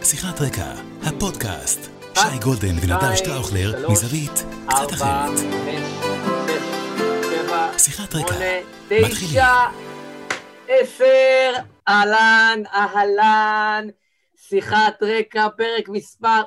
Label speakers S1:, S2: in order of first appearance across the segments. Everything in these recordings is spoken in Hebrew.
S1: שיחת רקע, הפודקאסט. שי גולדן ונדב שטראוכלר מזווית קצת אחרת.
S2: 4, 5, 6, 7,
S1: שיחת רקע,
S2: 8, 9,
S1: מתחילים.
S2: 10, אהלן, שיחת רקע, פרק מספר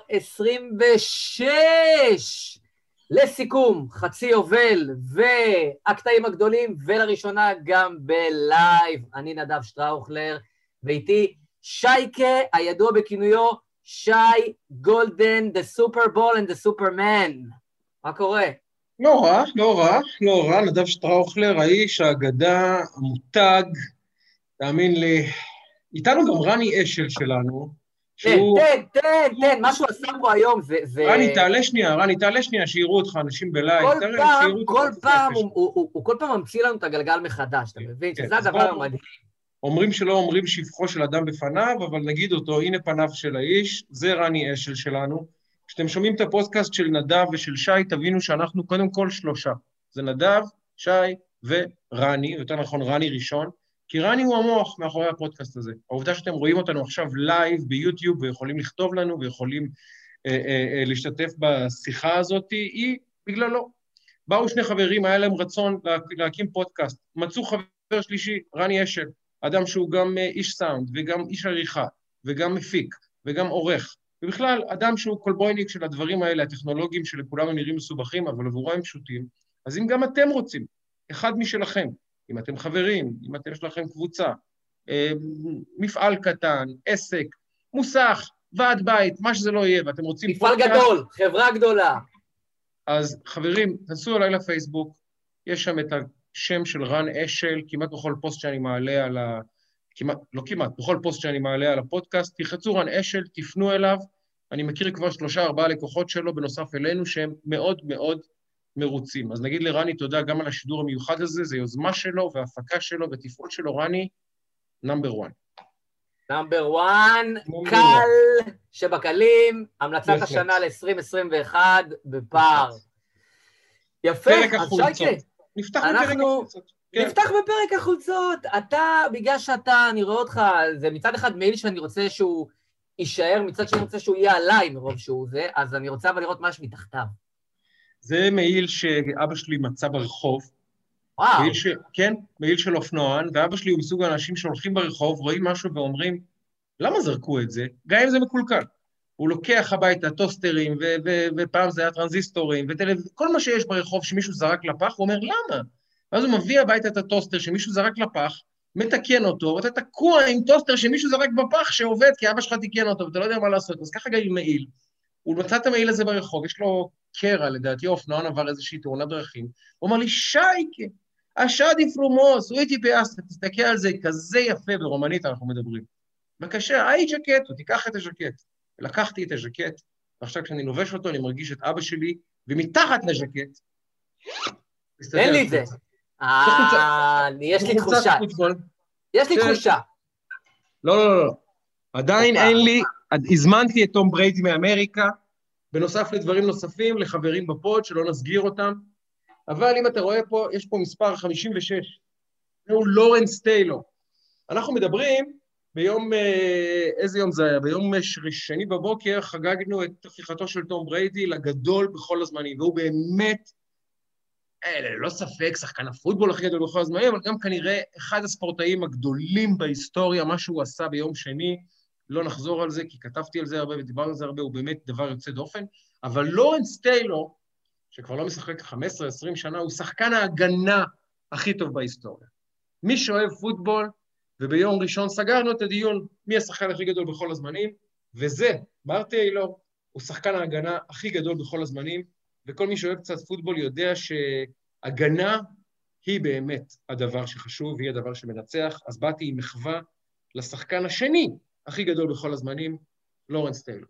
S2: 26. לסיכום, חצי יובל והקטעים הגדולים, ולראשונה גם בלייב. אני נדב שטראוכלר, ואיתי שייקה, הידוע בכינויו שי גולדן, the Super Bowl and the Superman. מה קורה?
S3: לא רע, נדב שטראוכלר, האיש, האגדה, המותג, תאמין לי, איתנו גם רני אשל שלנו, שהוא...
S2: תן, מה שהוא עשה פה היום זה...
S3: רני, תעלה שנייה, שיראו אותך, אנשים בלייב,
S2: הוא כל פעם ממציא לנו את הגלגל מחדש, אתה מבין? שזה הדבר המדהים.
S3: אומרים שלא אומרים שבחו של אדם בפניו, אבל נגיד אותו, הנה פניו של האיש, זה רני אשל שלנו. כשאתם שומעים את הפודקאסט של נדב ושל שי, תבינו שאנחנו קודם כל שלושה. זה נדב, שי ורני, יותר נכון רני ראשון, כי רני הוא המוח מאחורי הפודקאסט הזה. העובדה שאתם רואים אותנו עכשיו לייב ביוטיוב, ויכולים לכתוב לנו, ויכולים להשתתף בשיחה הזאת, היא בגללו. באו שני חברים, היה להם רצון להקים פודקאסט. מצאו חבר שלישי, רני אשל, אדם שהוא גם איש סאונד, וגם איש עריכה, וגם מפיק, וגם עורך. ובכלל, אדם שהוא קולבויניק של הדברים האלה, הטכנולוגיים שלכולם נראים מסובכים, אבל עבורם הם פשוטים. אז אם גם אתם רוצים, אחד משלכם, אם אתם חברים, אם אתם יש לכם קבוצה, מפעל קטן, עסק, מוסך, ועד בית, מה שזה לא יהיה, ואתם רוצים...
S2: מפעל גדול, חברה גדולה.
S3: אז חברים, תנסו אליי לפייסבוק, יש שם את השם של רן אשל, כמעט בכל פוסט שאני מעלה על ה... בכל פוסט שאני מעלה על הפודקאסט, תחצו רן אשל, תפנו אליו, אני מכיר כבר 3-4 לקוחות שלו, בנוסף אלינו, שהם מאוד מאוד מרוצים. אז נגיד לרני תודה גם על השידור המיוחד הזה, זה יוזמה שלו והפקה שלו ותפעול שלו, רני, נאמבר 1.
S2: נאמבר 1, קל שבקלים, המלצת השנה ל-2021 בפער. יפה, אז שייקה. נפתח בפרק החולצות. אתה, בגלל שאתה, אני רואה אותך, זה מצד אחד מייל שאני רוצה שהוא יישאר, מצד שאני רוצה שהוא יהיה עליי מרוב שהוא זה, אז אני רוצה אבל לראות משהו מתחתיו.
S3: זה מעיל שאבא שלי מצא ברחוב.
S2: וואו.
S3: כן, מעיל של אופנוען, ואבא שלי הוא מסוג האנשים שהולכים ברחוב, רואים משהו ואומרים, למה זרקו את זה? גם אם זה מקולקל. הוא לוקח הביתה טוסטרים, ופעם זה היה טרנזיסטורים, כל מה שיש ברחוב שמישהו זרק לפח, הוא אומר, למה? ואז הוא מביא הביתה את הטוסטר שמישהו זרק לפח, מתקן אותו, ואתה תקוע עם טוסטר שמישהו זרק בפח שעובד, כי אבא שלך תיקן אותו, ואתה לא יודע מה לעשות. אז ככה גם עם מעיל. הוא מצא את המעיל הזה ברחוב, יש לו קרע, לדעתי, אופנוען עבר איזושהי תאונת דרכים. הוא אמר לי, שייקה, השאדי פרומוס, הוא איתי פיאסטה, תסתכל על זה, כזה יפה, ברומנית אנחנו מדברים. בבקשה, היי ז'קט, הוא תיקח את הז'קט. לקחתי את הז'קט, ועכשיו כשאני לובש אותו, אני מרגיש את אבא שלי, ומתחת לז'קט,
S2: אין לי את זה. יש לי תחושה. יש לי תחושה.
S3: לא. עדיין אין לי, הזמנתי את תום בריידי מאמריקה, בנוסף לדברים נוספים, לחברים בפוד, שלא נסגיר אותם, אבל אם אתה רואה פה, יש פה מספר 56, זהו לורנס טיילור. אנחנו מדברים, ביום, איזה יום זה היה? ביום שני בבוקר חגגנו את הפיכתו של תום בריידי לגדול בכל הזמנים, והוא באמת, לא ספק, שחקן הפוטבול הכי גדול בכל הזמנים, אבל גם כנראה אחד הספורטאים הגדולים בהיסטוריה, מה שהוא עשה ביום שני, לא נחזור על זה, כי כתבתי על זה הרבה ודיברנו על זה הרבה, הוא באמת דבר יוצא דופן, אבל לורנס טיילור, שכבר לא משחק 15-20 שנה, הוא שחקן ההגנה הכי טוב בהיסטוריה. מי שאוהב פוטבול, וביום ראשון סגרנו את הדיון, מי השחקן הכי גדול בכל הזמנים, וזה, מר טיילור, הוא שחקן ההגנה הכי גדול בכל הזמנים, וכל מי שאוהב קצת פוטבול יודע שהגנה היא באמת הדבר שחשוב, והיא הדבר שמנצח, אז באתי עם מחווה לשחקן השני הכי גדול בכל הזמנים, לורנס טיילור.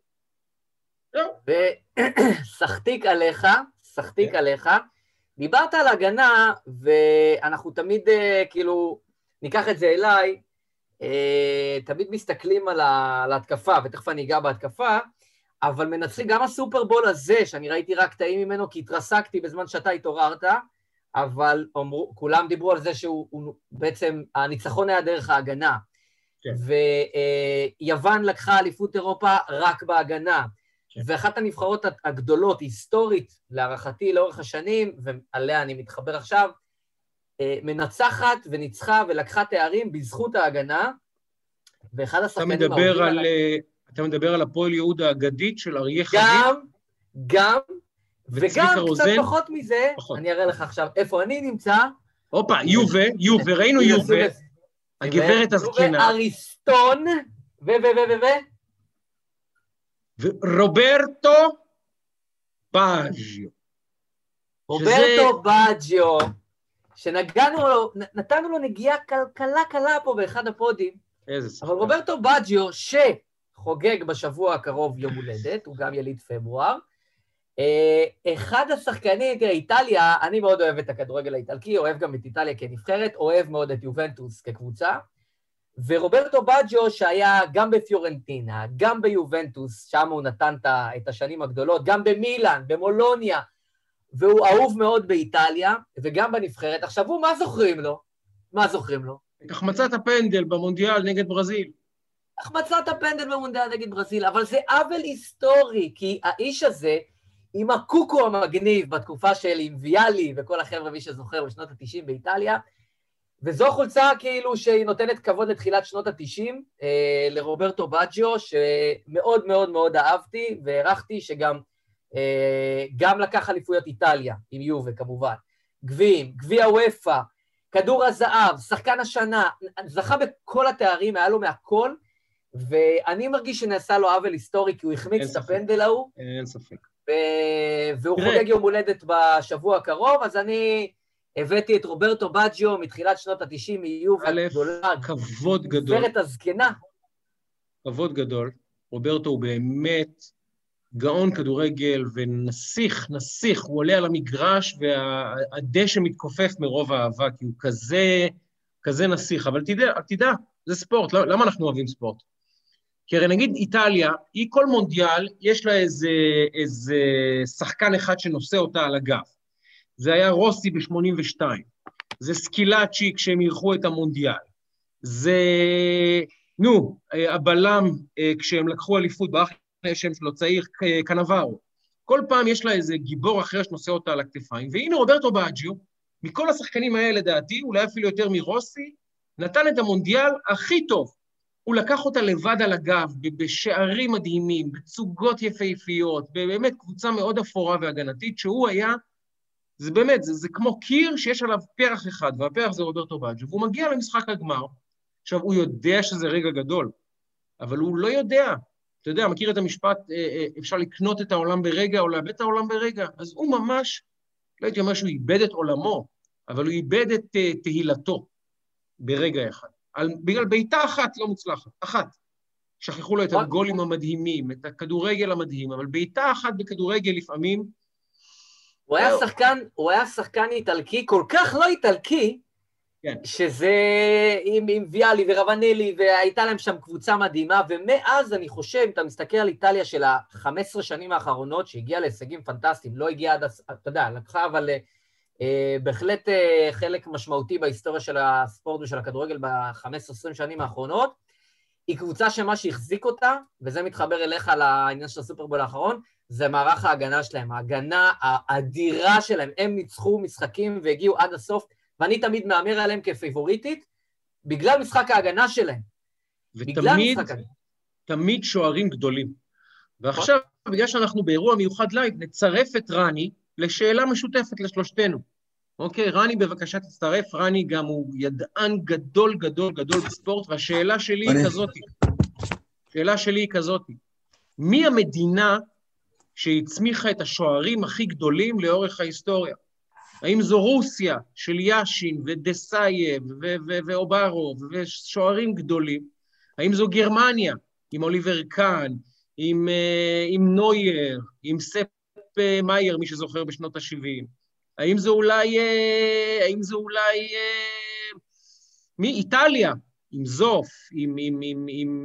S2: ושחתיק עליך, דיברת על הגנה, ואנחנו תמיד כאילו, ניקח את זה אליי, תמיד מסתכלים על ההתקפה, ותכף אני אגע בהתקפה, אבל מנצחים גם הסופרבול הזה, שאני ראיתי רק קטעים ממנו, כי התרסקתי בזמן שאתה התעוררת, אבל כולם דיברו על זה שהוא בעצם, הניצחון היה דרך ההגנה. ויוון לקחה אליפות אירופה רק בהגנה, ואחת הנבחרות הגדולות, היסטורית, להערכתי לאורך השנים, ועליה אני מתחבר עכשיו, מנצחת וניצחה ולקחה תארים בזכות ההגנה, ואחד השחקנים...
S3: אתה מדבר על הפועל יהודה האגדית של אריה חביב?
S2: גם, וגם קצת פחות מזה, אני אראה לך עכשיו איפה אני נמצא.
S3: הופה, יובה, ראינו יובה, הגברת הזקנה.
S2: יובה אריסטון,
S3: ורוברטו באג'יו.
S2: רוברטו באג'יו, נתנו לו נגיעה קלה פה באחד הפודים, אבל רוברטו באג'יו, שחוגג בשבוע הקרוב יום הולדת, הוא גם יליד פברואר, אחד השחקנים, תראה, איטליה, אני מאוד אוהב את הכדורגל האיטלקי, אוהב גם את איטליה כנבחרת, אוהב מאוד את יובנטוס כקבוצה, ורוברטו באג'יו שהיה גם בפיורנטינה, גם ביובנטוס, שם הוא נתן את השנים הגדולות, גם במילאן, במולוניה, והוא אהוב מאוד באיטליה, וגם בנבחרת. עכשיו הוא, מה זוכרים לו?
S3: את החמצת הפנדל במונדיאל נגד ברזיל.
S2: החמצת הפנדל במונדיאל נגד ברזיל, אבל זה עוול היסטורי, כי האיש הזה, עם הקוקו המגניב בתקופה של ויאלי וכל החבר'ה, מי שזוכר, בשנות ה-90 באיטליה, וזו חולצה כאילו שהיא נותנת כבוד לתחילת שנות ה-90, לרוברטו באג'יו, שמאוד מאוד מאוד אהבתי, והערכתי שגם לקח אליפויות איטליה, עם יובה כמובן, גביע וופא, כדור הזהב, שחקן השנה, זכה בכל התארים, היה לו מהכל, ואני מרגיש שנעשה לו עוול היסטורי, כי הוא החמיץ את הפנדל ההוא.
S3: אין ספק.
S2: והוא חוגג יום הולדת בשבוע הקרוב, אז אני הבאתי את רוברטו באג'יו מתחילת שנות ה-90 מיובה גדולה.
S3: כבוד גדול.
S2: גברת הזקנה.
S3: כבוד גדול. רוברטו הוא באמת גאון כדורגל ונסיך, הוא עולה על המגרש והדשא מתכופף מרוב האהבה, כי הוא כזה נסיך. אבל תדע, זה ספורט. למה אנחנו אוהבים ספורט? כי הרי נגיד איטליה, היא כל מונדיאל, יש לה איזה שחקן אחד שנושא אותה על הגב. זה היה רוסי ב-82. זה סקילאצ'י כשהם אירחו את המונדיאל. זה, הבלם כשהם לקחו אליפות, באחרי השם שלו צעיר, קנברו. כל פעם יש לה איזה גיבור אחר שנושא אותה על הכתפיים. והנה רוברטו באג'יו, מכל השחקנים האלה לדעתי, אולי אפילו יותר מרוסי, נתן את המונדיאל הכי טוב. הוא לקח אותה לבד על הגב, בשערים מדהימים, בצוגות יפהפיות, באמת קבוצה מאוד אפורה והגנתית, שהוא היה, זה באמת, זה כמו קיר שיש עליו פרח אחד, והפרח זה רוברטו באג'יו, והוא מגיע למשחק הגמר. עכשיו, הוא יודע שזה רגע גדול, אבל הוא לא יודע. אתה יודע, מכיר את המשפט, אפשר לקנות את העולם ברגע, או לאבד את העולם ברגע, אז הוא ממש, לא הייתי אומר שהוא איבד את עולמו, אבל הוא איבד את תהילתו ברגע אחד. בגלל בעיטה אחת לא מוצלחת, אחת. שכחו לו את הגולים המדהימים, את הכדורגל המדהים, אבל בעיטה אחת בכדורגל לפעמים...
S2: הוא היה שחקן איטלקי, כל כך לא איטלקי, שזה עם ויאלי ורבנלי, והייתה להם שם קבוצה מדהימה, ומאז אני חושב, אם אתה מסתכל על איטליה של ה-15 שנים האחרונות, שהגיעה להישגים פנטסטיים, לא הגיעה עד, אתה יודע, לקחה אבל... בהחלט חלק משמעותי בהיסטוריה של הספורט ושל הכדורגל ב-15-20 שנים האחרונות, היא קבוצה שמה שהחזיק אותה, וזה מתחבר אליך לעניין של הסופרבול האחרון, זה מערך ההגנה שלהם, ההגנה האדירה שלהם, הם ניצחו משחקים והגיעו עד הסוף, ואני תמיד מאמר עליהם כפייבוריטית, בגלל משחק ההגנה שלהם.
S3: ותמיד שוערים גדולים. ועכשיו, בגלל שאנחנו באירוע מיוחד לייב, נצרף את רני, לשאלה משותפת לשלושתנו. אוקיי, רני בבקשה תצטרף, רני גם הוא ידען גדול בספורט, והשאלה שלי היא כזאת. מי המדינה שהצמיחה את השוערים הכי גדולים לאורך ההיסטוריה? האם זו רוסיה של יאשין ודסייב ואוברוב ושוערים גדולים? האם זו גרמניה עם אוליבר קאן, עם נוייר, עם ספ מאייר, מי שזוכר בשנות ה-70. האם זה אולי מאיטליה, עם זוף, עם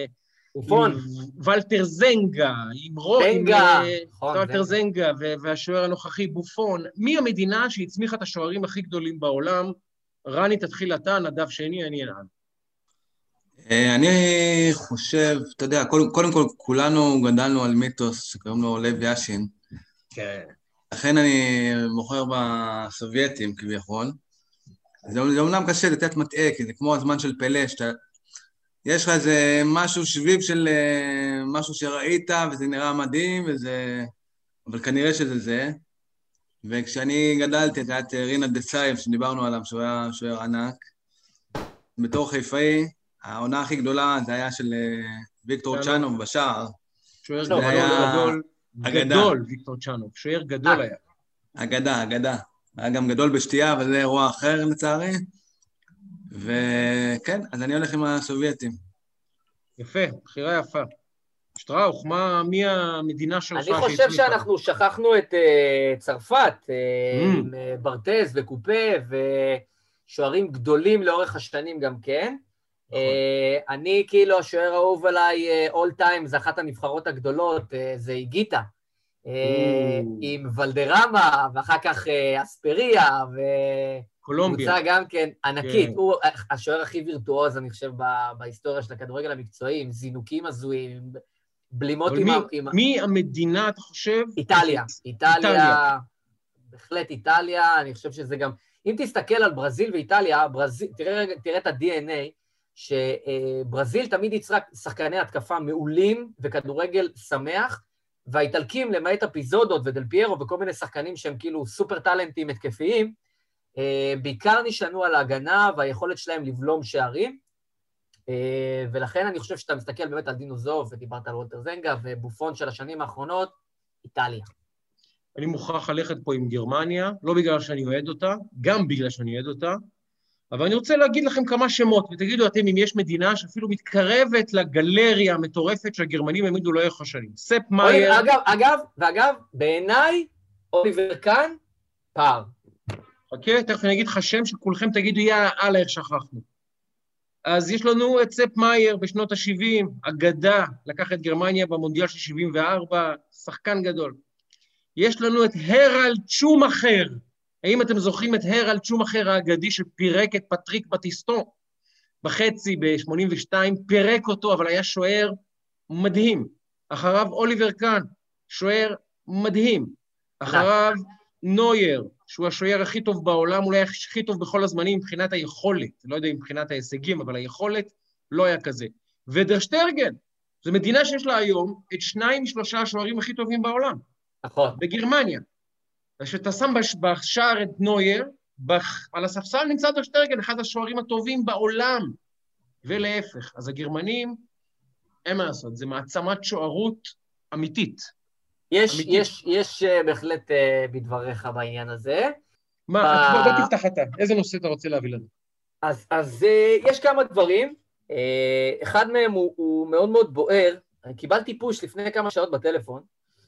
S3: ולטר זנגה, עם ולטר זנגה, והשוער הנוכחי בופון. מי המדינה שהצמיחה את השוערים הכי גדולים בעולם? רני, תתחיל אתה, נדב שני, אני אנעל.
S4: אני חושב, אתה יודע, קודם כל כולנו גדלנו על מיתוס שקוראים לו לב יאשין.
S3: כן.
S4: לכן אני בוחר בסובייטים כביכול. זה אומנם קשה לתת מטעה, כי זה כמו הזמן של פלא, יש לך איזה משהו שביב של משהו שראית, וזה נראה מדהים, אבל כנראה שזה זה. וכשאני גדלתי, את יודעת, רינה דסייב, שדיברנו עליו, שהוא היה שוער ענק, בתור חיפאי, העונה הכי גדולה זה היה של ויקטור צ'אנוב בשער.
S3: שוער גדול, ויקטור צ'אנוב, שוער גדול היה.
S4: אגדה. היה גם גדול בשתייה, אבל זה אירוע אחר לצערי. וכן, אז אני הולך עם הסובייטים.
S3: יפה, בחירה יפה. שטראוך, מי המדינה שלך?
S2: אני חושב שאנחנו שכחנו את צרפת, עם ברטז וקופה, ושוערים גדולים לאורך השנים גם כן. אני כאילו, השוער האהוב עליי all time, זה אחת הנבחרות הגדולות, זה איגיטה. עם ולדרמה, ואחר כך אספריה, וקבוצה גם כן ענקית. הוא השוער הכי וירטואוז, אני חושב, בהיסטוריה של הכדורגל המקצועי, עם זינוקים הזויים, בלימות עם...
S3: מי המדינה, אתה חושב?
S2: איטליה, בהחלט איטליה, אני חושב שזה גם... אם תסתכל על ברזיל ואיטליה, תראה את ה-DNA, שברזיל תמיד יצרה שחקני התקפה מעולים וכדורגל שמח, והאיטלקים, למעט אפיזודות ודל פיירו וכל מיני שחקנים שהם כאילו סופר טלנטים התקפיים, בעיקר נשענו על ההגנה והיכולת שלהם לבלום שערים, ולכן אני חושב שאתה מסתכל באמת על דינוזוב, ודיברת על וולטר זנגה, ובופון של השנים האחרונות, איטליה.
S3: אני מוכרח ללכת פה עם גרמניה, לא בגלל שאני אוהד אותה, גם בגלל שאני אוהד אותה, אבל אני רוצה להגיד לכם כמה שמות, ותגידו אתם אם יש מדינה שאפילו מתקרבת לגלריה המטורפת שהגרמנים העמידו לאורך השנים. ספ מאייר...
S2: ואגב, בעיניי, אוליבר קאן, פער.
S3: אוקיי, תכף אני אגיד לך שם שכולכם תגידו, יאללה, איך שכחנו. אז יש לנו את ספ מאייר בשנות ה-70, אגדה, לקח את גרמניה במונדיאל של 74, שחקן גדול. יש לנו את הרלד שומאכר, האם אתם זוכרים את הרלד שומאכר האגדי שפירק את פטריק בטיסטון בחצי ב-82, פירק אותו, אבל היה שוער מדהים. אחריו אוליבר קאן, שוער מדהים. אחריו נויר, שהוא השוער הכי טוב בעולם, אולי הכי טוב בכל הזמנים מבחינת היכולת, לא יודע אם מבחינת ההישגים, אבל היכולת לא היה כזה. ודר שטרגן, זו מדינה שיש לה היום את 2-3 השוערים הכי טובים בעולם.
S2: נכון.
S3: בגרמניה. כשאתה שם בשער את נויר, על הספסל נמצא דר שטרגן, אחד השוערים הטובים בעולם, ולהפך. אז אין מה לעשות, זה מעצמת שוערות אמיתית.
S2: יש בהחלט בדבריך בעניין הזה.
S3: מה, בוא תפתח אתה, איזה נושא אתה רוצה להביא לנו?
S2: אז יש כמה דברים, אחד מהם הוא מאוד מאוד בוער, אני קיבלתי פוש לפני כמה שעות בטלפון,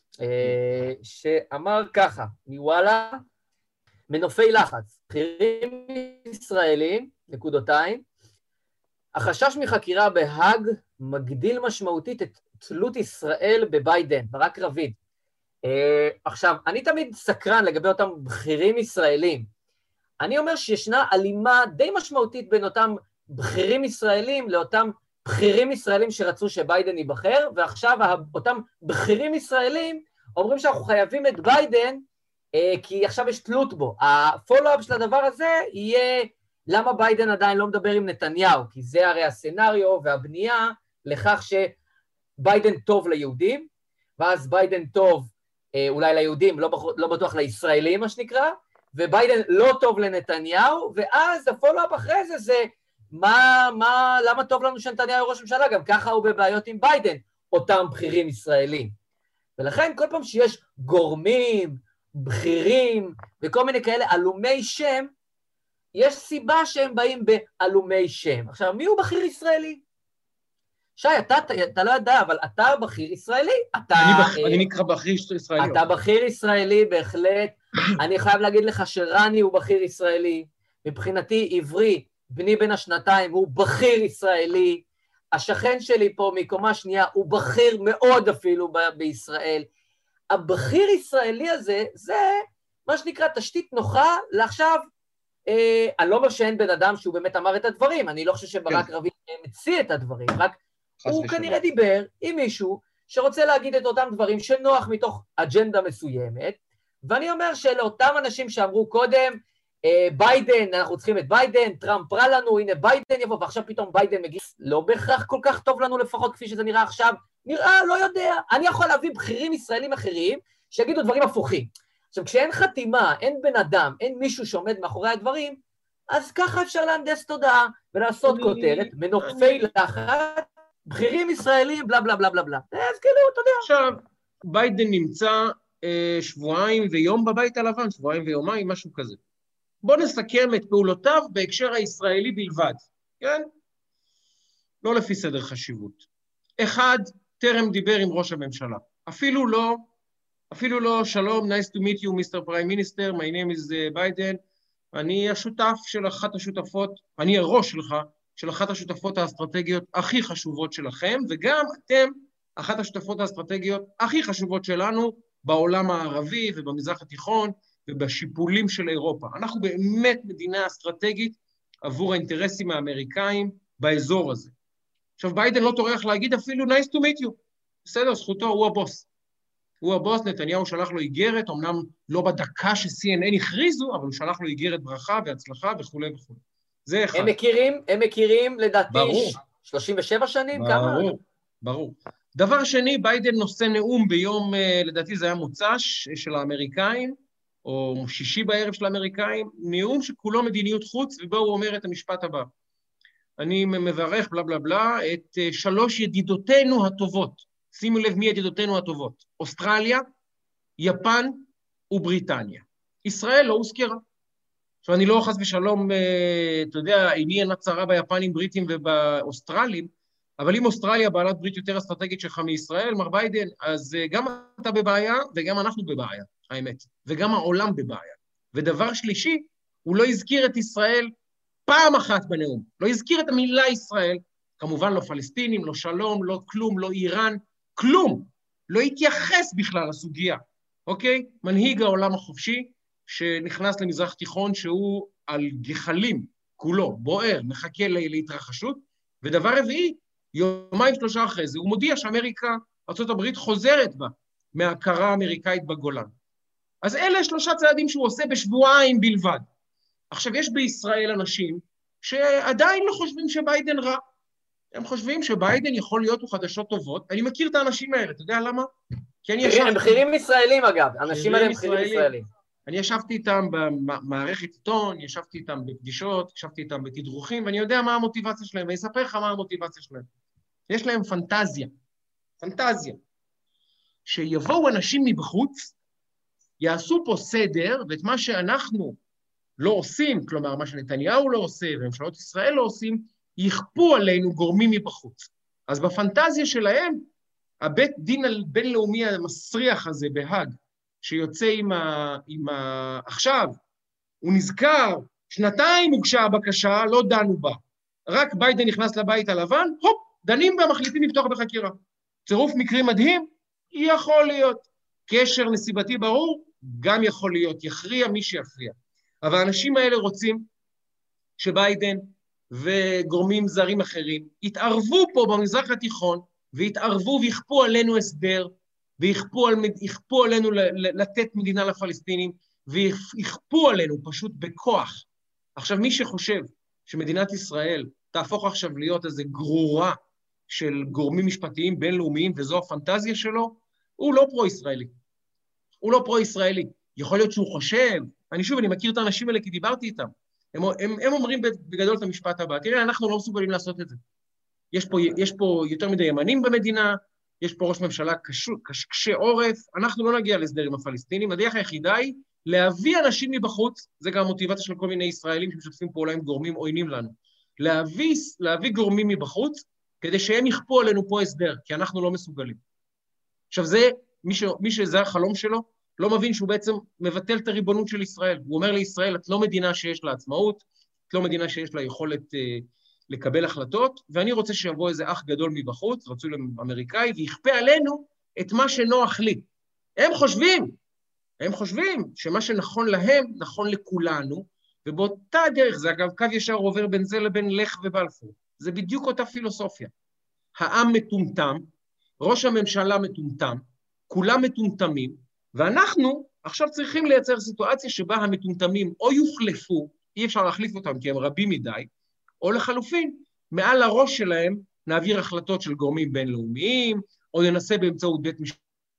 S2: שאמר ככה, מוואלה, מנופי לחץ, בכירים ישראלים, נקודותיים, החשש מחקירה בהאג מגדיל משמעותית את תלות ישראל בביידן, ברק רביד. עכשיו, אני תמיד סקרן לגבי אותם בכירים ישראלים. אני אומר שישנה עלימה די משמעותית בין אותם בכירים ישראלים לאותם בכירים ישראלים שרצו שביידן ייבחר, ועכשיו אותם בכירים ישראלים אומרים שאנחנו חייבים את ביידן, כי עכשיו יש תלות בו. הפולו-אפ של הדבר הזה יהיה למה ביידן עדיין לא מדבר עם נתניהו, כי זה הרי הסצנריו והבנייה לכך שביידן טוב ליהודים, ואז ביידן טוב אולי ליהודים, לא בטוח לישראלים מה שנקרא, וביידן לא טוב לנתניהו, ואז הפולו-אפ אחרי זה למה טוב לנו שנתניהו ראש ממשלה, גם ככה הוא בבעיות עם ביידן, אותם בכירים ישראלים. ולכן כל פעם שיש גורמים, בכירים, וכל מיני כאלה אלומי שם, יש סיבה שהם באים באלומי שם. עכשיו, מי הוא בכיר ישראלי? שי, אתה לא יודע, אבל אתה בכיר ישראלי.
S3: אני נקרא בכיר ישראלי.
S2: אתה בכיר ישראלי, בהחלט. אני חייב להגיד לך שרני הוא בכיר ישראלי. מבחינתי, עברי, בני בן השנתיים, הוא בכיר ישראלי. השכן שלי פה מקומה שנייה, הוא בכיר מאוד אפילו בישראל. הבכיר ישראלי הזה, זה מה שנקרא תשתית נוחה לעכשיו אני לא אומר שאין בן אדם שהוא באמת אמר את הדברים, אני לא חושב שברק רביד מציע את הדברים, רק הוא כנראה דיבר עם מישהו שרוצה להגיד את אותם דברים שנוח מתוך אג'נדה מסוימת, ואני אומר שלאותם אנשים שאמרו קודם, ביידן, אנחנו צריכים את ביידן, טראמפ רע לנו, הנה ביידן יבוא, ועכשיו פתאום ביידן מגיע, לא בהכרח כל כך טוב לנו לפחות כפי שזה נראה עכשיו, נראה, לא יודע, אני יכול להביא בכירים ישראלים אחרים שיגידו דברים הפוכים. עכשיו, כשאין חתימה, אין בן אדם, אין מישהו שעומד מאחורי הדברים, אז ככה אפשר להנדס תודעה ולעשות כותרת, מנופי לחץ, בכירים ישראלים, בלה בלה בלה בלה בלה. אז כאילו, אתה יודע.
S3: עכשיו, ביידן נמצא שבועיים ויום בבית הלבן, שבועיים ויומיים, משהו כזה. בוא נסכם את פעולותיו בהקשר הישראלי בלבד, כן? לא לפי סדר חשיבות. אחד, טרם דיבר עם ראש הממשלה. אפילו לא, שלום, nice to meet you, Mr. Prime Minister, my name is Biden. אני השותף של אחת השותפות, אני הראש שלך, של אחת השותפות האסטרטגיות הכי חשובות שלכם, וגם אתם אחת השותפות האסטרטגיות הכי חשובות שלנו בעולם הערבי ובמזרח התיכון ובשיפולים של אירופה. אנחנו באמת מדינה אסטרטגית עבור האינטרסים האמריקאים באזור הזה. עכשיו, ביידן לא טורח להגיד אפילו nice to meet you. בסדר, זכותו, הוא הבוס. הוא הבוס, נתניהו שלח לו איגרת, אמנם לא בדקה ש-CNN הכריזו, אבל הוא שלח לו איגרת ברכה והצלחה וכו' וכו'. זה אחד.
S2: הם מכירים לדעתי 37 שנים?
S3: ברור. דבר שני, ביידן נושא נאום ביום, לדעתי זה היה מוצ"ש של האמריקאים, או שישי בערב של האמריקאים, נאום שכולו מדיניות חוץ, ובו הוא אומר את המשפט הבא. אני מברך בלה בלה בלה את 3 ידידותינו הטובות. שימו לב מי ידידותינו הטובות. אוסטרליה, יפן ובריטניה. ישראל לא הוזכרה. עכשיו, אני לא חס ושלום, אתה יודע, איני אינה צרה ביפנים, בריטים ובאוסטרלים, אבל אם אוסטרליה בעלת ברית יותר אסטרטגית שלך מישראל, מר ביידן, אז גם אתה בבעיה וגם אנחנו בבעיה, האמת. וגם העולם בבעיה. ודבר שלישי, הוא לא הזכיר את ישראל פעם אחת בנאום. לא הזכיר את המילה ישראל, כמובן לא פלסטינים, לא שלום, לא כלום, לא איראן, כלום. לא התייחס בכלל לסוגיה, אוקיי? מנהיג העולם החופשי, שנכנס למזרח תיכון שהוא על גחלים, כולו, בוער, מחכה להתרחשות, ודבר רביעי, 2-3 אחרי זה, הוא מודיע שאמריקה, ארצות הברית חוזרת בה, מההכרה האמריקאית בגולן. אז אלה 3 צעדים שהוא עושה בשבועיים בלבד. עכשיו, יש בישראל אנשים שעדיין לא חושבים שביידן רע. הם חושבים שביידן יכול להיות הוא חדשות טובות. אני מכיר את האנשים האלה, אתה יודע למה?
S2: הם בכירים ישראלים אגב, אנשים האלה הם בכירים ישראלים.
S3: אני ישבתי איתם במערכת עיתון, ישבתי איתם בפגישות, ישבתי איתם בתדרוכים, ואני יודע מה המוטיבציה שלהם, ואני אספר לך מה המוטיבציה שלהם. יש להם פנטזיה, שיבואו אנשים מבחוץ, יעשו פה סדר, ואת מה שאנחנו לא עושים, כלומר, מה שנתניהו לא עושה, וממשלות ישראל לא עושים, יכפו עלינו גורמים מבחוץ. אז בפנטזיה שלהם, הבית דין הבינלאומי המסריח הזה בהאג, שיוצא עכשיו, הוא נזכר, 2 הוגשה הבקשה, לא דנו בה. רק ביידן נכנס לבית הלבן, הופ, דנים בה, מחליטים לפתוח בחקירה. צירוף מקרים מדהים, יכול להיות. קשר נסיבתי ברור, גם יכול להיות, יכריע מי שיכריע. אבל האנשים האלה רוצים שביידן וגורמים זרים אחרים יתערבו פה במזרח התיכון, ויתערבו ויכפו עלינו הסדר, ויכפו עלינו לתת מדינה לפלסטינים, ויכפו עלינו פשוט בכוח. עכשיו, מי שחושב שמדינת ישראל תהפוך עכשיו להיות איזו גרורה של גורמים משפטיים בינלאומיים, וזו הפנטזיה שלו, הוא לא פרו-ישראלי. הוא לא פרו-ישראלי. יכול להיות שהוא חושב, אני מכיר את האנשים האלה כי דיברתי איתם, הם אומרים בגדול את המשפט הבא, תראה, אנחנו לא מסוגלים לעשות את זה. יש פה יותר מדי ימנים במדינה, יש פה ראש ממשלה קשה עורף, אנחנו לא נגיע להסדר עם הפלסטינים, הדרך היחידה היא להביא אנשים מבחוץ, זה גם המוטיבציה של כל מיני ישראלים שמשתפים פעולה עם גורמים עוינים לנו, להביא גורמים מבחוץ, כדי שהם יכפו עלינו פה הסדר, כי אנחנו לא מסוגלים. עכשיו זה, מי שזה החלום שלו, לא מבין שהוא בעצם מבטל את הריבונות של ישראל. הוא אומר לישראל, את לא מדינה שיש לה עצמאות, את לא מדינה שיש לה יכולת לקבל החלטות, ואני רוצה שיבוא איזה אח גדול מבחוץ, רצוי לאמריקאי, ויכפה עלינו את מה שנוח לי. הם חושבים שמה שנכון להם, נכון לכולנו, ובאותה דרך, זה אגב קו ישר עובר בין זה לבין לך ובלפור, זה בדיוק אותה פילוסופיה. העם מטומטם, ראש הממשלה מטומטם, כולם מטומטמים, ואנחנו עכשיו צריכים לייצר סיטואציה שבה המטומטמים או יוחלפו, אי אפשר להחליף אותם כי הם רבים מדי, או לחלופין, מעל הראש שלהם נעביר החלטות של גורמים בינלאומיים, או ננסה באמצעות בית משפט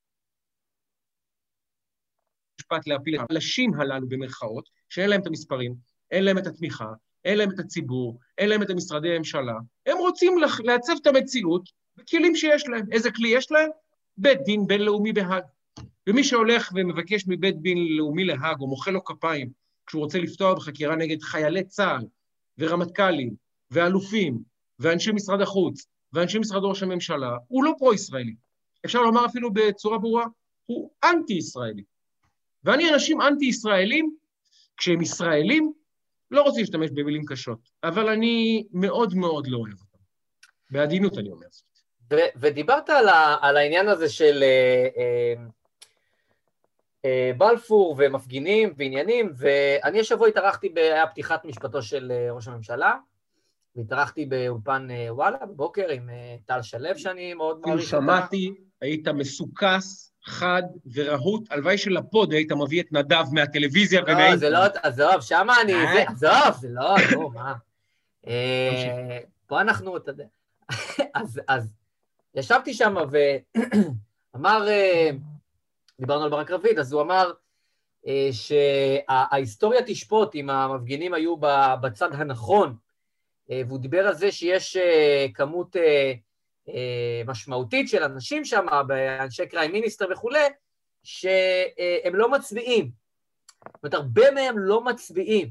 S3: להפיל את האנשים הללו במרכאות, שאין להם את המספרים, אין להם את התמיכה, אין להם את הציבור, אין להם את המשרדי הממשלה, הם רוצים לעצב את המציאות בכלים שיש להם. איזה כלי יש להם? בית דין בינלאומי בהאג. ומי שהולך ומבקש מבית דין לאומי להאג, או מוחא לו כפיים, כשהוא רוצה לפתוח בחקירה נגד חיילי צה"ל, ורמטכ"לים, ואלופים, ואנשי משרד החוץ, ואנשי משרד ראש הממשלה, הוא לא פרו-ישראלי. אפשר לומר אפילו בצורה ברורה, הוא אנטי-ישראלי. ואני אנשים אנטי-ישראלים, כשהם ישראלים, לא רוצה להשתמש במילים קשות, אבל אני מאוד מאוד לא אוהב אותם. בעדינות אני אומר זאת.
S2: ודיברת על העניין הזה של בלפור ומפגינים ועניינים, ואני השבוע התארחתי בפתיחת משפטו של ראש הממשלה, והתארחתי באולפן וואלה בבוקר עם טל שלב, שאני מאוד מעריך אותה.
S3: שמעתי, היית מסוכס, חד ורהוט, הלוואי של הפוד היית מביא את נדב מהטלוויזיה ומהאינטרנט.
S2: לא, זה לא, עזוב, שמה אני, עזוב, זה לא, מה. פה אנחנו, אתה יודע. אז ישבתי שם ואמר, דיברנו על ברק רביד, אז הוא אמר שההיסטוריה תשפוט אם המפגינים היו בצד הנכון, והוא דיבר על זה שיש כמות משמעותית של אנשים שם, באנשי קריים מיניסטר וכו', שהם לא מצביעים. זאת אומרת, הרבה מהם לא מצביעים.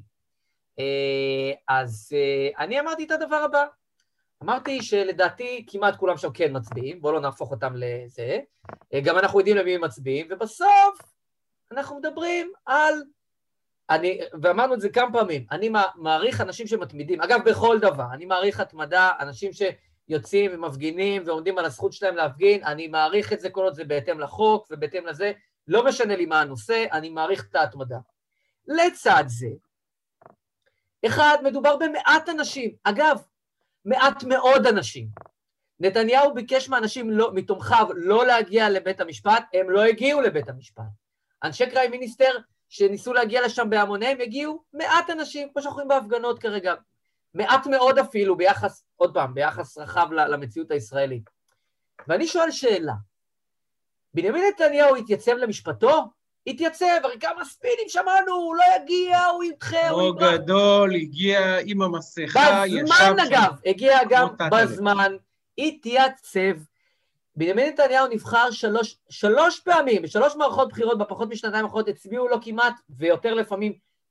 S2: אז אני אמרתי את הדבר הבא. אמרתי שלדעתי כמעט כולם שם כן מצביעים, בואו לא נהפוך אותם לזה. גם אנחנו יודעים למי הם מצביעים, ובסוף אנחנו מדברים על... ואמרנו את זה כמה פעמים, אני מעריך אנשים שמתמידים, אגב בכל דבר, אני מעריך התמדה, אנשים שיוצאים ומפגינים ועומדים על הזכות שלהם להפגין, אני מעריך את זה כל עוד זה בהתאם לחוק ובהתאם לזה, לא משנה לי מה הנושא, אני מעריך את ההתמדה. לצד זה, אחד, מדובר במעט אנשים, אגב, מעט מאוד אנשים. נתניהו ביקש מאנשים מתומכיו לא להגיע לבית המשפט, הם לא הגיעו לבית המשפט. אנשי קריים מיניסטר שניסו להגיע לשם בהמוניהם, הגיעו מעט אנשים, כמו שאנחנו רואים בהפגנות כרגע, מעט מאוד אפילו ביחס, עוד פעם, ביחס רחב למציאות הישראלית. ואני שואל שאלה, בנימין נתניהו התייצב למשפטו? התייצב, הרי כמה ספינים שמענו, הוא לא יגיע, הוא ידחה, הוא
S3: ידחה. לא גדול, הגיע עם המסכה,
S2: בזמן אגב, הגיע גם בזמן, התייצב. בנימין נתניהו נבחר שלוש פעמים, בשלוש מערכות בחירות, בפחות משנתיים האחרונות, הצביעו לו כמעט, ויותר לפעמים,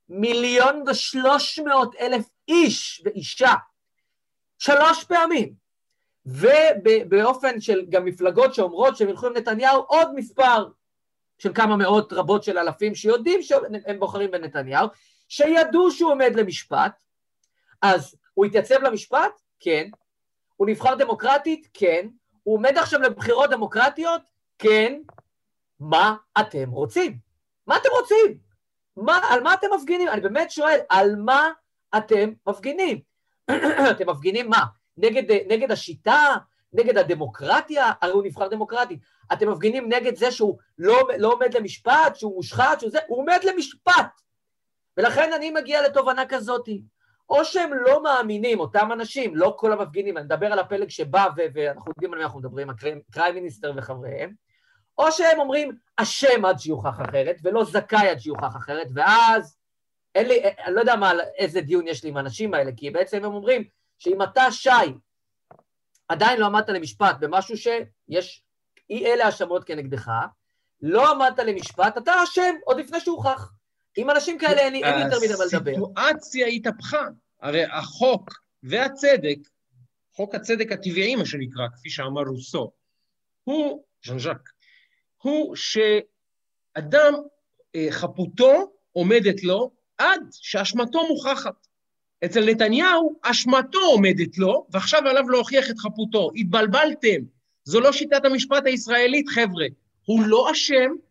S2: 1,300,000 איש ואישה. 3 פעמים. ובאופן של גם מפלגות שאומרות שהם ילכו עם נתניהו, עוד מספר של כמה מאות רבות של אלפים שיודעים שהם בוחרים בנתניהו, שידעו שהוא עומד למשפט, אז הוא התייצב למשפט? כן. הוא נבחר דמוקרטית? כן. הוא עומד עכשיו לבחירות דמוקרטיות? כן. מה אתם רוצים? מה אתם רוצים? על מה אתם מפגינים? אני באמת שואל, על מה אתם מפגינים? אתם מפגינים מה? נגד השיטה? נגד הדמוקרטיה? הרי הוא נבחר דמוקרטית. אתם מפגינים נגד זה שהוא לא עומד למשפט, שהוא מושחת, הוא עומד למשפט. ולכן אני מגיע לתובנה כזאת. או שהם לא מאמינים, אותם אנשים, לא כל המפגינים, אני מדבר על הפלג שבא, ואנחנו יודעים על מי אנחנו מדברים, קריים מיניסטר וחבריהם, או שהם אומרים, אשם עד שיוכח אחרת, ולא זכאי עד שיוכח אחרת, ואז, אני לא יודע איזה דיון יש לי עם האנשים האלה, כי בעצם הם אומרים, שאם אתה שי, עדיין לא עמדת למשפט, במשהו שיש אי אלה האשמות כנגדך, לא עמדת למשפט, אתה אשם עוד לפני שהוכח. עם אנשים כאלה אין יותר מדי מה לדבר.
S3: הסיטואציה התהפכה, הרי החוק והצדק, חוק הצדק הטבעי מה שנקרא, כפי שאמר רוסו, הוא, ז'אן ז'אק, הוא שאדם חפותו עומדת לו עד שאשמתו מוכחת. אצל נתניהו אשמתו עומדת לו, ועכשיו עליו להוכיח את חפותו. התבלבלתם, זו לא שיטת המשפט הישראלית חבר'ה, הוא לא אשם,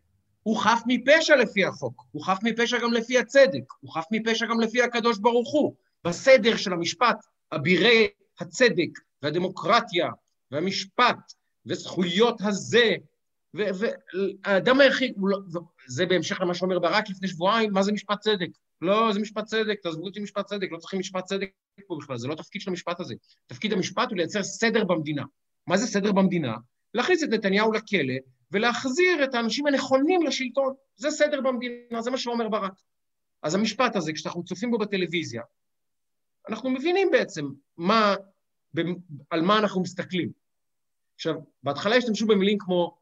S3: הוא חף מפשע לפי החוק, הוא חף מפשע גם לפי הצדק, הוא חף מפשע גם לפי הקדוש ברוך הוא. בסדר של המשפט, אבירי הצדק והדמוקרטיה והמשפט וזכויות הזה, והאדם היחיד, זה בהמשך למה שאומר ברק לפני שבועיים, מה זה משפט צדק? לא, זה משפט צדק, תעזבו אותי משפט צדק, לא צריכים משפט צדק פה בכלל, זה לא תפקיד של המשפט הזה. תפקיד המשפט הוא לייצר סדר במדינה. מה זה סדר במדינה? להכניס את נתניהו לכלא, ולהחזיר את האנשים הנכונים לשלטון. זה סדר במדינה, זה מה שאומר ברק. אז המשפט הזה, כשאנחנו צופים בו בטלוויזיה, אנחנו מבינים בעצם על מה אנחנו מסתכלים. עכשיו, בהתחלה השתמשו במילים כמו,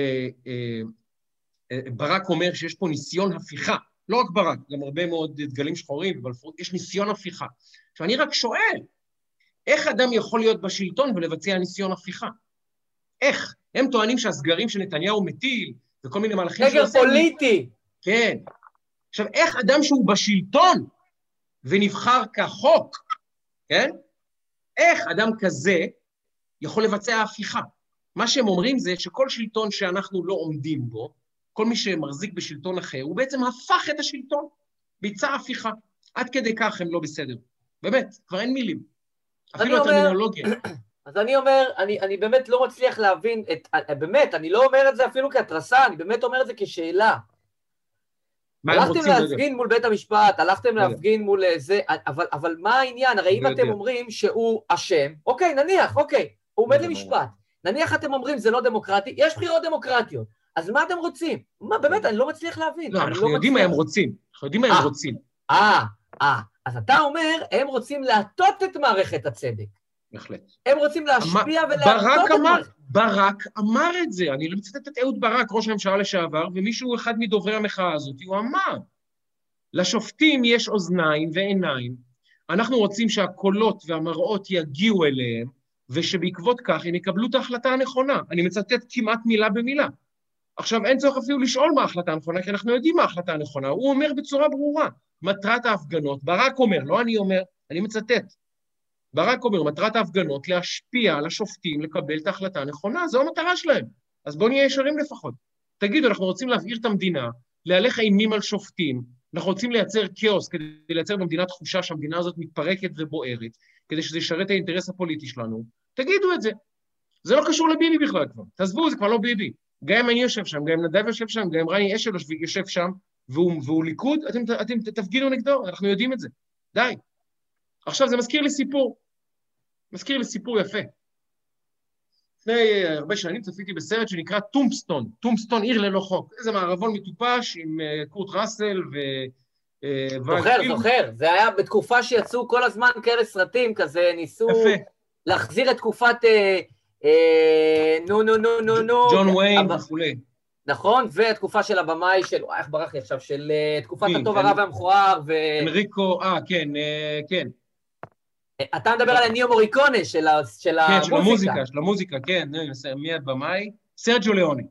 S3: ברק אומר שיש פה ניסיון הפיכה, לא רק ברק, גם הרבה מאוד דגלים שחורים, אבל יש ניסיון הפיכה. עכשיו, אני רק שואל, איך אדם יכול להיות בשלטון ולבצע ניסיון הפיכה? איך? הם טוענים שהסגרים שנתניהו מטיל, וכל מיני מהלכים
S2: סגר פוליטי.
S3: כן. עכשיו, איך אדם שהוא בשלטון ונבחר כחוק, כן? איך אדם כזה יכול לבצע הפיכה? מה שהם אומרים זה שכל שלטון שאנחנו לא עומדים בו, כל מי שמחזיק בשלטון אחר, הוא בעצם הפך את השלטון, ביצע הפיכה. עד כדי כך הם לא בסדר. באמת, כבר אין מילים. אפילו הטרמינולוגיה.
S2: אז אני אומר, אני באמת לא מצליח להבין, באמת, אני לא אומר את זה אפילו כהתרסה, אני באמת אומר את זה כשאלה. הלכתם להפגין מול בית המשפט, הלכתם להפגין מול זה, אבל מה העניין? הרי אם אתם אומרים שהוא אשם, אוקיי, נניח, אוקיי, הוא עומד למשפט, נניח אתם אומרים זה לא דמוקרטי, יש בחירות דמוקרטיות, אז מה אתם רוצים? מה, באמת, אני לא מצליח להבין.
S3: לא, אנחנו יודעים מה הם רוצים, אנחנו יודעים מה הם רוצים.
S2: אז אתה אומר, הם רוצים להטות את מערכת הצדק.
S3: בהחלט.
S2: הם רוצים להשפיע ולהטות את מערכת.
S3: ברק אמר את זה, אני לא מצטט את אהוד ברק, ראש הממשלה לשעבר, ומישהו אחד מדוברי המחאה הזאת, הוא אמר, לשופטים יש אוזניים ועיניים, אנחנו רוצים שהקולות והמראות יגיעו אליהם, ושבעקבות כך הם יקבלו את ההחלטה הנכונה. אני מצטט כמעט מילה במילה. עכשיו, אין צורך אפילו לשאול מה ההחלטה הנכונה, כי אנחנו יודעים מה ההחלטה הנכונה. הוא אומר בצורה ברורה, מטרת ההפגנות, ברק אומר, לא אני אומר, אני מצטט. ברק אומר, מטרת ההפגנות להשפיע על השופטים, לקבל את ההחלטה הנכונה, זו המטרה שלהם. אז בואו נהיה ישרים לפחות. תגידו, אנחנו רוצים להבעיר את המדינה, להלך אימים על שופטים, אנחנו רוצים לייצר כאוס, כדי לייצר במדינה תחושה שהמדינה הזאת מתפרקת ובוערת, כדי שזה ישרת את האינטרס הפוליטי שלנו. תגידו את זה. זה לא קשור לביבי בכלל כבר. תעזבו, זה כבר לא ביבי. גם אם אני יושב שם, גם אם נדב יושב שם, גם אם רני אשל יושב שם, והוא ליכוד, אתם תפגינו נגדו, אנחנו יודעים את זה. די. עכשיו, זה מזכיר לי סיפור יפה. לפני הרבה שנים צפיתי בסרט שנקרא טומפסטון, טומפסטון עיר ללא חוק. איזה מערבון מטופש עם קורט ראסל
S2: זוכר, זה היה בתקופה שיצאו כל הזמן כאלה סרטים, כזה ניסו להחזיר את תקופת
S3: ג'ון ויין וכולי.
S2: נכון, והתקופה של הבמאי של, איך ברח לי עכשיו, של תקופת הטוב הרע והמכוער
S3: אנריקו, כן.
S2: אתה מדבר על הניו מוריקונה של המוזיקה.
S3: כן, של המוזיקה, כן, מי הבמאי? סרג'יו ליאונה.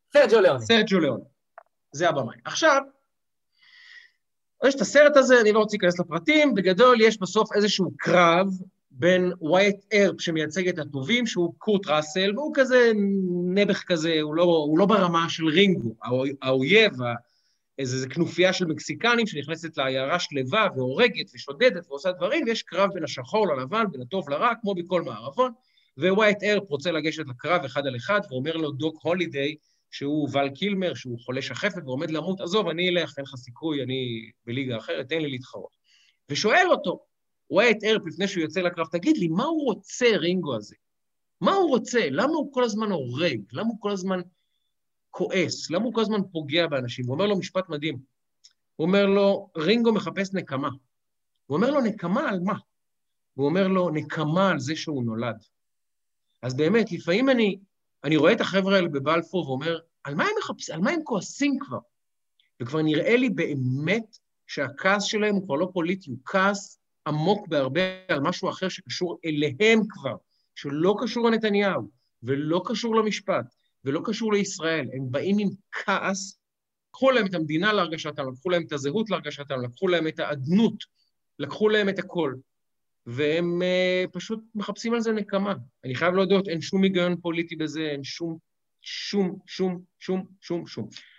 S3: זה הבמאי. עכשיו, יש את הסרט הזה, אני לא רוצה להיכנס לפרטים, בגדול יש בסוף איזשהו קרב בין ווייט ארפ שמייצג את הטובים, שהוא קורט ראסל, והוא כזה נבח כזה, הוא לא ברמה של רינגו, האויב, איזו כנופיה של מקסיקנים שנכנסת לעיירה שלווה והורגת ושודדת ועושה דברים, ויש קרב בין השחור ללבן, בין הטוב לרע, כמו בכל מערבון, ווייט ארפ רוצה לגשת לקרב אחד על אחד, ואומר לו דוק הולידיי, שהוא ול קילמר, שהוא חולה שחפת ועומד למות, עזוב, אני אלך, אין לך סיכוי, אני בליגה אחרת, תן לי להתחרות. ושואל אותו, ווייט ארפ לפני שהוא יוצא לקרב, תגיד לי, מה הוא רוצה רינגו הזה? מה הוא רוצה? למה הוא כל הזמן הורג? למה הוא כל הזמן כועס? למה הוא כל הזמן פוגע באנשים? הוא אומר לו משפט מדהים. הוא אומר לו, רינגו מחפש נקמה. הוא אומר לו, נקמה על מה? הוא אומר לו, נקמה על זה שהוא נולד. אז באמת, לפעמים אני רואה את החבר'ה האלה בבלפור ואומר, על מה הם מחפשים? על מה הם כועסים כבר? וכבר נראה לי באמת שהכעס שלהם הוא כבר לא פוליטי, הוא כעס עמוק בהרבה על משהו אחר שקשור אליהם כבר, שלא קשור לנתניהו, ולא קשור למשפט, ולא קשור לישראל. הם באים עם כעס, לקחו להם את המדינה להרגשתם, לקחו להם את הזהות להרגשתם, לקחו להם את העדנות, לקחו להם את הכל, והם פשוט מחפשים על זה נקמה. אני חייב להודות, אין שום היגיון פוליטי בזה, אין שום.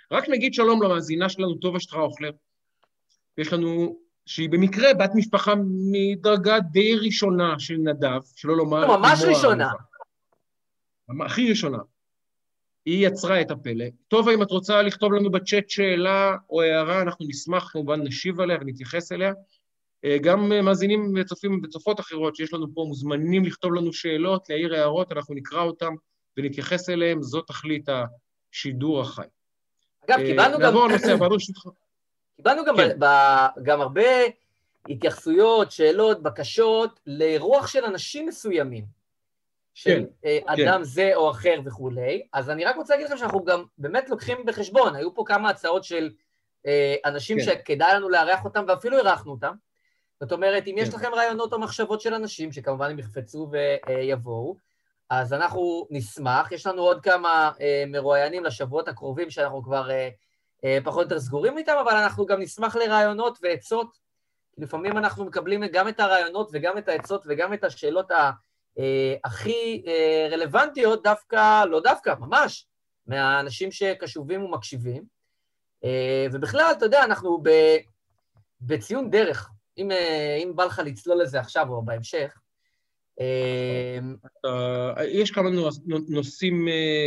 S3: רק נגיד שלום למאזינה שלנו, טובה שטראוכלר. יש לנו, שהיא במקרה בת משפחה מדרגה די ראשונה של נדב, שלא לומר...
S2: ממש ראשונה.
S3: הכי ראשונה. היא יצרה את הפלא. טובה, אם את רוצה לכתוב לנו בצ'אט שאלה או הערה, אנחנו נשמח, כמובן נשיב עליה ונתייחס אליה. גם מאזינים וצופים וצופות אחרות שיש לנו פה מוזמנים לכתוב לנו שאלות, להעיר הערות, אנחנו נקרא אותם ונתייחס אליהם, זאת תכלית השידור החי.
S2: אגב, קיבלנו גם...
S3: נעבור לנושא הבא, ברשותך.
S2: קיבלנו גם הרבה התייחסויות, שאלות, בקשות, לרוח של אנשים מסוימים, של אדם זה או אחר וכו'. אז אני רק רוצה להגיד לכם שאנחנו גם באמת לוקחים בחשבון, היו פה כמה הצעות של אנשים שכדאי לנו לארח אותם, ואפילו אירחנו אותם. זאת אומרת, אם יש לכם רעיונות או מחשבות של אנשים, שכמובן הם יחפצו ויבואו, אז אנחנו נשמח. יש לנו עוד כמה מרואיינים לשבועות הקרובים, שאנחנו כבר פחות יותר סגורים איתם, אבל אנחנו גם נשמח לרעיונות ועצות. לפעמים אנחנו מקבלים גם את הרעיונות וגם את העצות וגם את השאלות הכי רלוונטיות, דווקא, לא דווקא, ממש, מהאנשים שקשובים ומקשיבים. ובכלל, אתה יודע, אנחנו בציון דרך. אם בא לך לצלול לזה עכשיו או בהמשך.
S3: יש כמה נושאים,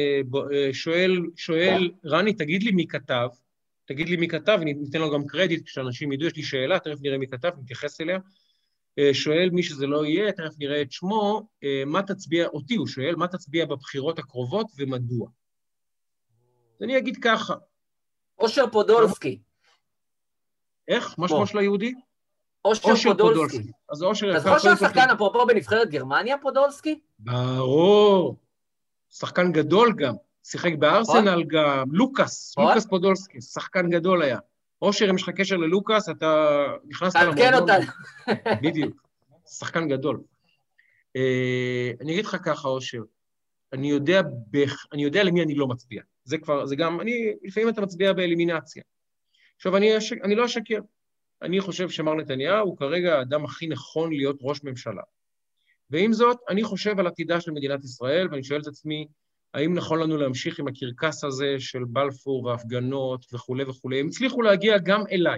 S3: שואל, רני, תגיד לי מי כתב, ניתן לו גם קרדיט, כשאנשים ידעו, יש לי שאלה, תכף נראה מי כתב, נתייחס אליה. שואל מי שזה לא יהיה, תכף נראה את שמו, הוא שואל, מה תצביע בבחירות הקרובות ומדוע? אז אני אגיד ככה.
S2: אושר פודולסקי.
S3: איך? מה שמו של היהודי?
S2: אושר פודולסקי.
S3: אז אושר...
S2: אתה זוכר שהשחקן אפרופו בנבחרת גרמניה, פודולסקי?
S3: ברור. שחקן גדול גם. שיחק בארסנל גם. לוקאס פודולסקי. שחקן גדול היה. אושר, אם יש לך קשר ללוקאס, אתה נכנסת למועדון.
S2: תעדכן אותנו.
S3: בדיוק. שחקן גדול. אני אגיד לך ככה, אושר. אני יודע למי אני לא מצביע. זה גם, לפעמים אתה מצביע באלימינציה. עכשיו, אני לא אשקר. אני חושב שמר נתניהו הוא כרגע האדם הכי נכון להיות ראש ממשלה. ועם זאת, אני חושב על עתידה של מדינת ישראל, ואני שואל את עצמי, האם נכון לנו להמשיך עם הקרקס הזה של בלפור והפגנות וכו' וכו'. הם הצליחו להגיע גם אליי.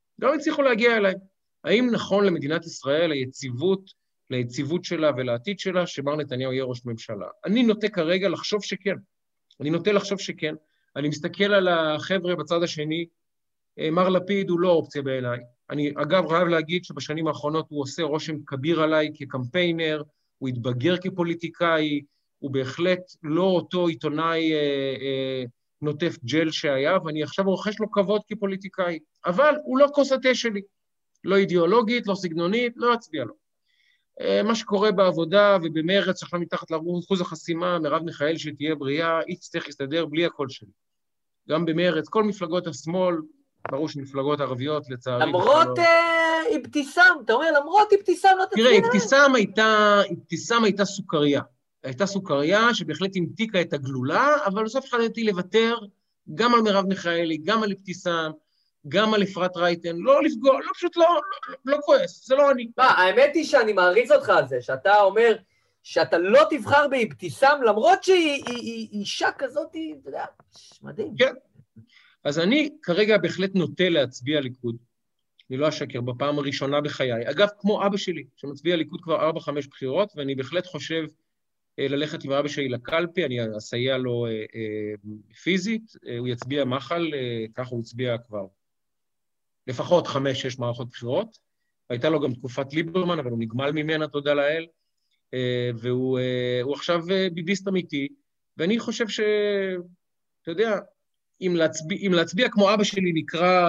S3: האם נכון למדינת ישראל ליציבות שלה ולעתיד שלה, שמר נתניהו יהיה ראש ממשלה? אני נוטה כרגע לחשוב שכן. אני מסתכל על החבר'ה בצד השני, מר לפיד הוא לא אופציה בעיניי. אני אגב חייב להגיד שבשנים האחרונות הוא עושה רושם כביר עליי כקמפיינר, הוא התבגר כפוליטיקאי, הוא בהחלט לא אותו עיתונאי נוטף ג'ל שהיה, ואני עכשיו רוכש לו כבוד כפוליטיקאי, אבל הוא לא כוס התה שלי, לא אידיאולוגית, לא סגנונית, לא אצביע לו. מה שקורה בעבודה ובמרץ, עכשיו מתחת לאחוז החסימה, מרב מיכאל שתהיה בריאה, היא תצטרך להסתדר בלי הקול שלי. גם במרץ, כל מפלגות השמאל, ברור שמפלגות ערביות, לצערי...
S2: למרות אבתיסאם, אתה אומר, למרות אבתיסאם לא תצביע להם.
S3: תראה, אבתיסאם הייתה סוכריה. הייתה סוכריה שבהחלט המתיקה את הגלולה, אבל בסוף החלטתי לוותר גם על מרב מיכאלי, גם על אבתיסאם, גם על אפרת רייטן, לא לפגוע, פשוט לא כועס, זה לא אני.
S2: האמת היא שאני מעריץ אותך על זה, שאתה אומר שאתה לא תבחר באבתיסאם, למרות שהיא אישה כזאת, אתה יודע, מדהים.
S3: כן. אז אני כרגע בהחלט נוטה להצביע ליכוד, אני לא אשקר, בפעם הראשונה בחיי. אגב, כמו אבא שלי, שמצביע ליכוד כבר 4-5 בחירות, ואני בהחלט חושב ללכת עם אבא שלי לקלפי, אני אסייע לו פיזית, הוא יצביע מחל, ככה הוא הצביע כבר לפחות 5-6 מערכות בחירות, הייתה לו גם תקופת ליברמן, אבל הוא נגמל ממנה, תודה לאל, והוא עכשיו ביביסט אמיתי, ואני חושב ש... אתה יודע, אם להצביע כמו אבא שלי נקרא,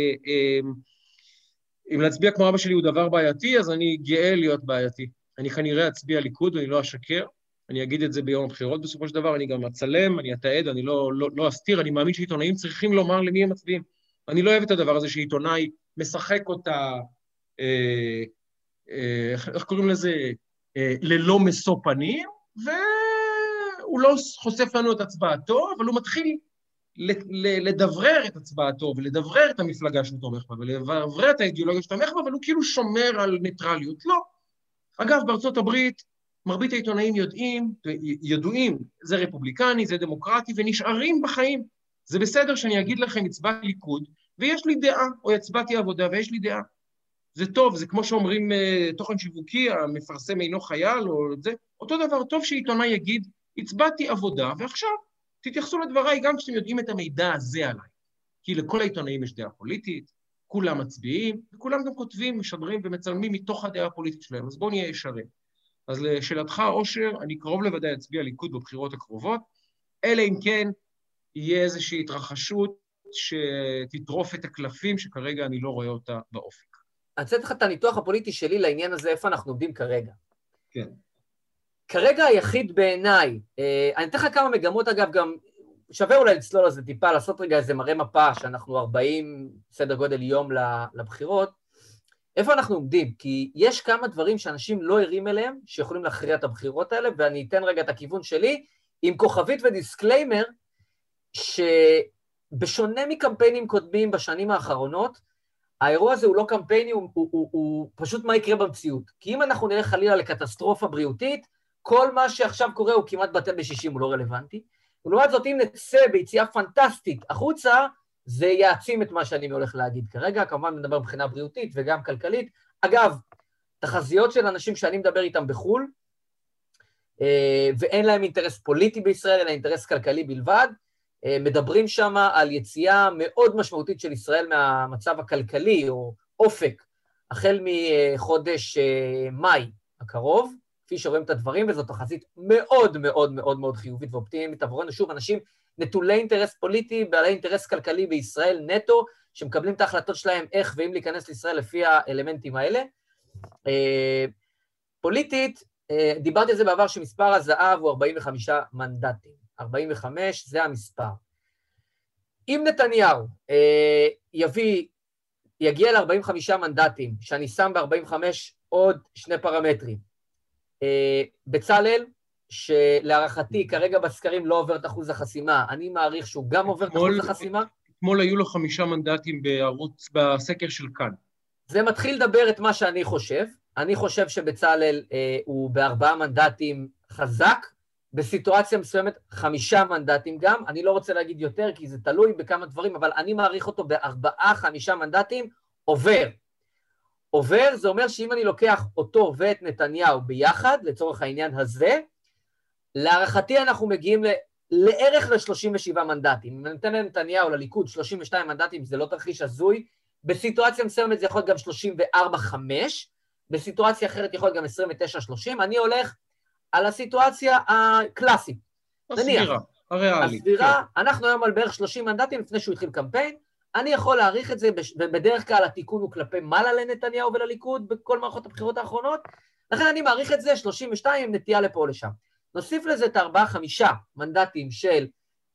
S3: אם להצביע כמו אבא שלי הוא דבר בעייתי, אז אני גאה להיות בעייתי. אני כנראה אצביע ליכוד, ואני לא אשקר, אני אגיד את זה ביום הבחירות בסופו של דבר, אני גם אצלם, אני אתעד, אני לא אסתיר, אני מאמין שעיתונאים צריכים לומר למי הם מצביעים. אני לא אוהב את הדבר הזה שעיתונאי משחק אותה, איך קוראים לזה, ללא משוא פנים, והוא לא חושף לנו את הצבעתו, אבל הוא מתחיל לדברר את הצבעתו, ולדברר את המפלגה שהוא תומך בה, ולדברר את האידיאולוגיה שהוא תומך בה, אבל הוא כאילו שומר על ניטרליות. לא. אגב, בארצות הברית, מרבית העיתונאים ידועים, זה רפובליקני, זה דמוקרטי, ונשארים בחיים. זה בסדר שאני אגיד לכם, הצבעתי ליכוד, ויש לי דעה, או הצבעתי עבודה ויש לי דעה. זה טוב, זה כמו שאומרים תוכן שיווקי, המפרסם אינו חייל, או זה, אותו דבר, טוב שעיתונאי יגיד, הצבעתי עבודה, ועכשיו תתייחסו לדבריי גם כשאתם יודעים את המידע הזה עליי. כי לכל העיתונאים יש דעה פוליטית, כולם מצביעים, וכולם גם כותבים, משדרים ומצלמים מתוך הדעה הפוליטית שלהם, אז בואו נהיה ישרים. אז לשאלתך, אושר, אני קרוב לוודאי אצביע ליכוד בבחירות הקרובות, אלא אם כן יהיה איזושהי התרחשות שתטרוף את הקלפים, שכרגע אני לא רואה אותה באופק.
S2: אני אצאת לך את הניתוח הפוליטי שלי לעניין הזה, איפה אנחנו עומדים כרגע.
S3: כן.
S2: כרגע היחיד בעיניי, אני אתן לך כמה מגמות, אגב, גם שווה אולי לצלול לזה טיפה, לעשות רגע איזה מראה מפה, שאנחנו 40 סדר גודל יום לבחירות, איפה אנחנו עומדים? כי יש כמה דברים שאנשים לא ערים אליהם, שיכולים להכריע את הבחירות האלה, ואני אתן רגע את הכיוון שלי, עם כוכבית ודיסקליימר, שבשונה מקמפיינים קודמים בשנים האחרונות, האירוע הזה הוא לא קמפייני, הוא פשוט מה יקרה במציאות. כי אם אנחנו נלך חלילה לקטסטרופה בריאותית, כל מה שעכשיו קורה הוא כמעט בטל ב-60, הוא לא רלוונטי. ולעומת זאת, אם נצא ביציאה פנטסטית החוצה, זה יעצים את מה שאני הולך להגיד כרגע, כמובן מדבר מבחינה בריאותית וגם כלכלית. אגב, תחזיות של אנשים שאני מדבר איתם בחו"ל, ואין להם אינטרס פוליטי בישראל, אלא אינטרס כלכלי בלבד, מדברים שם על יציאה מאוד משמעותית של ישראל מהמצב הכלכלי, או אופק, החל מחודש מאי הקרוב, כפי שרואים את הדברים, וזאת תחזית מאוד מאוד מאוד מאוד חיובית ואופטימית עבורנו. שוב, אנשים נטולי אינטרס פוליטי, בעלי אינטרס כלכלי בישראל נטו, שמקבלים את ההחלטות שלהם איך ואם להיכנס לישראל לפי האלמנטים האלה. פוליטית, דיברתי על זה בעבר שמספר הזהב הוא 45 מנדטים. 45 זה המספר. אם נתניהו יגיע ל-45 מנדטים, שאני שם ב-45 עוד שני פרמטרים, בצלאל, שלהערכתי כרגע בסקרים לא עובר את אחוז החסימה, אני מעריך שהוא גם עובר את אחוז החסימה. אתמול
S3: היו לו 5 מנדטים בסקר של כאן.
S2: זה מתחיל לדבר את מה שאני חושב. אני חושב שבצלאל הוא ב4 מנדטים חזק, בסיטואציה מסוימת 5 מנדטים גם, אני לא רוצה להגיד יותר כי זה תלוי בכמה דברים, אבל אני מעריך אותו ב4-5 מנדטים עובר. עובר זה אומר שאם אני לוקח אותו ואת נתניהו ביחד, לצורך העניין הזה, להערכתי אנחנו מגיעים לערך ל-37 מנדטים. אם ניתן לנתניהו לליכוד 32 מנדטים, זה לא תרחיש הזוי, בסיטואציה מסוימת זה יכול להיות גם 34-5, בסיטואציה אחרת יכול להיות גם 29-30, אני הולך על הסיטואציה הקלאסית.
S3: הסבירה, הריאלית.
S2: הסבירה, כן. אנחנו היום על בערך 30 מנדטים לפני שהוא התחיל קמפיין, אני יכול להעריך את זה, ובדרך כלל התיקון הוא כלפי מעלה לנתניהו ולליכוד בכל מערכות הבחירות האחרונות, לכן אני מעריך את זה 32 עם נטייה לפה או לשם. נוסיף לזה את 4-5 מנדטים של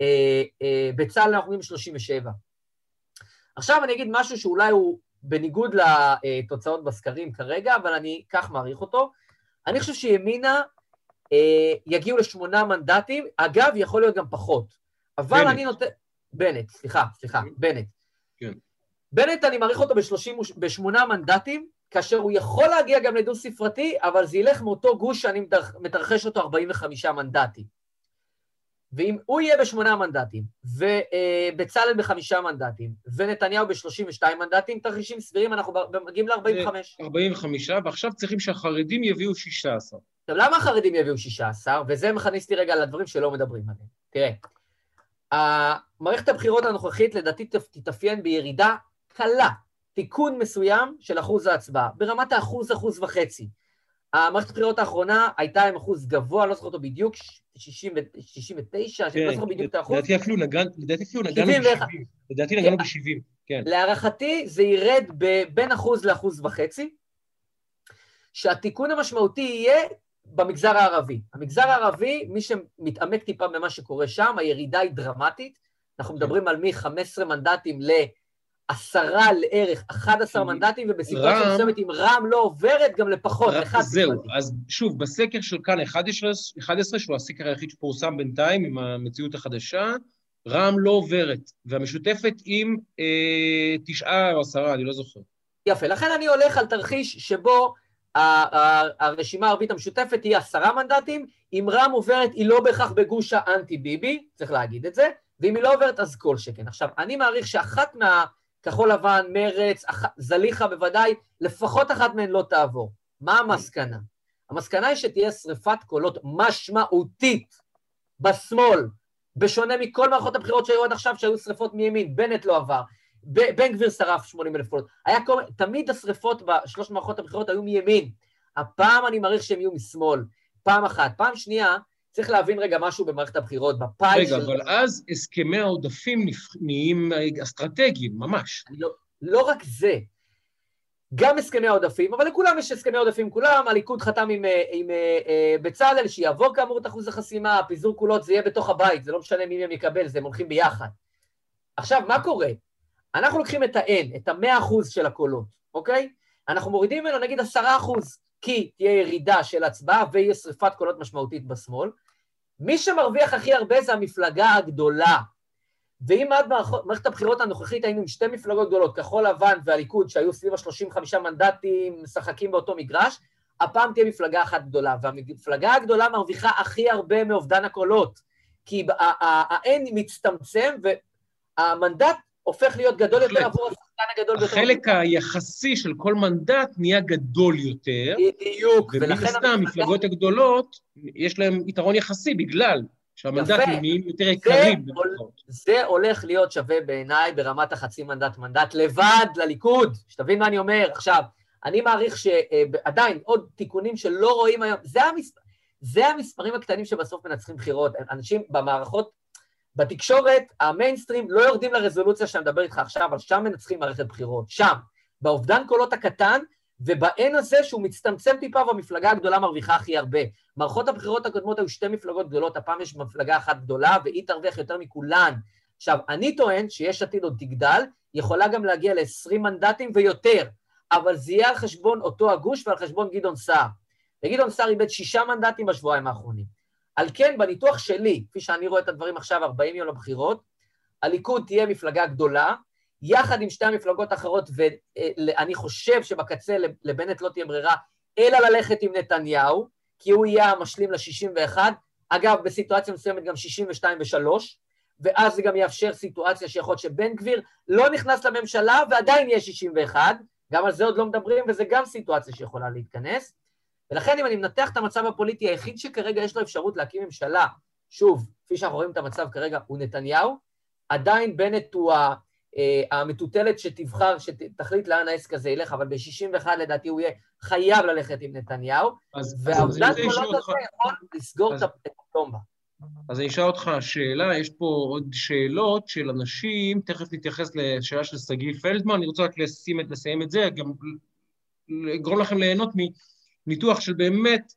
S2: בצלאל, אנחנו אומרים 37. עכשיו אני אגיד משהו שאולי הוא בניגוד לתוצאות בסקרים כרגע, אבל אני כך מעריך אותו. אני חושב שימינה יגיעו ל8 מנדטים, אגב יכול להיות גם פחות. אבל אני נותן... בנט, סליחה, בנט.
S3: כן.
S2: בנט אני מעריך אותו ב8 מנדטים, כאשר הוא יכול להגיע גם לדו ספרתי, אבל זה ילך מאותו גוש שאני מתרחש אותו 45 מנדטים. ואם הוא יהיה ב8 מנדטים, ובצלאל ב5 מנדטים, ונתניהו ב32 מנדטים, תרחישים סבירים, אנחנו מגיעים ל-45.
S3: 45, ועכשיו צריכים שהחרדים יביאו 16.
S2: עכשיו, למה החרדים יביאו 16? וזה מכניס אותי רגע לדברים שלא מדברים עליהם. תראה, מערכת הבחירות הנוכחית לדעתי תתאפיין בירידה קלה, תיקון מסוים של אחוז ההצבעה, ברמת האחוז, 1.5%. המערכת הבחירות האחרונה הייתה עם אחוז גבוה, לא זוכר אותו בדיוק, 69, לא זוכר בדיוק את האחוז.
S3: לדעתי אפילו נגענו ב-70. לדעתי נגענו ב-70, כן.
S2: להערכתי זה ירד בין 1% ל1.5%, שהתיקון המשמעותי יהיה במגזר הערבי. המגזר הערבי, מי שמתעמק טיפה במה שקורה שם, הירידה היא דרמטית, אנחנו מדברים על מ-15 מנדטים ל10 לערך 11 מנדטים, ובסיטואציה מסוימת אם רע"מ לא עוברת גם לפחות.
S3: זהו, אז שוב, בסקר של כאן 11, שהוא הסקר היחיד שפורסם בינתיים עם המציאות החדשה, רע"מ לא עוברת, והמשותפת עם 9 או 10, אני לא זוכר.
S2: יפה, לכן אני הולך על תרחיש שבו הרשימה הערבית המשותפת היא 10 מנדטים, אם רע"מ עוברת היא לא בהכרח בגוש האנטי ביבי, צריך להגיד את זה, ואם היא לא עוברת, אז כל שכן. עכשיו, אני מעריך שאחת מהכחול לבן, מרץ, זליכה בוודאי, לפחות אחת מהן לא תעבור. מה המסקנה? המסקנה היא שתהיה שריפת קולות משמעותית בשמאל, בשונה מכל מערכות הבחירות שהיו עד עכשיו, שהיו שריפות מימין, בנט לא עבר, בן גביר שרף 80,000 קולות. תמיד השריפות בשלוש מערכות הבחירות היו מימין. הפעם אני מעריך שהם יהיו משמאל, פעם אחת. פעם שנייה, צריך להבין רגע משהו במערכת הבחירות,
S3: רגע, אבל אז הסכמי העודפים נהיים אסטרטגיים, ממש.
S2: לא רק זה, גם הסכמי העודפים, אבל לכולם יש הסכמי עודפים, כולם, הליכוד חתם עם בצלאל, שיעבור כאמור את אחוז החסימה, פיזור קולות, זה יהיה בתוך הבית, זה לא משנה מי הם יקבל, זה הם הולכים ביחד. עכשיו, מה קורה? אנחנו לוקחים את ה-N, את ה-100% של הקולות, אוקיי? אנחנו מורידים ממנו נגיד 10%, כי תהיה ירידה של הצבעה ויהיה שריפת קולות משמעותית בשמאל. מי שמרוויח הכי הרבה זה המפלגה הגדולה. ואם עד מערכת הבחירות הנוכחית היינו עם שתי מפלגות גדולות, כחול לבן והליכוד, שהיו סביב ה-35 מנדטים, משחקים באותו מגרש, הפעם תהיה מפלגה אחת גדולה, והמפלגה הגדולה מרוויחה הכי הרבה מאובדן הקולות, כי ה-N מצטמצם, והמנדט הופך להיות גדול יותר עבור השחקן הגדול ביותר.
S3: החלק היחסי של כל מנדט נהיה גדול יותר.
S2: בדיוק.
S3: ומן הסתם, המפלגות הגדולות, יש להם יתרון יחסי בגלל שהמנדטים נהיים יותר יקרים.
S2: זה הולך להיות שווה בעיניי ברמת החצי מנדט לבד לליכוד. שתבין מה אני אומר. עכשיו, אני מעריך שעדיין עוד תיקונים שלא רואים היום, זה המספרים הקטנים שבסוף מנצחים בחירות. אנשים במערכות, בתקשורת, המיינסטרים לא יורדים לרזולוציה שאני מדבר איתך עכשיו, אבל שם מנצחים מערכת בחירות. שם, באובדן קולות הקטן, ובאין הזה שהוא מצטמצם טיפה והמפלגה הגדולה מרוויחה הכי הרבה. מערכות הבחירות הקודמות היו שתי מפלגות גדולות, הפעם יש מפלגה אחת גדולה, והיא תרוויח יותר מכולן. עכשיו, אני טוען שיש עתיד עוד תגדל, יכולה גם להגיע ל-20 מנדטים ויותר, אבל זה יהיה על חשבון אותו הגוש ועל חשבון גדעון סער. וגדעון סער איבד 6 מנדטים בשבועיים האחרונים. על כן, בניתוח שלי, כפי שאני רואה את הדברים עכשיו, 40 יום לבחירות, הליכוד תהיה מפלגה גדולה, יחד עם שתי המפלגות האחרות, ואני חושב שבקצה לבנט לא תהיה ברירה, אלא ללכת עם נתניהו, כי הוא יהיה המשלים ל-61, אגב, בסיטואציה מסוימת גם 62 ו-3, ואז זה גם יאפשר סיטואציה שיכול להיות שבן גביר לא נכנס לממשלה, ועדיין יהיה 61, גם על זה עוד לא מדברים, וזה גם סיטואציה שיכולה להתכנס, ולכן אם אני מנתח את המצב הפוליטי, היחיד שכרגע יש לו אפשרות להקים ממשלה, שוב, כפי שאנחנו רואים את המצב כרגע, הוא נתניהו, עדיין בנט הוא המטוטלת שתבחר, שתחליט לאן העסק הזה ילך, אבל ב-61 לדעתי הוא יהיה חייב ללכת עם נתניהו, והעובדת קולות הזה יכול לסגור את הפלומבה.
S3: אז אני אשאל אותך שאלה, יש פה עוד שאלות של אנשים, תכף נתייחס לשאלה של סגי פלדמן, אני רוצה רק לסיים את זה, גם לגרום לכם ליהנות מניתוח של באמת,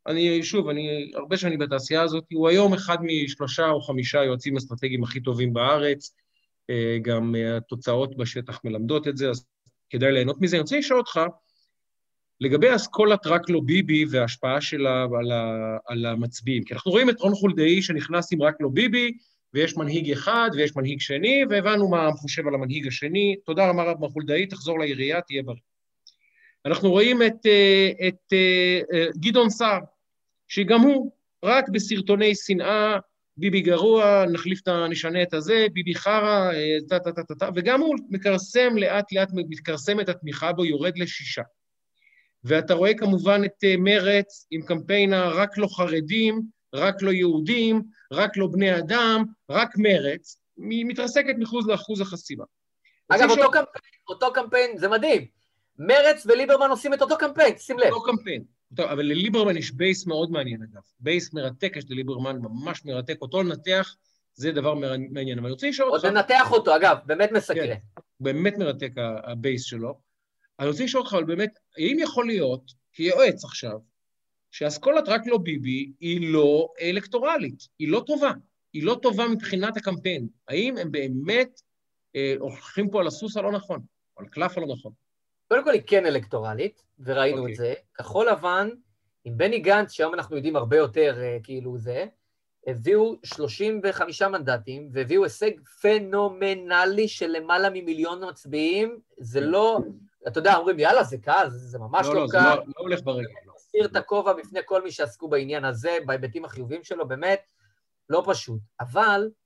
S3: הרבה שנים בתעשייה הזאת, הוא היום אחד מ3 או 5 יועצים אסטרטגיים הכי טובים בארץ, גם התוצאות בשטח מלמדות את זה, אז כדאי ליהנות מזה. אני רוצה לשאול אותך, לגבי אסכולת רק לא ביבי וההשפעה שלה על המצביעים, כי אנחנו רואים את רון חולדאי שנכנס עם רק לא ביבי, ויש מנהיג אחד ויש מנהיג שני, והבנו מה חושב על המנהיג השני, תודה רבה רב חולדאי, תחזור לעירייה, תהיה בריא. אנחנו רואים את גדעון סער, שגם הוא רק בסרטוני שנאה, ביבי גרוע, נשנה את הזה, ביבי חרה, וגם הוא מקרסם לאט לאט, מתקרסמת התמיכה בו, יורד ל6. ואתה רואה כמובן את מרץ עם קמפיינה, רק לא חרדים, רק לא יהודים, רק לא בני אדם, רק מרץ, מתרסקת מחוז לאחוז החסימה.
S2: אגב, אותו קמפיין, זה מדהים. מרץ וליברמן עושים את אותו קמפיין, שים לב.
S3: אותו קמפיין. אבל לליברמן יש בייס מאוד מעניין, אגב. בייס מרתק, יש לליברמן ממש מרתק. אותו לנתח, זה דבר מעניין. אבל אני רוצה לשאול אותך...
S2: עוד לנתח אותו, אגב, באמת מסקרן.
S3: כן, באמת מרתק הבייס שלו. אני רוצה לשאול אותך, אבל באמת, האם יכול להיות, כיועץ עכשיו, שהאסכולת רק לא ביבי, היא לא אלקטורלית, היא לא טובה. היא לא טובה מבחינת הקמפיין. האם הם באמת הולכים פה על הסוס הלא נכון, על קלף הלא נכון?
S2: קודם כל היא כן אלקטורלית, וראינו את זה. כחול לבן, עם בני גנץ, שהיום אנחנו יודעים הרבה יותר כאילו זה, הביאו 35 מנדטים, והביאו הישג פנומנלי של למעלה ממיליון מצביעים. זה לא, אתה יודע, אומרים, יאללה, זה קל, זה ממש לא קל.
S3: לא, זה לא הולך ברגע.
S2: מסיר את הכובע בפני כל מי שעסקו בעניין הזה, בהיבטים החיוביים שלו, באמת, לא פשוט. אבל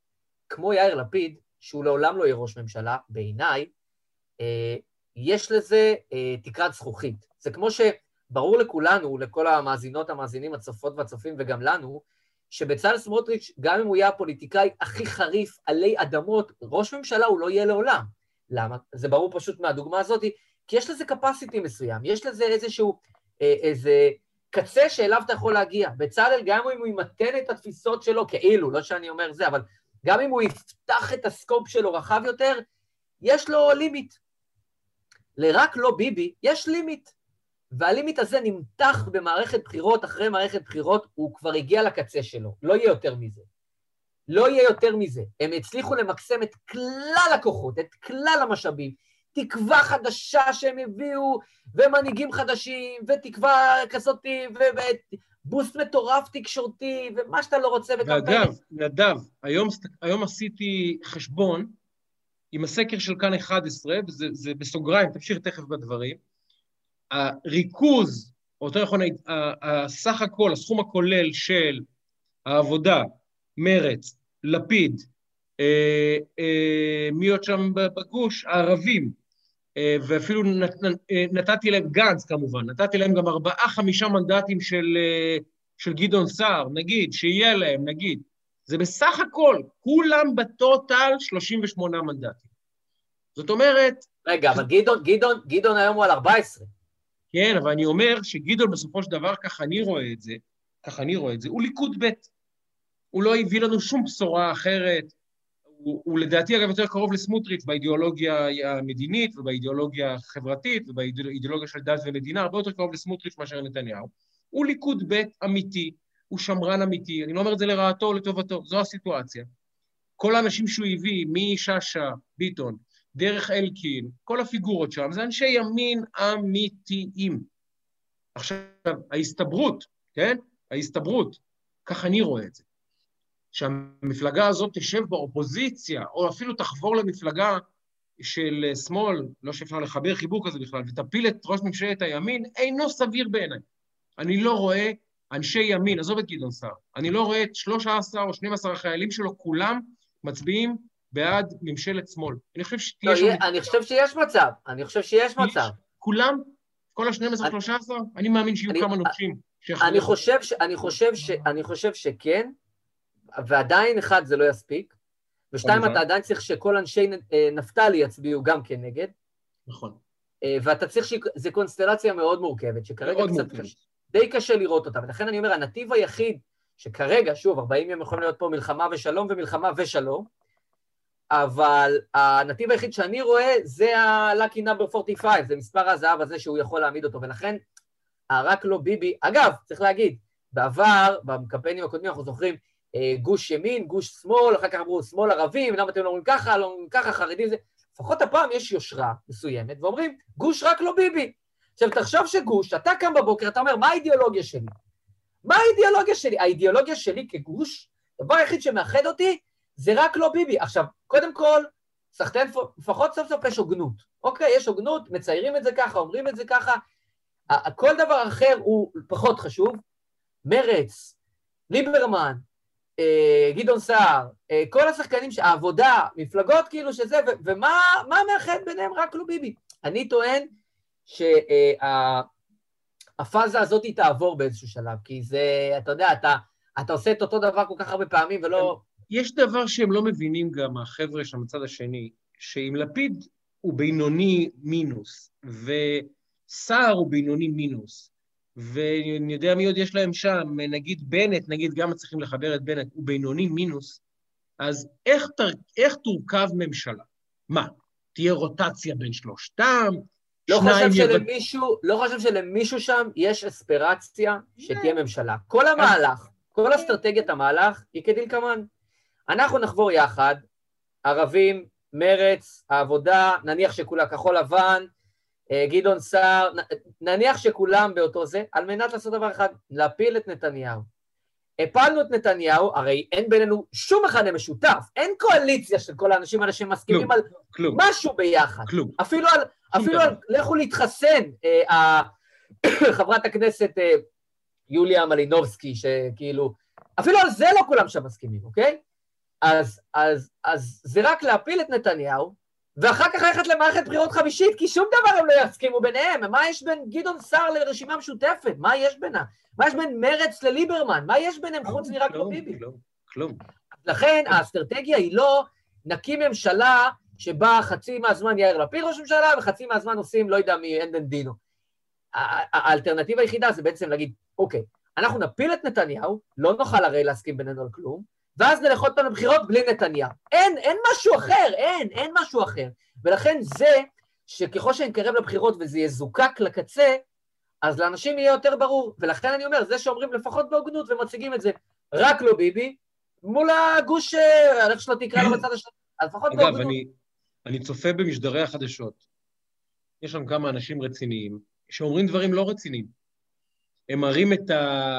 S2: כמו יאיר לפיד, שהוא לעולם לא יהיה ראש ממשלה, בעיניי, יש לזה תקרת זכוכית. זה כמו שברור לכולנו, לכל המאזינות, המאזינים, הצופות והצופים, וגם לנו, שבצלאל סמוטריץ', גם אם הוא יהיה הפוליטיקאי הכי חריף עלי אדמות, ראש ממשלה הוא לא יהיה לעולם. למה? זה ברור פשוט מהדוגמה הזאת, כי יש לזה capacity מסוים, יש לזה איזה קצה שאליו אתה יכול להגיע. בצלאל, גם אם הוא ימתן את התפיסות שלו, כאילו, לא שאני אומר זה, אבל גם אם הוא יפתח את הסקופ שלו רחב יותר, יש לו לימיט. לרק לא ביבי, יש לימיט. והלימיט הזה נמתח במערכת בחירות, אחרי מערכת בחירות, הוא כבר הגיע לקצה שלו. לא יהיה יותר מזה. לא יהיה יותר מזה. הם הצליחו למקסם את כלל הכוחות, את כלל המשאבים, תקווה חדשה שהם הביאו, ומנהיגים חדשים, ותקווה כזאת, ובוסט מטורף תקשורתי, ומה שאתה לא רוצה.
S3: נדב, היום עשיתי חשבון, עם הסקר של כאן 11, וזה בסוגריים, תמשיך תכף בדברים, הריכוז, או יותר נכון, הסך הכל, הסכום הכולל של העבודה, מרץ, לפיד, מי עוד שם בגוש, הערבים, ואפילו נתתי להם גנץ כמובן, נתתי להם גם 4-5 מנדטים של גדעון סער, נגיד, שיהיה להם, נגיד, זה בסך הכל, כולם בטוטל 38 מנדטים. זאת אומרת...
S2: רגע, אבל גדעון היום הוא על 14.
S3: כן, אבל אני אומר שגדעון בסופו של דבר, ככה אני רואה את זה, הוא ליכוד ב'. הוא לא הביא לנו שום בשורה אחרת, הוא לדעתי אגב יותר קרוב לסמוטריץ' באידיאולוגיה המדינית, ובאידיאולוגיה החברתית, ובאידיאולוגיה של דת ומדינה, הרבה יותר קרוב לסמוטריץ' מאשר נתניהו. הוא ליכוד ב' אמיתי, הוא שמרן אמיתי, אני לא אומר את זה לרעתו או לטובתו, זו הסיטואציה. כל האנשים שהוא הביא, מששה, ביטון, דרך אלקין, כל הפיגורות שם, זה אנשי ימין אמיתיים. עכשיו, ההסתברות, כן? ההסתברות, כך אני רואה את זה. שהמפלגה הזאת תשב באופוזיציה, או אפילו תחבור למפלגה של שמאל, לא שאפשר לחבר חיבור כזה בכלל, ותפיל את ראש ממשלת הימין, אינו סביר בעיניי. אני לא רואה אנשי ימין, עזוב את גדעון סער, אני לא רואה את 13 או 12 החיילים שלו, כולם מצביעים בעד ממשלת שמאל.
S2: אני חושב שיש מצב.
S3: כולם? כל ה-12-13? אני מאמין שיהיו כמה נוטשים.
S2: אני חושב שכן, ועדיין אחד זה לא יספיק, ושתיים אתה עדיין צריך שכל אנשי נפתלי יצביעו גם כנגד.
S3: נכון.
S2: ואתה צריך זה קונסטלציה מאוד מורכבת, שכרגע קצת די קשה לראות אותה, ולכן אני אומר, הנתיב היחיד, שכרגע, שוב, 40 יום יכולים להיות פה מלחמה ושלום ומלחמה ושלום, אבל הנתיב היחיד שאני רואה זה ה-lucky number 45, זה מספר הזהב הזה שהוא יכול להעמיד אותו, ולכן רק לא ביבי, אגב, צריך להגיד, בעבר, בקמפיינים הקודמים אנחנו זוכרים, גוש ימין, גוש שמאל, אחר כך אמרו שמאל ערבים, למה אתם לא אומרים ככה, לא אומרים ככה, חרדים זה, לפחות הפעם יש יושרה מסוימת, ואומרים, גוש רק לא ביבי. עכשיו, תחשוב שגוש, אתה קם בבוקר, אתה אומר, מה האידיאולוגיה שלי? מה האידיאולוגיה שלי? האידיאולוגיה שלי כגוש, הדבר היחיד שמאחד אותי, זה רק לא ביבי. עכשיו, קודם כל, סחטיין, לפחות סוף סוף יש הוגנות. אוקיי, יש הוגנות, מציירים את זה ככה, אומרים את זה ככה, כל דבר אחר הוא פחות חשוב. מרץ, ליברמן, גדעון סער, כל השחקנים, העבודה, מפלגות כאילו שזה, ומה מאחד ביניהם? רק לא ביבי. אני טוען שהפאזה הזאת היא תעבור באיזשהו שלב, כי זה, אתה יודע, אתה עושה את אותו דבר כל כך הרבה פעמים ולא...
S3: יש דבר שהם לא מבינים גם, החבר'ה של הצד השני, שאם לפיד הוא בינוני מינוס, וסער הוא בינוני מינוס, ואני יודע מי עוד יש להם שם, נגיד בנט, נגיד גם צריכים לחבר את בנט, הוא בינוני מינוס, אז איך תורכב ממשלה? מה? תהיה רוטציה בין שלושתם?
S2: לא חושב שלמישהו שם יש אספירציה שתהיה ממשלה. כל המהלך, כל אסטרטגיית המהלך היא כדלקמן. אנחנו נחבור יחד, ערבים, מרץ, העבודה, נניח שכולה כחול לבן, גדעון סער, נניח שכולם באותו זה, על מנת לעשות דבר אחד, להפיל את נתניהו. הפלנו את נתניהו, הרי אין בינינו שום מכנה משותף, אין קואליציה של כל האנשים האלה שמסכימים על משהו ביחד. אפילו על, לכו להתחסן, חברת הכנסת יוליה מלינובסקי, שכאילו, אפילו על זה לא כולם שם מסכימים, אוקיי? אז זה רק להפיל את נתניהו, ואחר כך ללכת למערכת בחירות חמישית, כי שום דבר הם לא יסכימו ביניהם. מה יש בין גדעון סער לרשימה משותפת? מה יש בינה? מה יש בין מרץ לליברמן? מה יש ביניהם חוץ מרק לא ביבי?
S3: כלום.
S2: לכן האסטרטגיה היא לא נקים ממשלה שבה חצי מהזמן יאיר לפיד ראש ממשלה, וחצי מהזמן עושים, לא יודע מי, אין דינו. האלטרנטיבה היחידה זה בעצם להגיד, אוקיי, אנחנו נפיל את נתניהו, לא נוכל הרי להסכים בינינו על כלום, ואז נלך עוד פעם לבחירות בלי נתניהו. אין משהו אחר, אין משהו אחר. ולכן זה, שככל שנקרב לבחירות וזה יזוקק לקצה, אז לאנשים יהיה יותר ברור. ולכן אני אומר, זה שאומרים לפחות בהוגנות ומציגים את זה, רק לא ביבי, מול הגוש, איך שלא תקרא לו בצד השני, אז לפחות בהוגנות.
S3: אגב, אני צופה במשדרי החדשות. יש שם כמה אנשים רציניים, שאומרים דברים לא רציניים. הם מראים את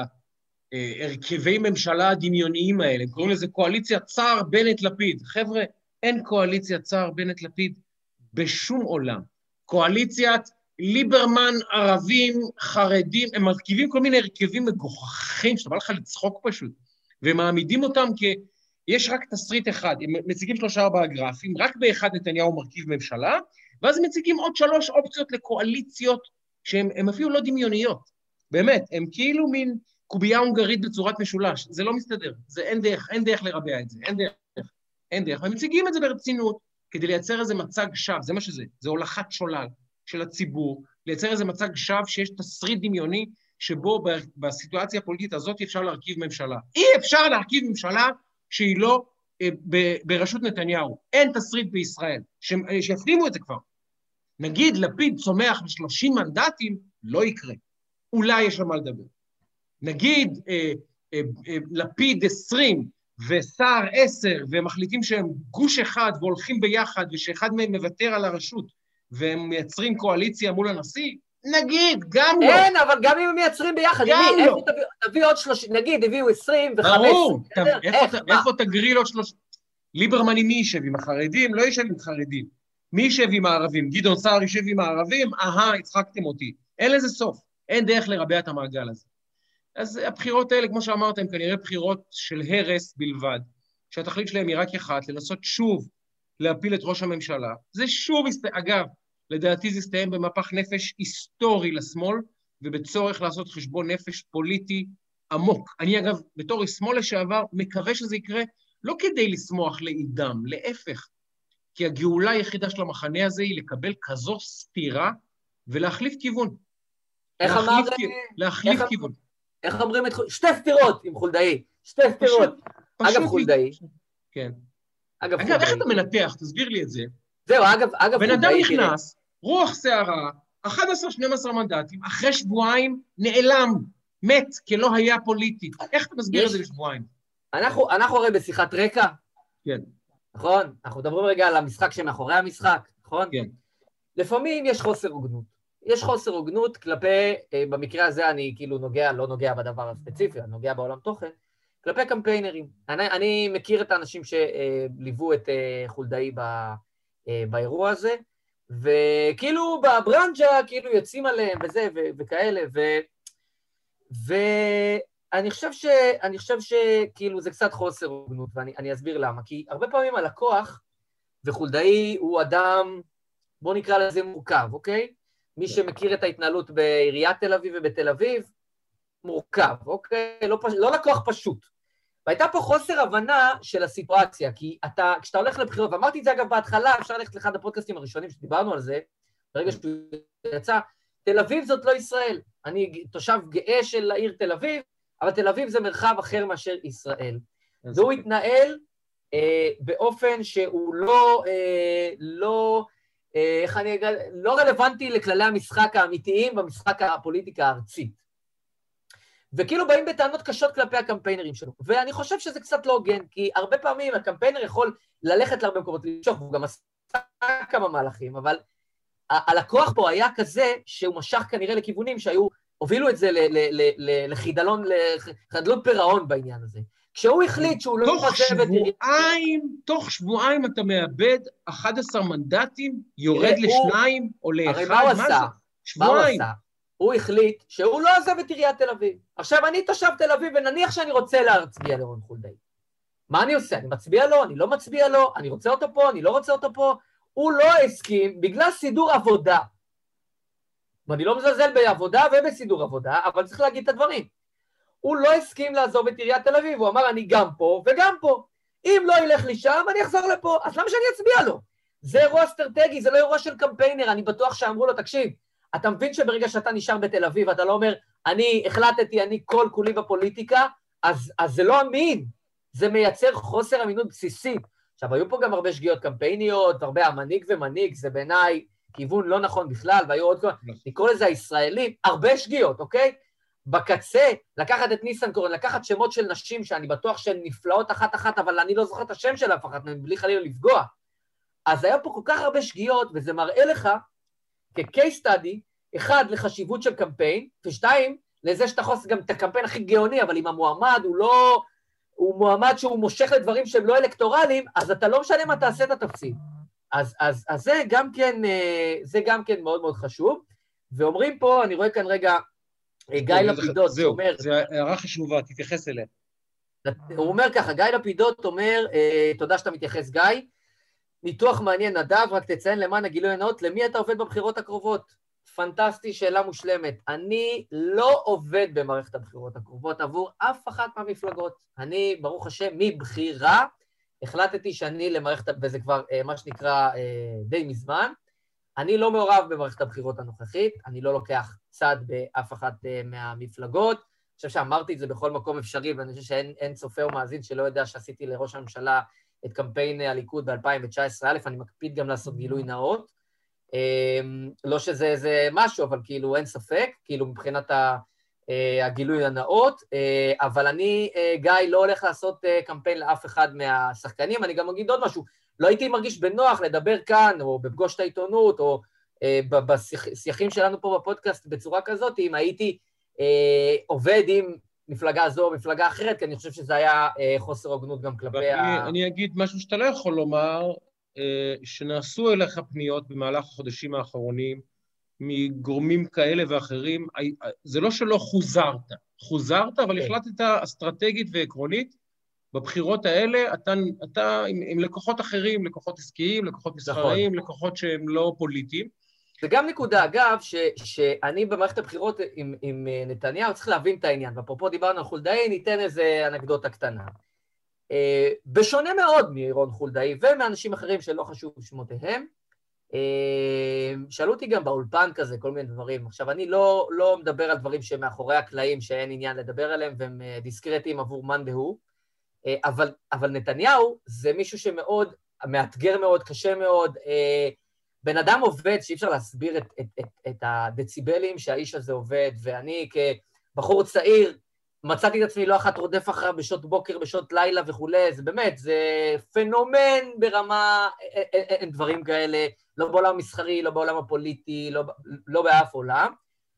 S3: הרכבי ממשלה הדמיוניים האלה, הם קוראים לזה קואליציה צער בנט-לפיד. חבר'ה, אין קואליציה צער בנט-לפיד בשום עולם. קואליציית ליברמן, ערבים, חרדים, הם מרכיבים כל מיני הרכבים מגוחכים, שאתה בא לך לצחוק פשוט, ומעמידים אותם יש רק תסריט אחד, הם מציגים 3-4 גרפים, רק באחד נתניהו מרכיב ממשלה, ואז הם מציגים עוד 3 אופציות לקואליציות, שהן אפילו לא דמיוניות. באמת, הם כאילו מין קובייה הונגרית בצורת משולש, זה לא מסתדר, זה אין דרך לרבע את זה, אין דרך, והם מציגים את זה ברצינות, כדי לייצר איזה מצג שווא, זה מה שזה, זה הולכת שולל של הציבור, לייצר איזה מצג שווא שיש תסריט דמיוני, שבו בסיטואציה הפוליטית הזאת אפשר להרכיב ממשלה. אי אפשר להרכיב ממשלה שהיא לא בראשות נתניהו. אין תסריט בישראל, שיפנימו את זה כבר. נגיד לפיד צומח ב30 מנדטים, לא יקרה. אולי יש למה לדבר. נגיד לפיד 20 וסער 10, והם מחליטים שהם גוש אחד והולכים ביחד, ושאחד מהם מוותר על הרשות, והם מייצרים קואליציה מול הנשיא, נגיד, גם לא.
S2: אין, אבל גם אם הם מייצרים ביחד,
S3: גם לא.
S2: תביא עוד 30, נגיד, הביאו 20 ו-15.
S3: ברור, איפה תגריל עוד 30? ליברמן עם מי יישב? עם החרדים? לא יישב עם חרדים. מי יישב עם הערבים? גדעון סער יישב עם הערבים? הצחקתם אותי. אין לזה סוף. אין דרך לרבע את המעגל הזה. אז הבחירות האלה, כמו שאמרתם, כנראה בחירות של הרס בלבד, שהתכלית שלהם היא רק אחת, לנסות שוב להפיל את ראש הממשלה. זה שוב, אגב, לדעתי זה יסתיים במפח נפש היסטורי לשמאל, ובצורך לעשות חשבון נפש פוליטי עמוק. אני אגב, בתור שמאל לשעבר, מקווה שזה יקרה לא כדי לשמוח לעידם, להפך, כי הגאולה היחידה של המחנה הזה היא לקבל כזו סתירה ולהחליף כיוון. להחליף כיוון.
S2: איך אומרים את שתי סתירות עם חולדאי, שתי סתירות. אגב חולדאי.
S3: כן. אגב, איך אתה מנתח? תסביר לי את זה.
S2: זהו, אגב
S3: בן אדם נכנס, רוח שערה, 11-12 מנדטים, אחרי שבועיים נעלם, מת, כי לא היה פוליטי. איך אתה מסביר את זה בשבועיים?
S2: אנחנו הרי בשיחת רקע.
S3: כן.
S2: נכון? אנחנו מדברים רגע על המשחק שמאחורי המשחק, נכון?
S3: כן.
S2: לפעמים יש חוסר הוגנות. יש חוסר הוגנות כלפי, במקרה הזה אני כאילו לא נוגע בדבר הספציפי, אני נוגע בעולם תוכן, כלפי קמפיינרים. אני מכיר את האנשים שליוו את חולדאי באירוע הזה, וכאילו בברנג'ה כאילו יוצאים עליהם וזה וכאלה, ואני חושב שכאילו זה קצת חוסר הוגנות, ואני אסביר למה. כי הרבה פעמים הלקוח, וחולדאי הוא אדם, בוא נקרא לזה מורכב, אוקיי? מי שמכיר את ההתנהלות בעיריית תל אביב ובתל אביב, מורכב, אוקיי? לא לקוח פשוט. והייתה פה חוסר הבנה של הסיטואציה, כי כשאתה הולך לבחירות, ואמרתי את זה אגב בהתחלה, אפשר ללכת לאחד הפודקאסטים הראשונים שדיברנו על זה, ברגע שהוא יצא, תל אביב זאת לא ישראל. אני תושב גאה של העיר תל אביב, אבל תל אביב זה מרחב אחר מאשר ישראל. והוא התנהל באופן שהוא לא רלוונטי לכללי המשחק האמיתיים במשחק הפוליטיקה הארצית. וכאילו באים בטענות קשות כלפי הקמפיינרים שלו. ואני חושב שזה קצת לא הוגן, כי הרבה פעמים הקמפיינר יכול ללכת להרבה מקומות למשוך, והוא גם עשה כמה מהלכים, אבל הלקוח פה היה כזה שהוא משך כנראה לכיוונים הובילו את זה לחדלות פירעון בעניין הזה. כשהוא החליט שהוא לא חושב את...
S3: תוך שבועיים אתה מאבד 11 מנדטים, יורד לשניים או לאחד.
S2: הרי מה הוא עשה? שבועיים. הוא החליט שהוא לא עוזב את עיריית תל אביב. עכשיו אני תושב תל אביב ונניח שאני רוצה להצביע לרון חולדאי. מה אני עושה? אני מצביע לו, אני לא מצביע לו, אני רוצה אותו פה, אני לא רוצה אותו פה. הוא לא הסכים בגלל סידור עבודה. ואני לא מזלזל בעבודה ובסידור עבודה, אבל צריך להגיד את הדברים. הוא לא הסכים לעזוב את עיריית תל אביב, הוא אמר, אני גם פה וגם פה. אם לא ילך לי שם, אני אחזור לפה, אז למה שאני אצביע לו? זה אירוע אסטרטגי, זה לא אירוע של קמפיינר, אני בטוח שאמרו לו, תקשיב, אתה מבין שברגע שאתה נשאר בתל אביב, אתה לא אומר, אני החלטתי, אני כל כולי בפוליטיקה, אז זה לא אמין, זה מייצר חוסר אמינות בסיסית. עכשיו, היו פה גם הרבה שגיאות קמפייניות, הרבה המנהיג ומנהיג, זה בעיניי כיוון לא נכון בכלל, והיו עוד כל... נקרא לזה הישראלים, הרבה שגיאות, אוקיי? בקצה, לקחת את ניסנקורן, לקחת שמות של נשים שאני בטוח שהן נפלאות אחת-אחת, אבל אני לא זוכר את השם שלה אף אחת, בלי חלילה לפגוע. אז היה פה כל כך הרבה שגיאות, וזה מראה לך, כ-case study, אחד, לחשיבות של קמפיין, ושתיים, לזה שאתה יכול לעשות גם את הקמפיין הכי גאוני, אבל אם המועמד הוא לא... הוא מועמד שהוא מושך לדברים שהם לא אלקטורליים, אז אתה לא משנה מה תעשה את התפסיד. אז זה גם כן מאוד מאוד חשוב, ואומרים פה, אני רואה כאן רגע, גיא לפידות אומר...
S3: זהו, זו הערה חשובה, תתייחס אליה.
S2: הוא אומר ככה, גיא לפידות אומר, תודה שאתה מתייחס גיא, ניתוח מעניין נדב, רק תציין למען הגילוי הנאות, למי אתה עובד בבחירות הקרובות? פנטסטי, שאלה מושלמת. אני לא עובד במערכת הבחירות הקרובות עבור אף אחת מהמפלגות. אני, ברוך השם, מבחירה, החלטתי שאני למערכת, וזה כבר מה שנקרא די מזמן, אני לא מעורב במערכת הבחירות הנוכחית, אני לא לוקח צד באף אחת מהמפלגות, אני חושב שאמרתי את זה בכל מקום אפשרי, ואני חושב שאין צופה או מאזין שלא יודע שעשיתי לראש הממשלה את קמפיין הליכוד ב-2019, אני מקפיד גם לעשות גילוי נאות, לא שזה איזה משהו, אבל כאילו אין ספק, כאילו מבחינת הגילוי הנאות, אבל אני, גיא, לא הולך לעשות קמפיין לאף אחד מהשחקנים, אני גם אגיד עוד משהו, לא הייתי מרגיש בנוח לדבר כאן, או בפגוש את העיתונות, או בשיחים שלנו פה בפודקאסט בצורה כזאת, אם הייתי עובד עם מפלגה זו או מפלגה אחרת, כי אני חושב שזה היה חוסר הוגנות גם כלפי
S3: אני אגיד משהו שאתה לא יכול לומר, שנעשו אליך פניות במהלך החודשים האחרונים, מגורמים כאלה ואחרים, זה לא שלא חוזרת, אבל החלטת אסטרטגית ועקרונית, בבחירות האלה אתה עם לקוחות אחרים, לקוחות עסקיים, לקוחות מסחריים, לקוחות שהם לא פוליטיים.
S2: זה גם נקודה, אגב, שאני במערכת הבחירות עם נתניהו צריך להבין את העניין, ואפרופו דיברנו על חולדאי, ניתן איזה אנקדוטה קטנה. בשונה מאוד מרון חולדאי ומאנשים אחרים שלא חשוב שמותיהם, שאלו אותי גם באולפן כזה, כל מיני דברים. עכשיו, אני לא מדבר על דברים שמאחורי הקלעים שאין עניין לדבר עליהם, והם דיסקרטיים עבור מאן דהוא, אבל נתניהו זה מישהו שמאוד, מאתגר מאוד, קשה מאוד, בן אדם עובד שאי אפשר להסביר את הדציבלים שהאיש הזה עובד, ואני כבחור צעיר, מצאתי את עצמי לא אחת רודף אחריו בשעות בוקר, בשעות לילה וכו', זה באמת, זה פנומן ברמה, אין דברים כאלה, לא בעולם המסחרי, לא בעולם הפוליטי, לא באף עולם,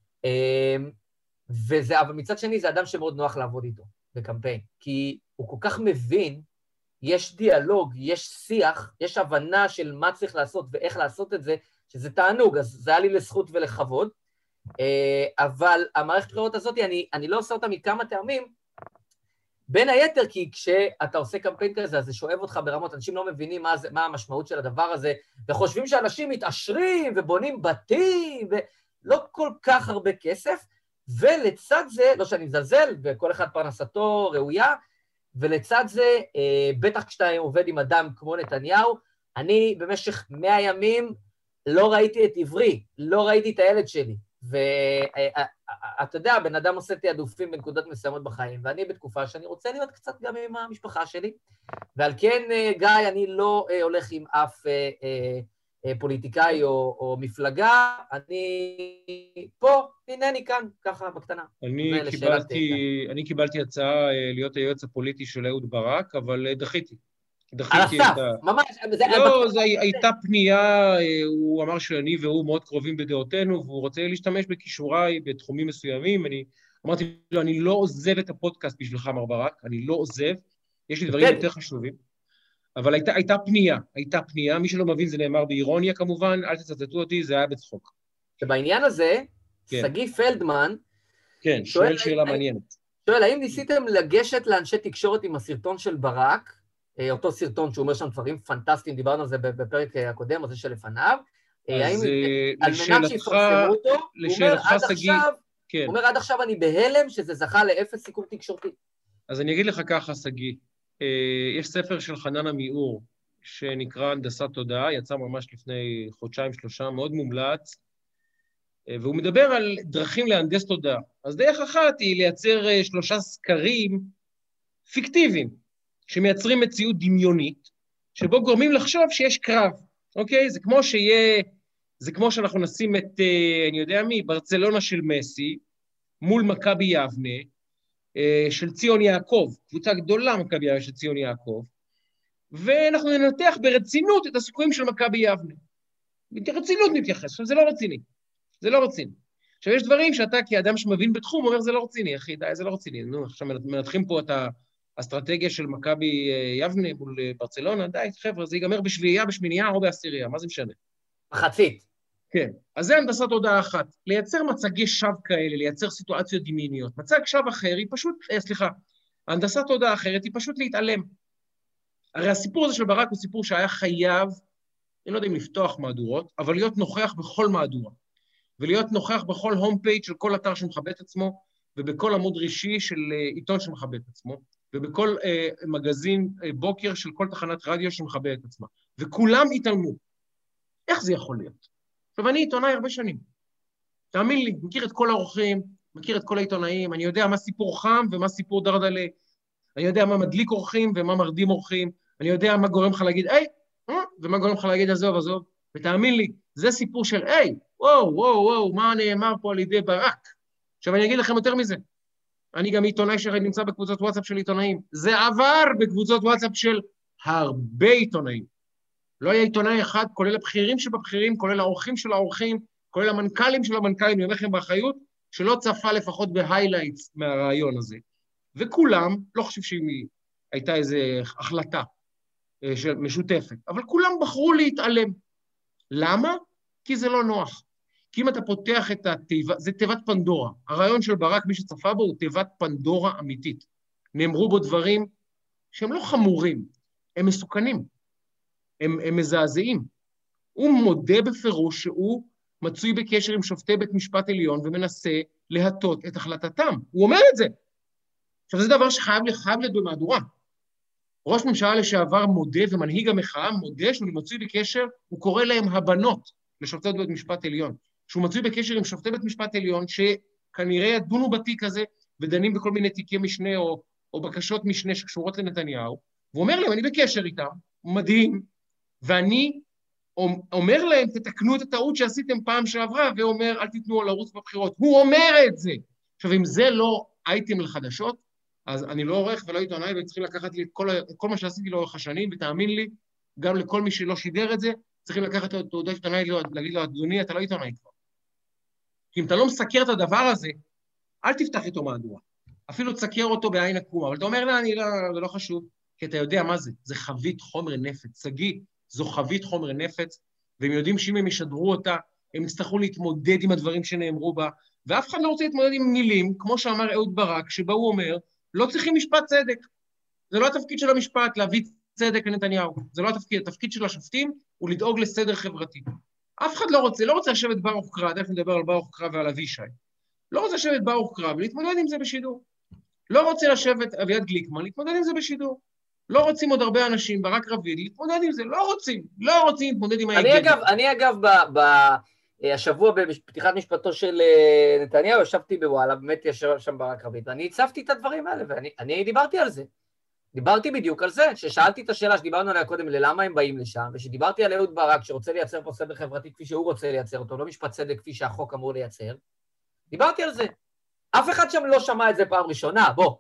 S2: אבל מצד שני זה אדם שמאוד נוח לעבוד איתו בקמפיין, כי הוא כל כך מבין, יש דיאלוג, יש שיח, יש הבנה של מה צריך לעשות ואיך לעשות את זה, שזה תענוג, אז זה היה לי לזכות ולכבוד, אבל המערכת הבחירות הזאת, אני לא עושה אותה מכמה טעמים, בין היתר כי כשאתה עושה קמפיין כזה, אז זה שואב אותך ברמות, אנשים לא מבינים מה המשמעות של הדבר הזה, וחושבים שאנשים מתעשרים ובונים בתים, ולא כל כך הרבה כסף, ולצד זה, לא שאני מזלזל, וכל אחד פרנסתו ראויה, ולצד זה, בטח כשאתה עובד עם אדם כמו נתניהו, אני במשך 100 ימים לא ראיתי את עברי, לא ראיתי את הילד שלי, ואתה יודע, בן אדם עושה תיעדופים בנקודות מסוימות בחיים, ואני בתקופה שאני רוצה להיות קצת גם עם המשפחה שלי, ועל כן, גיא, אני לא הולך עם אף פוליטיקאי או מפלגה, אני פה, הנני כאן, ככה בקטנה.
S3: אני קיבלתי הצעה להיות היועץ הפוליטי של אהוד ברק, אבל דחיתי.
S2: על הסף, ממש.
S3: לא, זו הייתה פנייה, הוא אמר שאני והוא מאוד קרובים בדעותינו, והוא רוצה להשתמש בכישוריי בתחומים מסוימים, אני אמרתי לו, אני לא עוזב את הפודקאסט בשבילך, מר ברק, אני לא עוזב, יש לי דברים יותר חשובים, אבל הייתה פנייה, מי שלא מבין זה נאמר באירוניה כמובן, אל תצטטו אותי, זה היה בצחוק.
S2: שבעניין הזה, סגי פלדמן,
S3: כן, שואל שאלה מעניינת.
S2: שואל, האם ניסיתם לגשת לאנשי תקשורת עם הסרטון של ברק, אותו סרטון שהוא אומר שם דברים פנטסטיים, דיברנו על זה בפרק הקודם, או זה שלפניו,
S3: אז
S2: על מנת שיפרסמו אותו, הוא אומר עד עכשיו אני בהלם שזה זכה לאפס סיקור תקשורתי.
S3: אז אני אגיד לך ככה, סגי, יש ספר של חנן עמיאור, שנקרא הנדסת תודעה, יצא ממש לפני חודשיים-שלושה, מאוד מומלץ, והוא מדבר על דרכים להנדס תודעה. אז דרך אחת היא לייצר 3 סקרים פיקטיביים, שמייצרים מציאות דמיונית, שבו גורמים לחשוב שיש קרב, אוקיי? זה כמו שאנחנו נשים את, אני יודע מי, ברצלונה של מסי, מול מכבי יבנה, של ציון יעקב, קבוצה גדולה מכבי יבנה של ציון יעקב, ואנחנו ננתח ברצינות את הסיכויים של מכבי יבנה. ברצינות נתייחס, עכשיו זה לא רציני. זה לא רציני. עכשיו יש דברים שאתה כאדם שמבין בתחום אומר זה לא רציני, אחי, די, זה לא רציני. נו, עכשיו מנתחים פה את האסטרטגיה של מכבי יבנה מול ברצלונה, די, חבר'ה, זה ייגמר בשביעייה, בשמינייה או בעשירייה, מה זה משנה?
S2: מחצית.
S3: כן, אז זה הנדסת הודעה אחת. לייצר מצגי שווא כאלה, לייצר סיטואציות דמיוניות. מצג שווא אחר היא פשוט, הנדסת הודעה אחרת היא פשוט להתעלם. הרי הסיפור הזה של ברק הוא סיפור שהיה חייב, אני לא יודע אם לפתוח מהדורות, אבל להיות נוכח בכל מהדורה. ולהיות נוכח בכל הום פייג' של כל אתר שמכבד את עצמו, ובכל עמוד ראשי של עיתון שמכבד את עצמו, ובכל מגזין בוקר של כל תחנת רדיו שמכבד את עצמה. וכולם התעלמו. איך זה יכול להיות? עכשיו, אני עיתונאי הרבה שנים. תאמין לי, מכיר את כל האורחים, מכיר את כל העיתונאים, אני יודע מה סיפור חם ומה סיפור דרדלה, אני יודע מה מדליק אורחים ומה מרדים אורחים, אני יודע מה גורם לך להגיד, ומה גורם לך להגיד עזוב, ותאמין לי, זה סיפור של, וואו, מה נאמר פה על ידי ברק? עכשיו, אני אגיד לכם יותר מזה. אני גם עיתונאי שנמצא בקבוצות וואטסאפ של עיתונאים. זה עבר בקבוצות וואטסאפ של הרבה עיתונאים. לא היה עיתונאי אחד, כולל הבכירים שבבכירים, כולל האורחים של האורחים, כולל המנכ"לים של המנכ"לים, אני אומר לכם באחריות, שלא צפה לפחות בהיילייטס מהרעיון הזה. וכולם, לא חושב שהיא הייתה איזו החלטה משותפת, אבל כולם בחרו להתעלם. למה? כי זה לא נוח. כי אם אתה פותח את התיבה, זה תיבת פנדורה. הרעיון של ברק, מי שצפה בו, הוא תיבת פנדורה אמיתית. נאמרו בו דברים שהם לא חמורים, הם מסוכנים, הם מזעזעים. הוא מודה בפירוש שהוא מצוי בקשר עם שופטי בית משפט עליון ומנסה להטות את החלטתם. הוא אומר את זה. עכשיו, זה דבר שחייב לדון מהדורה. ראש ממשלה לשעבר מודה ומנהיג המחאה מודה שהוא מצוי בקשר, הוא קורא להם הבנות לשופטי בית משפט עליון. שהוא מצוי בקשר עם שופטי בית משפט עליון שכנראה ידונו בתיק הזה ודנים בכל מיני תיקי משנה או בקשות משנה שקשורות לנתניהו. והוא אומר להם, אני בקשר איתם, מדהים, ואני אומר להם, תתקנו את הטעות שעשיתם פעם שעברה, ואומר, אל תיתנו על ערוץ בבחירות. הוא אומר את זה. עכשיו, אם זה לא אייטם לחדשות, אז אני לא עורך ולא עיתונאי, וצריכים לקחת לי את כל מה שעשיתי לאורך השנים, ותאמין לי, גם לכל מי שלא שידר את זה, צריכים לקחת את תעודת עיתונאי, להגיד לו, אדוני, אתה לא עיתונאי כבר. כי אם אתה לא מסקר את הדבר הזה, אל תפתח איתו מהדורה. אפילו תסקר אותו בעין עקומה, אבל אתה אומר לה, זה לא חשוב, כי אתה יודע מה זה, זה חבית חומר נפץ. סגי, זו חבית חומר נפץ, והם יודעים שאם הם ישדרו אותה, הם יצטרכו להתמודד עם הדברים שנאמרו בה, ואף אחד לא רוצה להתמודד עם מילים, כמו שאמר אהוד ברק, שבה הוא אומר, לא צריכים משפט צדק. זה לא התפקיד של המשפט להביא צדק לנתניהו. זה לא התפקיד. התפקיד של השופטים הוא לדאוג לסדר חברתי. אף אחד לא רוצה לשבת ברוך קרא, תכף נדבר על ברוך קרא ועל אבישי. לא רוצה לשבת ברוך קרא ולהתמודד עם זה בשידור. לא רוצה לשבת אביעד גליקמן, להתמודד עם זה בשידור. לא רוצים עוד הרבה אנשים, ברק רביד, להתמודד עם זה, לא רוצים להתמודד עם ההיגד.
S2: אני אגב, השבוע בפתיחת משפטו של נתניהו, ישבתי בוואלה, באמת ישב שם ברק רביד, ואני הצפתי את הדברים האלה, ואני דיברתי על זה. דיברתי בדיוק על זה, ששאלתי את השאלה שדיברנו עליה קודם, ללמה הם באים לשם, ושדיברתי על אהוד ברק, שרוצה לייצר פה סדר חברתי כפי שהוא רוצה לייצר אותו, לא משפט צדק כפי שהחוק אמור לייצר. דיברתי על זה. אף אחד שם לא שמע את זה פעם ראשונה, בוא.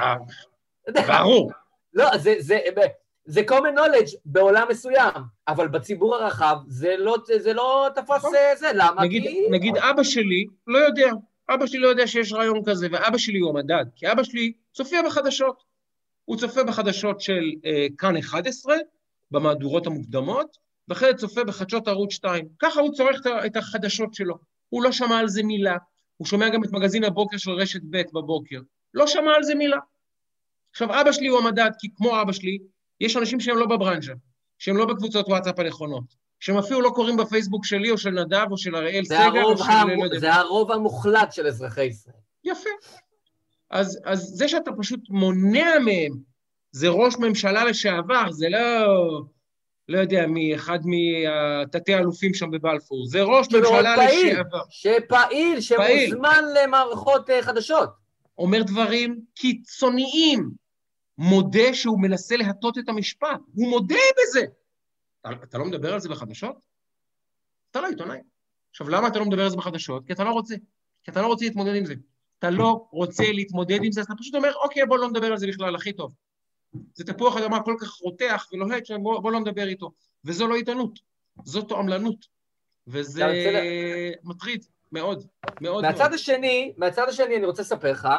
S3: ברור.
S2: לא, זה common knowledge בעולם מסוים, אבל בציבור הרחב זה לא תפס זה, למה?
S3: נגיד אבא שלי לא יודע שיש רעיון כזה, ואבא שלי הוא המדד, כי אבא שלי צופה בחדשות. הוא צופה בחדשות של כאן 11, במהדורות המוקדמות, ואחרי צופה בחדשות ערוץ 2. ככה הוא צורך את החדשות שלו. הוא לא שמע על זה מילה. הוא שומע גם את מגזין הבוקר של רשת ב' בבוקר. לא שמע על זה מילה. עכשיו, אבא שלי הוא המדד, כי כמו אבא שלי, יש אנשים שהם לא בברנז'ה, שהם לא בקבוצות וואטסאפ הנכונות, שהם אפילו לא קוראים בפייסבוק שלי או של נדב או של אריאל סגל או של...
S2: זה הרוב המוחלט של אזרחי ישראל.
S3: יפה. אז זה שאתה פשוט מונע מהם, זה ראש ממשלה לשעבר, זה לא יודע, אחד מתתי האלופים שם בבלפור, זה ראש ממשלה לשעבר.
S2: שפעיל, שמוזמן למערכות חדשות.
S3: אומר דברים קיצוניים, מודה שהוא מנסה להטות את המשפט, הוא מודה בזה. אתה לא מדבר על זה בחדשות? אתה לא עיתונאי. עכשיו, למה אתה לא מדבר על זה בחדשות? כי אתה לא רוצה. כי אתה לא רוצה להתמודד עם זה. אתה לא רוצה להתמודד עם זה, אז אתה פשוט אומר, אוקיי, בוא לא נדבר על זה בכלל, הכי טוב. זה תפוח אדמה כל כך רותח ולוהט, בוא לא נדבר איתו. וזו לא עיתונות, זו תועמלנות. וזה מטריד מאוד, מאוד.
S2: מהצד השני אני רוצה לספר לך,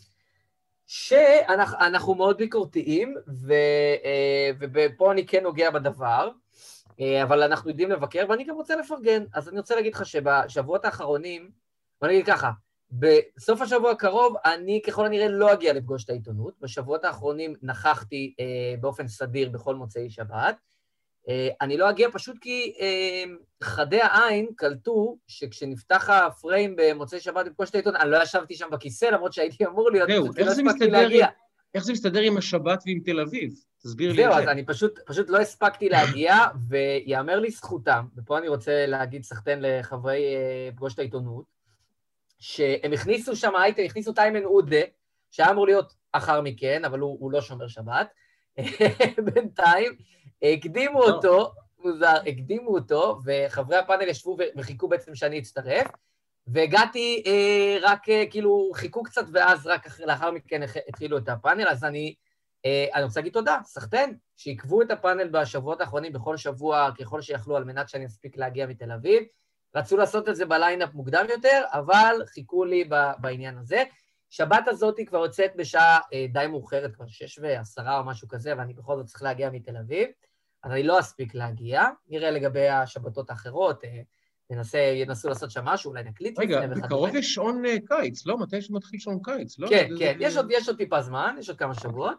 S2: שאנחנו מאוד ביקורתיים, ופה אני כן נוגע בדבר, אבל אנחנו יודעים לבקר, ואני גם רוצה לפרגן. אז אני רוצה להגיד לך שבשבועות האחרונים, ואני אגיד ככה, בסוף השבוע הקרוב, אני ככל הנראה לא אגיע לפגוש את העיתונות. בשבועות האחרונים נכחתי באופן סדיר בכל מוצאי שבת. אני לא אגיע פשוט כי חדי העין קלטו שכשנפתח הפריים במוצאי שבת לפגוש את העיתונות, אני לא ישבתי שם בכיסא, למרות שהייתי אמור להיות,
S3: איך זה מסתדר עם השבת ועם תל אביב? תסביר לי את זה.
S2: זהו, אז אני פשוט לא הספקתי להגיע, ויאמר לי זכותם, ופה אני רוצה להגיד סחטן לחברי פגוש את העיתונות, שהם הכניסו שם, הכניסו טיימן עודה, שהיה אמור להיות אחר מכן, אבל הוא לא שומר שבת, בינתיים, הקדימו אותו, וחברי הפאנל ישבו וחיכו בעצם שאני אצטרף, והגעתי רק, כאילו, חיכו קצת, ואז רק לאחר מכן התחילו את הפאנל, אז אני רוצה להגיד תודה, סחטן, שעקבו את הפאנל בשבועות האחרונים, בכל שבוע, ככל שיכלו, על מנת שאני אספיק להגיע מתל אביב, רצו לעשות את זה בליינאפ מוקדם יותר, אבל חיכו לי בעניין הזה. שבת הזאת היא כבר יוצאת בשעה די מאוחרת, כבר 6:10 או משהו כזה, ואני בכל זאת צריך להגיע מתל אביב, אז אני לא אספיק להגיע, נראה לגבי השבתות האחרות, ינסו לעשות שם משהו, אולי נקליט.
S3: רגע, בקרוב יש שעון קיץ, לא? מתי שמתחיל שעון קיץ, לא?
S2: כן, כן, יש עוד טיפה זמן, יש עוד כמה שבועות,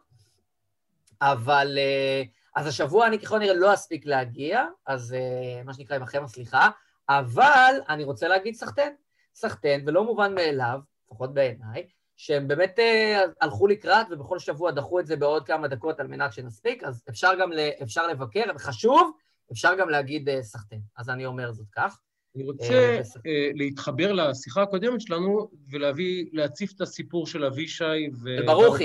S2: אבל, אז השבוע אני ככל נראה לא אספיק להגיע, אז מה שנקרא עמכם הסליחה, אבל אני רוצה להגיד סחטן, ולא מובן מאליו, לפחות בעיניי, שהם באמת הלכו לקראת, ובכל שבוע דחו את זה בעוד כמה דקות על מנת שנספיק, אז אפשר לבקר, וחשוב, אפשר גם להגיד סחטן. אז אני אומר זאת כך.
S3: אני רוצה להתחבר לשיחה הקודמת שלנו, להציף את הסיפור של אבישי
S2: ברוכי.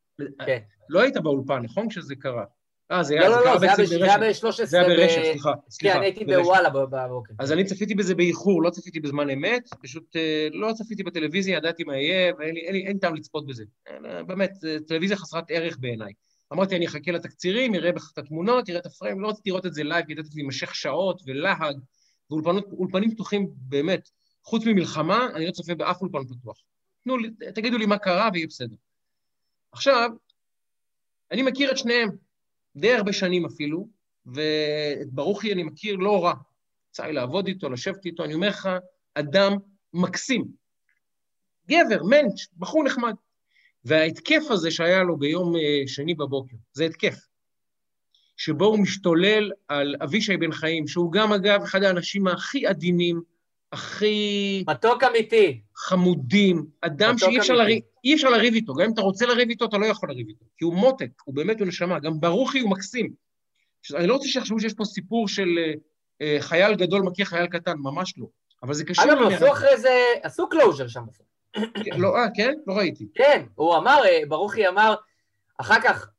S3: לא היית באולפן, נכון? כשזה קרה.
S2: זה היה ב-13.
S3: זה היה ברשת, סליחה.
S2: כן, אני הייתי בוואלה בבוקר.
S3: אז אני צפיתי בזה באיחור, לא צפיתי בזמן אמת, פשוט לא צפיתי בטלוויזיה, ידעתי מה יהיה, ואין טעם לצפות בזה. באמת, טלוויזיה חסרת ערך בעיניי. אמרתי, אני אחכה לתקצירים, יראה את התמונות, יראה את הפריים, לא רציתי לראות את זה לייב, ידעתי להימשך שעות ולהג, ואולפנים פתוחים באמת. חוץ ממלחמה, אני לא צופה באף אולפן פתוח. תגידו לי מה קרה ויהיה בסדר. עכשיו, אני מכיר את שניהם. די הרבה שנים אפילו, ואת ברוכי אני מכיר לא רע. יצא לי לעבוד איתו, לשבת איתו, אני אומר לך, אדם מקסים. גבר, מנץ', בחור נחמד. וההתקף הזה שהיה לו ביום שני בבוקר, זה התקף. שבו הוא משתולל על אבישי בן חיים, שהוא גם אגב אחד האנשים הכי עדינים, הכי...
S2: מתוק אמיתי.
S3: חמודים, אדם שאי אפשר לריב איתו, גם אם אתה רוצה לריב איתו, אתה לא יכול לריב איתו, כי הוא מותק, הוא באמת הוא נשמה, גם ברוכי הוא מקסים. אני לא רוצה שיחשבו שיש פה סיפור של חייל גדול מכיר חייל קטן, ממש לא, אבל זה קשור...
S2: אגב, עשו אחרי זה, עשו קלוז'ר שם.
S3: לא, כן? לא ראיתי.
S2: כן, הוא אמר, ברוכי אמר, אחר כך,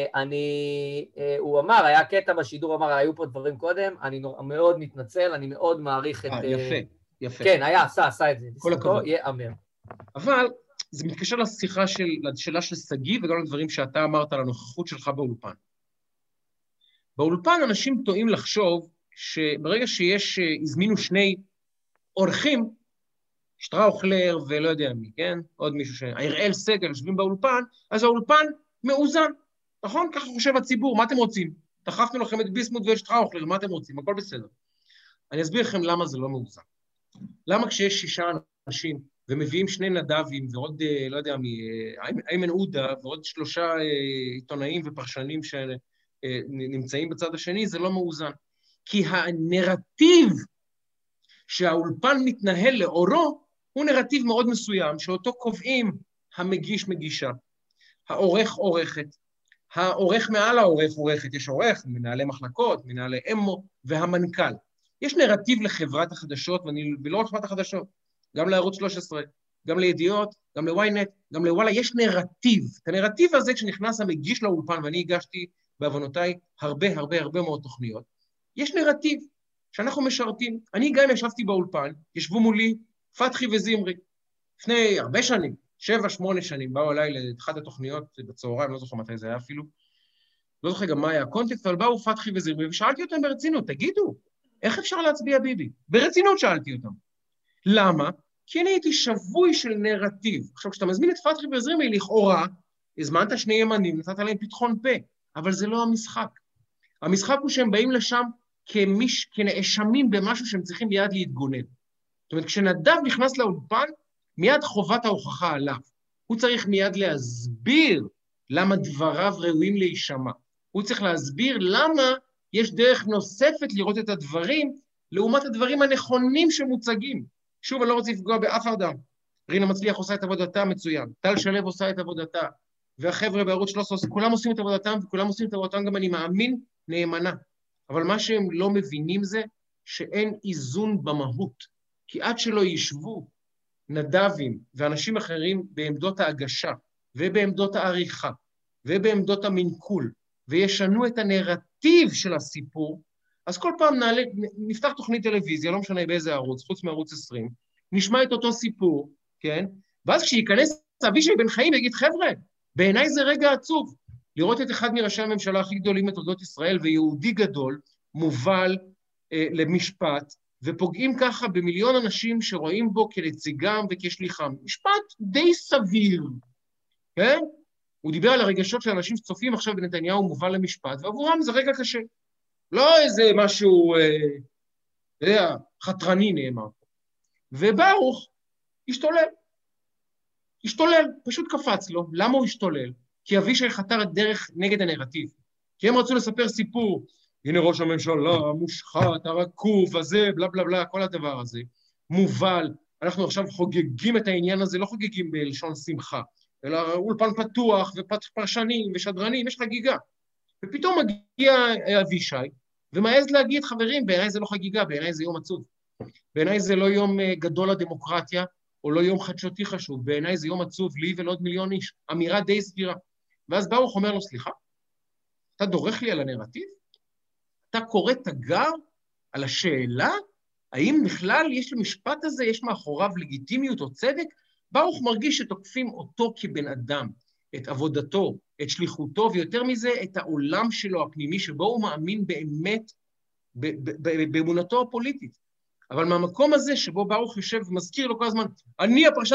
S2: הוא אמר, היה קטע בשידור, אמר, היו פה דברים קודם, אני מאוד מתנצל, אני מאוד מעריך את...
S3: יפה.
S2: כן, עשה את זה.
S3: כל הכבוד.
S2: יאמר.
S3: אבל זה מתקשר לשיחה לשאלה של סגי, וגם לדברים שאתה אמרת על הנוכחות שלך באולפן. באולפן אנשים טועים לחשוב שברגע הזמינו שני אורחים, שטראוכלר ולא יודע מי, כן? עוד מישהו אריאל סגל יושבים באולפן, אז האולפן מאוזן. נכון? ככה חושב הציבור, מה אתם רוצים? דחפנו לכם את ביסמוט ושטראוכלר, מה אתם רוצים? הכל בסדר. אני אסביר לכם למה זה לא מאוזן. למה כשיש 6 אנשים ומביאים 2 נדבים ועוד, לא יודע, איימן עודה ועוד 3 עיתונאים ופרשנים נמצאים בצד השני, זה לא מאוזן. כי הנרטיב שהאולפן מתנהל לאורו, הוא נרטיב מאוד מסוים, שאותו קובעים המגיש מגישה, העורך עורכת, העורך מעל העורך עורכת, יש עורך, מנהלי מחלקות, מנהלי אמו, והמנכ"ל. יש נרטיב לחברת החדשות, ולא רק חברת החדשות, גם לערוץ 13, גם לידיעות, גם לוויינט, גם לוואלה, יש נרטיב. את הנרטיב הזה, כשנכנס המגיש לאולפן, ואני הגשתי בעוונותיי הרבה מאוד תוכניות, יש נרטיב שאנחנו משרתים. אני גם ישבתי באולפן, ישבו מולי פתחי וזמרי, לפני הרבה שנים, 7-8 שנים, באו אליי לאחת התוכניות בצהריים, לא זוכר מתי זה היה אפילו, לא זוכר גם מה היה הקונטקסט, אבל באו פתחי וזמרי, ושאלתי אותם ברצינות, תגידו, איך אפשר להצביע ביבי? ברצינות שאלתי אותם. למה? כי אני הייתי שבוי של נרטיב. עכשיו, כשאתה מזמין את פתחי וזמרי, לכאורה, הזמנת שני ימנים, נתת להם פתחון פה, אבל זה לא המשחק. המשחק הוא שהם באים לשם כנאשמים במשהו שהם צריכים מיד להתגונן. זאת אומרת, כשנדב נכנס לאולפן, מיד חובת ההוכחה עליו. הוא צריך מיד להסביר למה דבריו ראויים להישמע. הוא צריך להסביר למה יש דרך נוספת לראות את הדברים, לעומת הדברים הנכונים שמוצגים. שוב, אני לא רוצה לפגוע באף אדם. רינה מצליח עושה את עבודתה מצוין, טל שלב עושה את עבודתה, והחבר'ה בערוץ 13, כולם עושים את עבודתם, וכולם עושים את עבודתם גם, אני מאמין, נאמנה. אבל מה שהם לא מבינים זה שאין איזון במהות. כי עד שלא יישבו נדבים ואנשים אחרים בעמדות ההגשה, ובעמדות העריכה, ובעמדות המנקול, וישנו את הנרטיב של הסיפור, אז כל פעם נפתח תוכנית טלוויזיה, לא משנה באיזה ערוץ, חוץ מערוץ 20, נשמע את אותו סיפור, כן? ואז כשיכנס אבישי בן חיים ויגיד, חבר'ה, בעיניי זה רגע עצוב, לראות את אחד מראשי הממשלה הכי גדולים בתולדות ישראל, ויהודי גדול, מובל למשפט, ופוגעים ככה במיליון אנשים שרואים בו כנציגם וכשליחם. משפט די סביר, כן? הוא דיבר על הרגשות של אנשים שצופים עכשיו בנתניהו מובל למשפט, ועבורם זה רגע קשה. לא איזה משהו, חתרני נאמר. וברוך השתולל, פשוט קפץ לו. למה הוא השתולל? כי אבישי חתר את דרך נגד הנרטיב. כי הם רצו לספר סיפור, הנה ראש הממשלה, מושחת, הרקוב, הזה, בלה בלה בלה, כל הדבר הזה, מובל. אנחנו עכשיו חוגגים את העניין הזה, לא חוגגים בלשון שמחה, אלא אולפן פתוח ופרשנים ושדרנים, יש חגיגה. ופתאום מגיע אבישי, ומעז להגיד, חברים, בעיניי זה לא חגיגה, בעיניי זה יום עצוב. בעיניי זה לא יום גדול לדמוקרטיה, או לא יום חדשותי חשוב, בעיניי זה יום עצוב לי ולעוד מיליון איש. אמירה די סבירה. ואז ברוך אומר לו, סליחה, אתה דורך לי על הנרטיב? אתה קורא תגר על השאלה, האם בכלל יש למשפט הזה, יש מאחוריו לגיטימיות או צדק? ברוך מרגיש שתוקפים אותו כבן אדם, את עבודתו, את שליחותו, ויותר מזה, את העולם שלו הפנימי, שבו הוא מאמין באמת באמונתו הפוליטית. אבל מהמקום הזה שבו ברוך יושב ומזכיר לו כל הזמן, אני הפרשן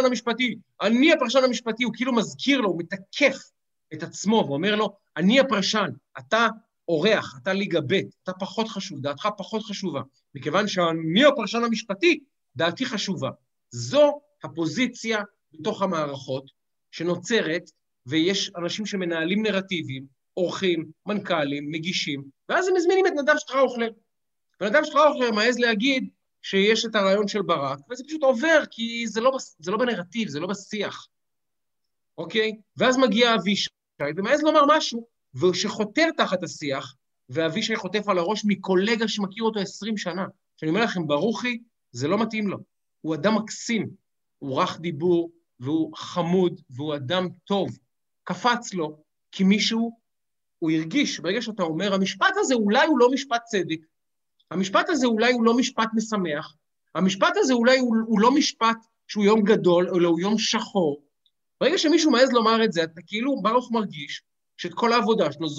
S3: המשפטי, הוא כאילו מזכיר לו, הוא מתקף את עצמו ואומר לו, אני הפרשן, אתה אורח, אתה ליגה ב', אתה פחות חשוב, דעתך פחות חשובה, מכיוון שאני הפרשן המשפטי, דעתי חשובה. זו הפוזיציה בתוך המערכות שנוצרת, ויש אנשים שמנהלים נרטיבים, עורכים, מנכ"לים, מגישים, ואז הם מזמינים את נדב שטראוכלר. ונדב שטראוכלר מעז להגיד שיש את הרעיון של ברק, וזה פשוט עובר, כי זה לא בנרטיב, זה לא בשיח. אוקיי? ואז מגיע אבישי, ומעז לומר משהו, ושחותר תחת השיח, ואבישי חוטף על הראש מקולגה שמכיר אותו 20 שנה. שאני אומר לכם, ברוכי, זה לא מתאים לו. הוא אדם מקסים, הוא רך דיבור, והוא חמוד, והוא אדם טוב. קפץ לו, כי מישהו, הוא הרגיש, ברגע שאתה אומר, המשפט הזה אולי הוא לא משפט צדק, המשפט הזה אולי הוא לא משפט משמח, המשפט הזה אולי הוא לא משפט שהוא יום גדול, או הוא יום שחור. ברגע שמישהו מעז לומר את זה, אתה כאילו ברוך מרגיש שאת כל העבודה שלנו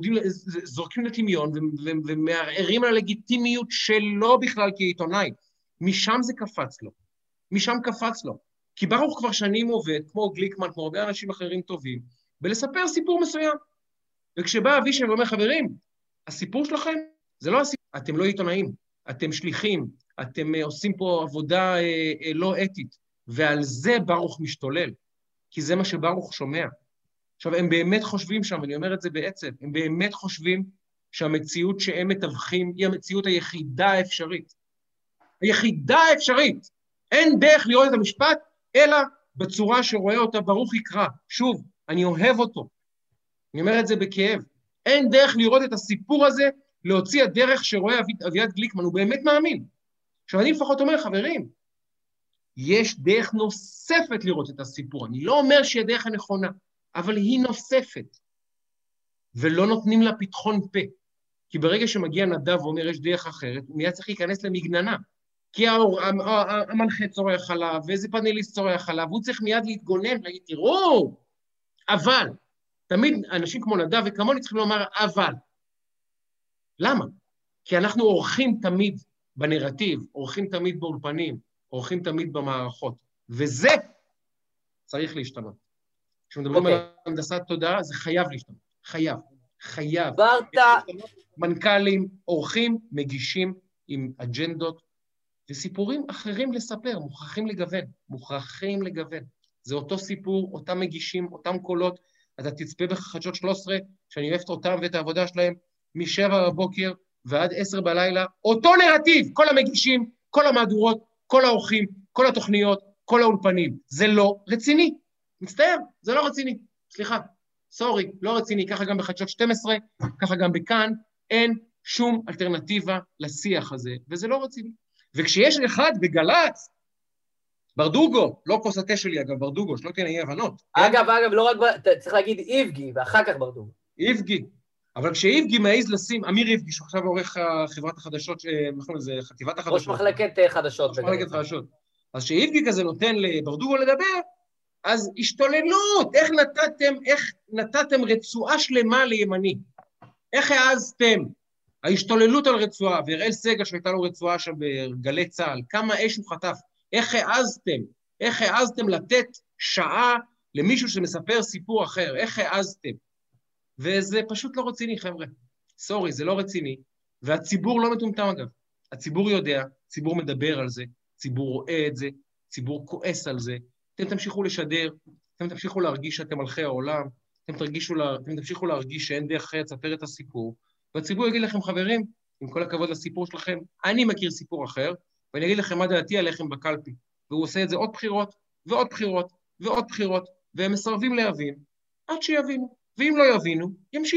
S3: זורקים לטמיון, ומערערים על הלגיטימיות שלו בכלל כעיתונאי. משם זה קפץ לו. משם קפץ לו. כי ברוך כבר שנים עובד, כמו גליקמן, כמו הרבה אנשים אחרים טובים, ולספר סיפור מסוים. וכשבא אבישי ואומר, חברים, הסיפור שלכם זה לא הסיפור, אתם לא עיתונאים, אתם שליחים, אתם עושים פה עבודה לא אתית, ועל זה ברוך משתולל, כי זה מה שברוך שומע. עכשיו, הם באמת חושבים שם, אני אומר את זה בעצם, הם באמת חושבים שהמציאות שהם מתווכים היא המציאות היחידה האפשרית. היחידה האפשרית. אין דרך לראות את המשפט, אלא בצורה שרואה אותה ברוך יקרא. שוב, אני אוהב אותו. אני אומר את זה בכאב. אין דרך לראות את הסיפור הזה, להוציא הדרך שרואה אביעד גליקמן, הוא באמת מאמין. עכשיו אני לפחות אומר, חברים, יש דרך נוספת לראות את הסיפור. אני לא אומר שהיא הדרך הנכונה, אבל היא נוספת. ולא נותנים לה פתחון פה. כי ברגע שמגיע נדב ואומר יש דרך אחרת, הוא מיד צריך להיכנס למגננה. כי המנחה צורח חלב, ואיזה פאנליסט צורח חלב, והוא צריך מיד להתגונן, להגיד, תראו, אבל, תמיד אנשים כמו נדב וכמוני צריכים לומר, אבל. למה? כי אנחנו עורכים תמיד בנרטיב, עורכים תמיד באולפנים, עורכים תמיד במערכות, וזה צריך להשתנות. כשמדברים על הנדסת תודעה, זה חייב להשתנות. חייב. מנכ"לים, עורכים, מגישים עם אג'נדות, וסיפורים אחרים לספר, מוכרחים לגוון. זה אותו סיפור, אותם מגישים, אותם קולות, אתה תצפה בחדשות 13, שאני אוהב אותם ואת העבודה שלהם, מ7 בבוקר ועד 10 בלילה, אותו נרטיב, כל המגישים, כל המהדורות, כל האורחים, כל התוכניות, כל האולפנים. זה לא רציני. מצטער, זה לא רציני. סליחה, סורי, לא רציני. ככה גם בחדשות 12, ככה גם בכאן, אין שום אלטרנטיבה לשיח הזה, וזה לא רציני. וכשיש אחד בגלץ, ברדוגו, לא כוס התה שלי אגב, ברדוגו, שלא תהיה אי הבנות.
S2: אגב, לא רק, צריך להגיד איבגי, ואחר כך ברדוגו.
S3: איבגי. אבל כשאיבגי מעז לשים, אמיר איבגי, שעכשיו עורך חברת החדשות, זה חטיבת החדשות.
S2: ראש מחלקת חדשות.
S3: ראש מחלקת חדשות. אז כשאיבגי כזה נותן לברדוגו לדבר, אז השתוללות, איך נתתם רצועה שלמה לימני? איך העזתם? ההשתוללות על רצועה, והראל סגל שהייתה לו רצועה שם בגלי צהל, כמה אש הוא חטף, איך העזתם לתת שעה למישהו שמספר סיפור אחר, איך העזתם? וזה פשוט לא רציני, חבר'ה. סורי, זה לא רציני, והציבור לא מטומטם אגב. הציבור יודע, ציבור מדבר על זה, ציבור רואה את זה, ציבור כועס על זה, אתם תמשיכו לשדר, אתם תמשיכו להרגיש שאתם מלכי העולם, אתם תמשיכו להרגיש שאין דרך אחרת לספר את הסיפור, והציבור יגיד לכם, חברים, עם כל הכבוד לסיפור שלכם, אני מכיר סיפור אחר, ואני אגיד לכם מה דעתי עליכם בקלפי. והוא עושה את זה עוד בחירות, ועוד בחירות, ועוד בחירות, והם מסרבים להבין, עד שיבינו. ואם לא יבינו,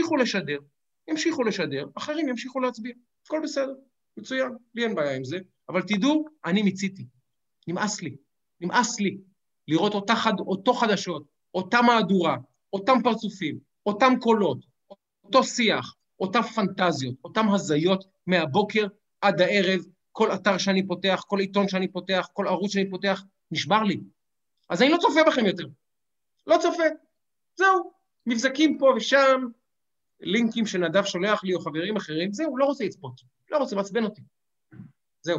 S3: ימשיכו לשדר, אחרים ימשיכו להצביע. הכל בסדר, מצוין, לי אין בעיה עם זה, אבל תדעו, אני מציתי. נמאס לי לראות אותו חדשות, אותה מהדורה, אותם פרצופים, אותם קולות, אותו שיח, אותם פנטזיות, אותם הזיות מהבוקר עד הערב, כל אתר שאני פותח, כל עיתון שאני פותח, כל ערוץ שאני פותח, נשבר לי. אז אני לא צופה בכם יותר. לא צופה. זהו. מבזקים פה ושם, לינקים שנדב שולח לי או חברים אחרים, זהו, לא רוצה לצפות. לא רוצה לעצבן אותי. זהו.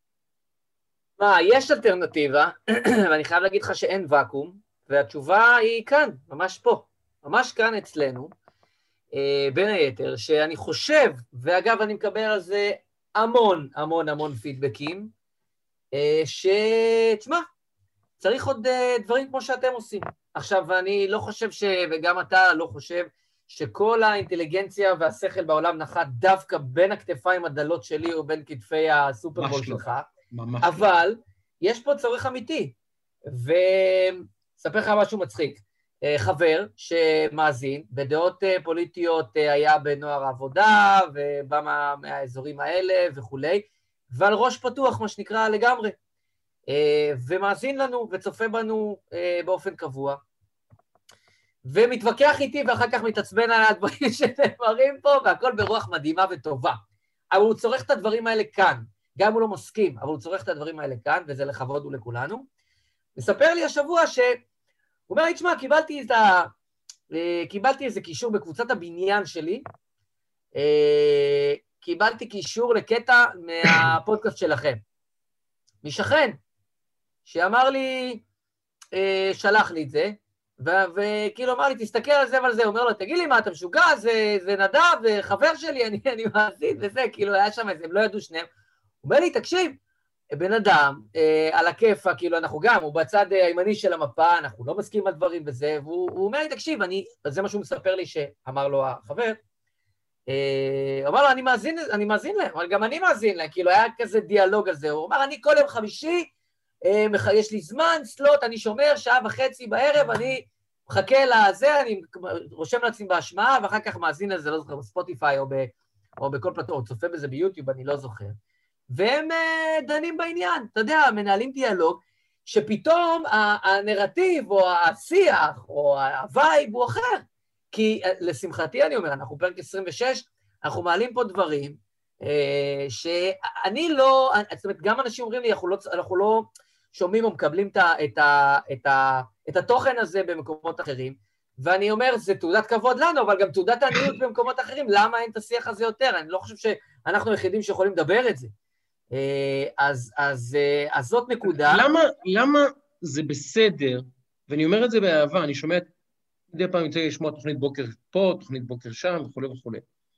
S2: יש אלטרנטיבה, ואני חייב להגיד לך שאין ואקום, והתשובה היא כאן, ממש פה. ממש כאן אצלנו. בין היתר, שאני חושב, ואגב אני מקבל על זה המון פידבקים, שתשמע, צריך עוד דברים כמו שאתם עושים. עכשיו, אני לא חושב וגם אתה לא חושב, שכל האינטליגנציה והשכל בעולם נחת דווקא בין הכתפיים הדלות שלי או בין כתפי הסופרבול שלך, אבל יש פה צורך אמיתי, וספר לך משהו מצחיק. חבר שמאזין, בדעות פוליטיות היה בנוער העבודה, ובא מהאזורים האלה וכולי, ועל ראש פתוח, מה שנקרא לגמרי, ומאזין לנו וצופה בנו באופן קבוע, ומתווכח איתי ואחר כך מתעצבן על הדברים שנאמרים פה, והכל ברוח מדהימה וטובה. אבל הוא צורך את הדברים האלה כאן, גם הוא לא מסכים, אבל הוא צורך את הדברים האלה כאן, וזה לכבוד ולכולנו. מספר לי השבוע ש... הוא אומר לי, תשמע, קיבלתי איזה קישור בקבוצת הבניין שלי, קיבלתי קישור לקטע מהפודקאסט שלכם. משכן, שאמר לי, שלח לי את זה, וכאילו אמר לי, תסתכל על זה ועל זה, הוא אומר לו, תגיד לי מה, אתה משוגע, זה נדב, חבר שלי, אני מעשית וזה, כאילו היה שם איזה, הם לא ידעו שניהם. הוא אומר לי, תקשיב, בן אדם, על הכיפה, כאילו אנחנו גם, הוא בצד הימני של המפה, אנחנו לא מסכים על דברים בזה, והוא אומר לי, תקשיב, זה מה שהוא מספר לי שאמר לו החבר, הוא אמר לו, אני מאזין להם, אבל גם אני מאזין להם, כאילו היה כזה דיאלוג על זה, הוא אמר, אני כל יום חמישי, יש לי זמן, סלוט, אני שומר, 1.5 שעות בערב, אני מחכה לזה, אני רושם לעצמי בהשמעה, ואחר כך מאזין לזה, לא זוכר, בספוטיפיי או בכל פלטפורמה, צופה בזה ביוטיוב, אני לא זוכר. והם דנים בעניין, אתה יודע, מנהלים דיאלוג, שפתאום הנרטיב או השיח או הווייב הוא אחר. כי לשמחתי אני אומר, אנחנו פרק 26, אנחנו מעלים פה דברים שאני לא, זאת אומרת, גם אנשים אומרים לי, אנחנו לא שומעים או מקבלים את התוכן הזה במקומות אחרים, ואני אומר, זה תעודת כבוד לנו, אבל גם תעודת עניות במקומות אחרים, למה אין את השיח הזה יותר? אני לא חושב שאנחנו היחידים שיכולים לדבר את זה. אז זאת נקודה.
S3: למה זה בסדר, ואני אומר את זה באהבה, אני שומע מדי פעם יוצא לשמוע תוכנית בוקר פה, תוכנית בוקר שם וכו' וכו'.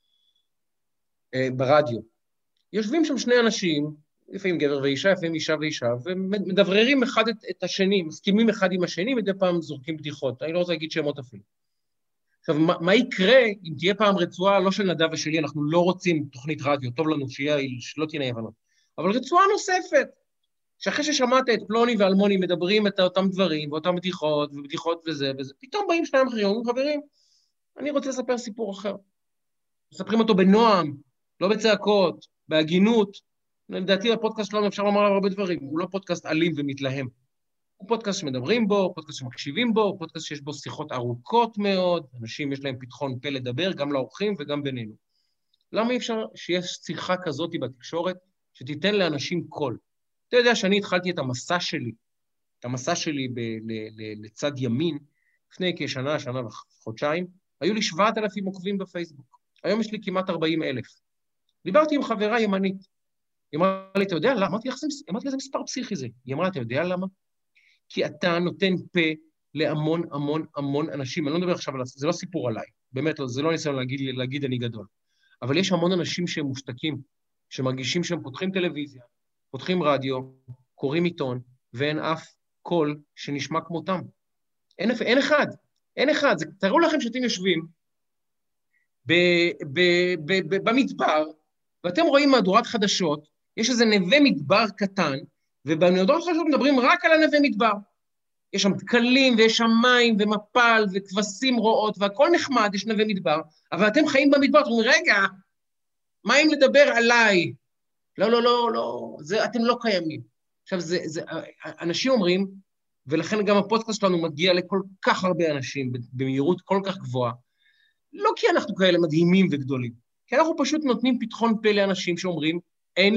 S3: ברדיו. יושבים שם שני אנשים, לפעמים גבר ואישה, לפעמים אישה ואישה, ומדבררים אחד את השני, מסכימים אחד עם השני, מדי פעם זורקים בדיחות. אני לא רוצה להגיד שמות אפילו. עכשיו, מה יקרה אם תהיה פעם רצועה, לא של נדב ושלי, אנחנו לא רוצים תוכנית רדיו, טוב לנו שלא תהיה הבנות, אבל רצועה נוספת, שאחרי ששמעת את פלוני ואלמוני מדברים את אותם דברים, ואותם בדיחות וזה, פתאום באים שניים אחרים, אומרים, חברים, אני רוצה לספר סיפור אחר. מספרים אותו בנועם, לא בצעקות, בהגינות. לדעתי, הפודקאסט שלנו אפשר לומר הרבה דברים, הוא לא פודקאסט אלים ומתלהם. הוא פודקאסט שמדברים בו, פודקאסט שמקשיבים בו, פודקאסט שיש בו שיחות ארוכות מאוד, אנשים יש להם פתחון פה לדבר, גם לאורחים וגם בינינו. למה אי אפשר שיש שיחה כזאת בתקשורת, שתיתן לאנשים קול? אתה יודע שאני התחלתי את המסע שלי לצד ימין, לפני כשנה וחודשיים, היו לי 7,000 עוקבים בפייסבוק. היום יש לי כמעט 40,000. דיברתי עם חברה ימנית. היא אמרה לי, אתה יודע למה? אמרתי לה, זה מספר פסיכי זה. היא אמרה, אתה יודע למה? כי אתה נותן פה להמון המון המון אנשים. אני לא מדבר עכשיו, זה לא סיפור עליי. באמת, זה לא ניסיון להגיד אני גדול. אבל יש המון אנשים שהם מושתקים, שמרגישים שהם פותחים טלוויזיה, פותחים רדיו, קוראים עיתון, ואין אף קול שנשמע כמותם. אין אחד. תראו לכם שאתם יושבים במדבר, ואתם רואים מהדורת חדשות, יש איזה נווה מדבר קטן, ובמהדורת חדשות מדברים רק על הנווה מדבר. יש שם תקלים, ויש שם מים, ומפל, וכבשים רועות, והכל נחמד, יש נווה מדבר, אבל אתם חיים במדבר, אתם אומרים, רגע, מה אם לדבר עליי? לא, אתם לא קיימים. עכשיו, אנשים אומרים, ולכן גם הפודקאסט שלנו מגיע לכל כך הרבה אנשים, במהירות כל כך גבוהה, לא כי אנחנו כאלה מדהימים וגדולים, כי אנחנו פשוט נותנים פתחון פה לאנשים שאומרים, אין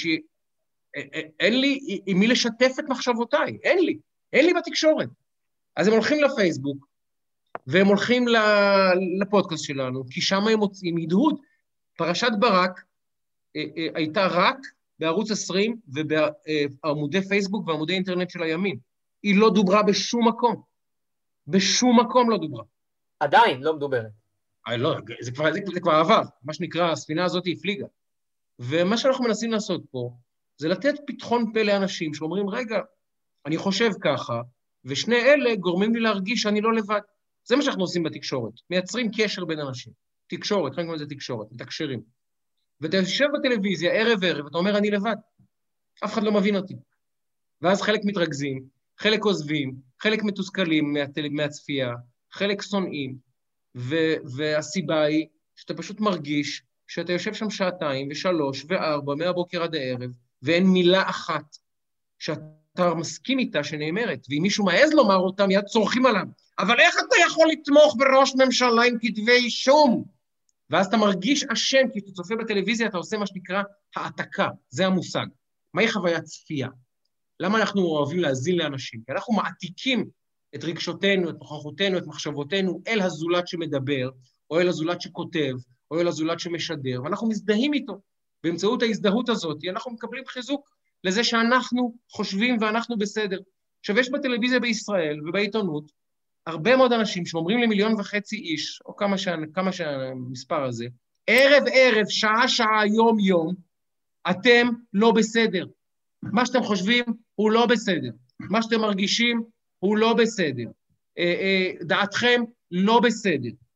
S3: לי עם מי לשתף את מחשבותיי, אין לי בתקשורת. אז הם הולכים לפייסבוק, והם הולכים לפודקאסט שלנו, כי שם הם מוצאים הדהוד. פרשת ברק הייתה רק בערוץ 20 ובעמודי פייסבוק ועמודי אינטרנט של הימין. היא לא דוברה בשום מקום. בשום מקום לא דוברה.
S2: עדיין לא מדוברת.
S3: לא, זה כבר עבר. מה שנקרא, הספינה הזאת היא פליגה. ומה שאנחנו מנסים לעשות פה, זה לתת פתחון פה לאנשים שאומרים, רגע, אני חושב ככה, ושני אלה גורמים לי להרגיש שאני לא לבד. זה מה שאנחנו עושים בתקשורת. מייצרים קשר בין אנשים. תקשורת, חלק מזה תקשורת, מתקשרים. ואתה יושב בטלוויזיה ערב, אתה אומר, אני לבד. אף אחד לא מבין אותי. ואז חלק מתרכזים, חלק עוזבים, חלק מתוסכלים מהצפייה, חלק שונאים, והסיבה היא שאתה פשוט מרגיש שאתה יושב שם 2 ו3 ו4 מהבוקר עד הערב, ואין מילה אחת שאתה מסכים איתה שנאמרת, ואם מישהו מעז לומר אותה, מיד צורכים עליו. אבל איך אתה יכול לתמוך בראש ממשלה עם כתבי אישום? ואז אתה מרגיש אשם, כי אתה צופה בטלוויזיה, אתה עושה מה שנקרא העתקה, זה המושג. מהי חוויית צפייה? למה אנחנו אוהבים להזין לאנשים? כי אנחנו מעתיקים את רגשותינו, את נוכחותינו, את מחשבותינו, אל הזולת שמדבר, או אל הזולת שכותב, או אל הזולת שמשדר, ואנחנו מזדהים איתו. באמצעות ההזדהות הזאת, אנחנו מקבלים חיזוק לזה שאנחנו חושבים ואנחנו בסדר. עכשיו, יש בטלוויזיה בישראל ובעיתונות, הרבה מאוד אנשים שאומרים ל1.5 מיליון איש, או כמה שהמספר הזה, ערב, שעה, יום, אתם לא בסדר. מה שאתם חושבים הוא לא בסדר. מה שאתם מרגישים הוא לא בסדר. דעתכם לא בסדר.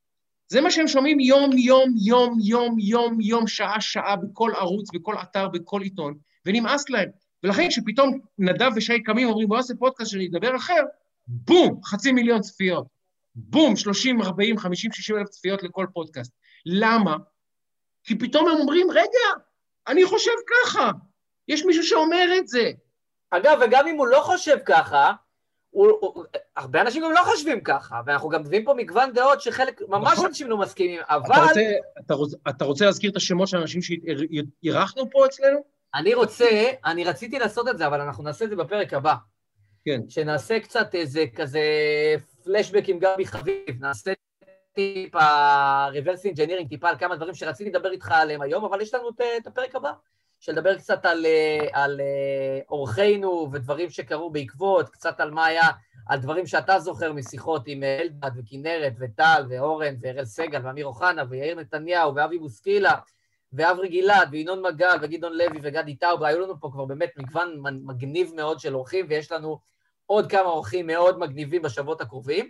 S3: זה מה שהם שומעים יום, יום, יום, יום, יום, יום, שעה, שעה, בכל ערוץ, בכל אתר, בכל עיתון, ונמאס להם. ולכן כשפתאום נדב ושי קמים, אומרים, בוא נעשה פודקאסט שאני אדבר אחר, בום, 500,000 צפיות. בום, 30, 40, 50, 60 אלף צפיות לכל פודקאסט. למה? כי פתאום הם אומרים, רגע, אני חושב ככה. יש מישהו שאומר את זה.
S2: אגב, וגם אם הוא לא חושב ככה, הרבה אנשים גם לא חושבים ככה, ואנחנו גם מביאים פה מגוון דעות שחלק, ממש אנשים לא מסכימים, אבל...
S3: אתה רוצה להזכיר את השמות של האנשים שהירחנו פה אצלנו?
S2: אני רציתי לעשות את זה, אבל אנחנו נעשה את זה בפרק הבא.
S3: כן.
S2: שנעשה קצת איזה כזה פלשבק עם גבי חביב, נעשה טיפה reverse engineering, טיפה על כמה דברים שרציתי לדבר איתך עליהם היום, אבל יש לנו את הפרק הבא, שלדבר קצת על אורחינו ודברים שקרו בעקבות, קצת על מה היה, על דברים שאתה זוכר משיחות עם אלדד וכנרת וטל ואורן ואראל סגל ואמיר אוחנה ויאיר נתניהו ואבי בוסקילה ואברי גלעד וינון מגל וגדעון לוי וגדי טאוב, היו לנו פה כבר באמת מגוון מגניב מאוד של אורחים, ויש לנו עוד כמה אורחים מאוד מגניבים בשבועות הקרובים.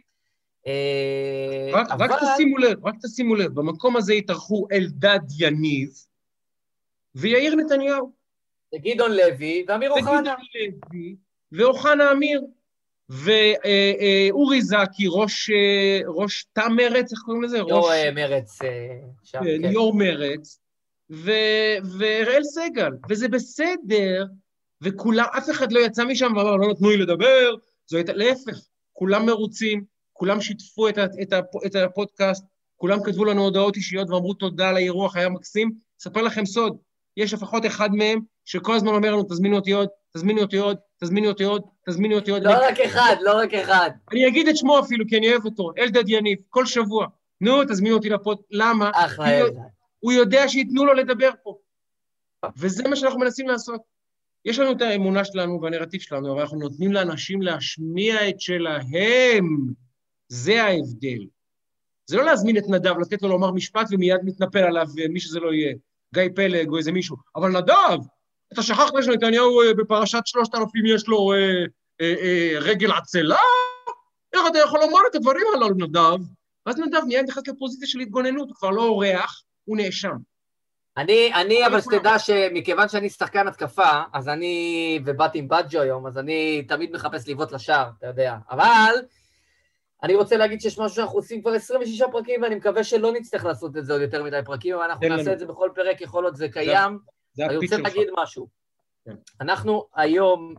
S3: רק תשימו לב, במקום הזה התארחו אלדד יניב, ויאיר נתניהו.
S2: וגדעון לוי, ואמיר אוחנה.
S3: וגדעון לוי, ואוחנה אמיר. ואורי זקי, ראש תא מרץ, איך קוראים לזה?
S2: יור מרץ.
S3: יור מרץ. ואראל סגל. וזה בסדר, וכולם, אף אחד לא יצא משם ואמר, לא נתנו לי לדבר, זו הייתה, להפך, כולם מרוצים, כולם שיתפו את הפודקאסט, כולם כתבו לנו הודעות אישיות ואמרו תודה על האירוח, היה מקסים. ספר לכם סוד, יש לפחות אחד מהם שכל הזמן אומר לנו, תזמינו אותי עוד, תזמינו אותי עוד, תזמינו אותי עוד, תזמינו אותי עוד.
S2: לא רק אחד.
S3: אני אגיד את שמו אפילו, כי אני אוהב אותו, אלדד יניב, כל שבוע. נו, תזמינו אותי לפוד, למה? הוא יודע שיתנו לו לדבר פה. וזה מה שאנחנו מנסים לעשות. יש לנו את האמונה שלנו והנרטיב שלנו, אבל אנחנו נותנים לאנשים להשמיע את שלהם. זה ההבדל. זה לא להזמין את נדב, לתת לו לומר משפט ומיד מתנפל עליו מי שזה לא יהיה, גיא פלג או איזה מישהו. אבל נדב, אתה שכחת שנתניהו בפרשת 3000 יש לו רגל עצלה? איך אתה יכול לומר את הדברים הללו, נדב? אז נדב נהיה נכנס לפוזיציה של התגוננות, הוא כבר לא אורח, הוא נאשם.
S2: אני אבל שתדע שמכיוון שאני שחקן התקפה, אז אני, ובאתי עם בג'ו היום, אז אני תמיד מחפש ליוות לשער, אתה יודע. אבל אני רוצה להגיד שיש משהו שאנחנו עושים כבר 26 פרקים, ואני מקווה שלא נצטרך לעשות את זה עוד יותר מדי פרקים, אבל אנחנו נעשה את זה בכל פרק, יכול להיות זה קיים. אני רוצה להגיד משהו. אנחנו היום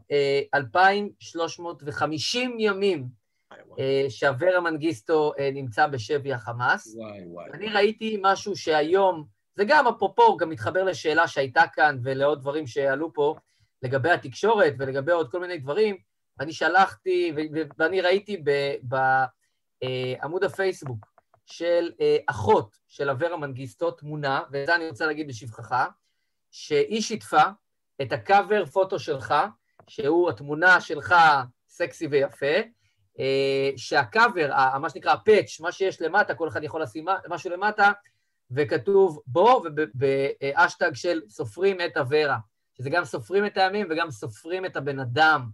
S2: 2,350 ימים שאברה מנגיסטו נמצא בשבי החמאס. אני ראיתי משהו שהיום, זה גם אפרופו, גם מתחבר לשאלה שהייתה כאן ולעוד דברים שעלו פה, לגבי התקשורת ולגבי עוד כל מיני דברים, אני שלחתי ואני ראיתי בעמוד הפייסבוק של אחות של אברה מנגיסטו תמונה, וזה אני רוצה להגיד בשבחך, שהיא שיתפה את הקאבר פוטו שלך, שהוא התמונה שלך סקסי ויפה, שהקאבר, מה שנקרא הפאץ', מה שיש למטה, כל אחד יכול לשים משהו למטה, וכתוב בו, ובאשטג של סופרים את אברה, שזה גם סופרים את הימים וגם סופרים את הבן אדם.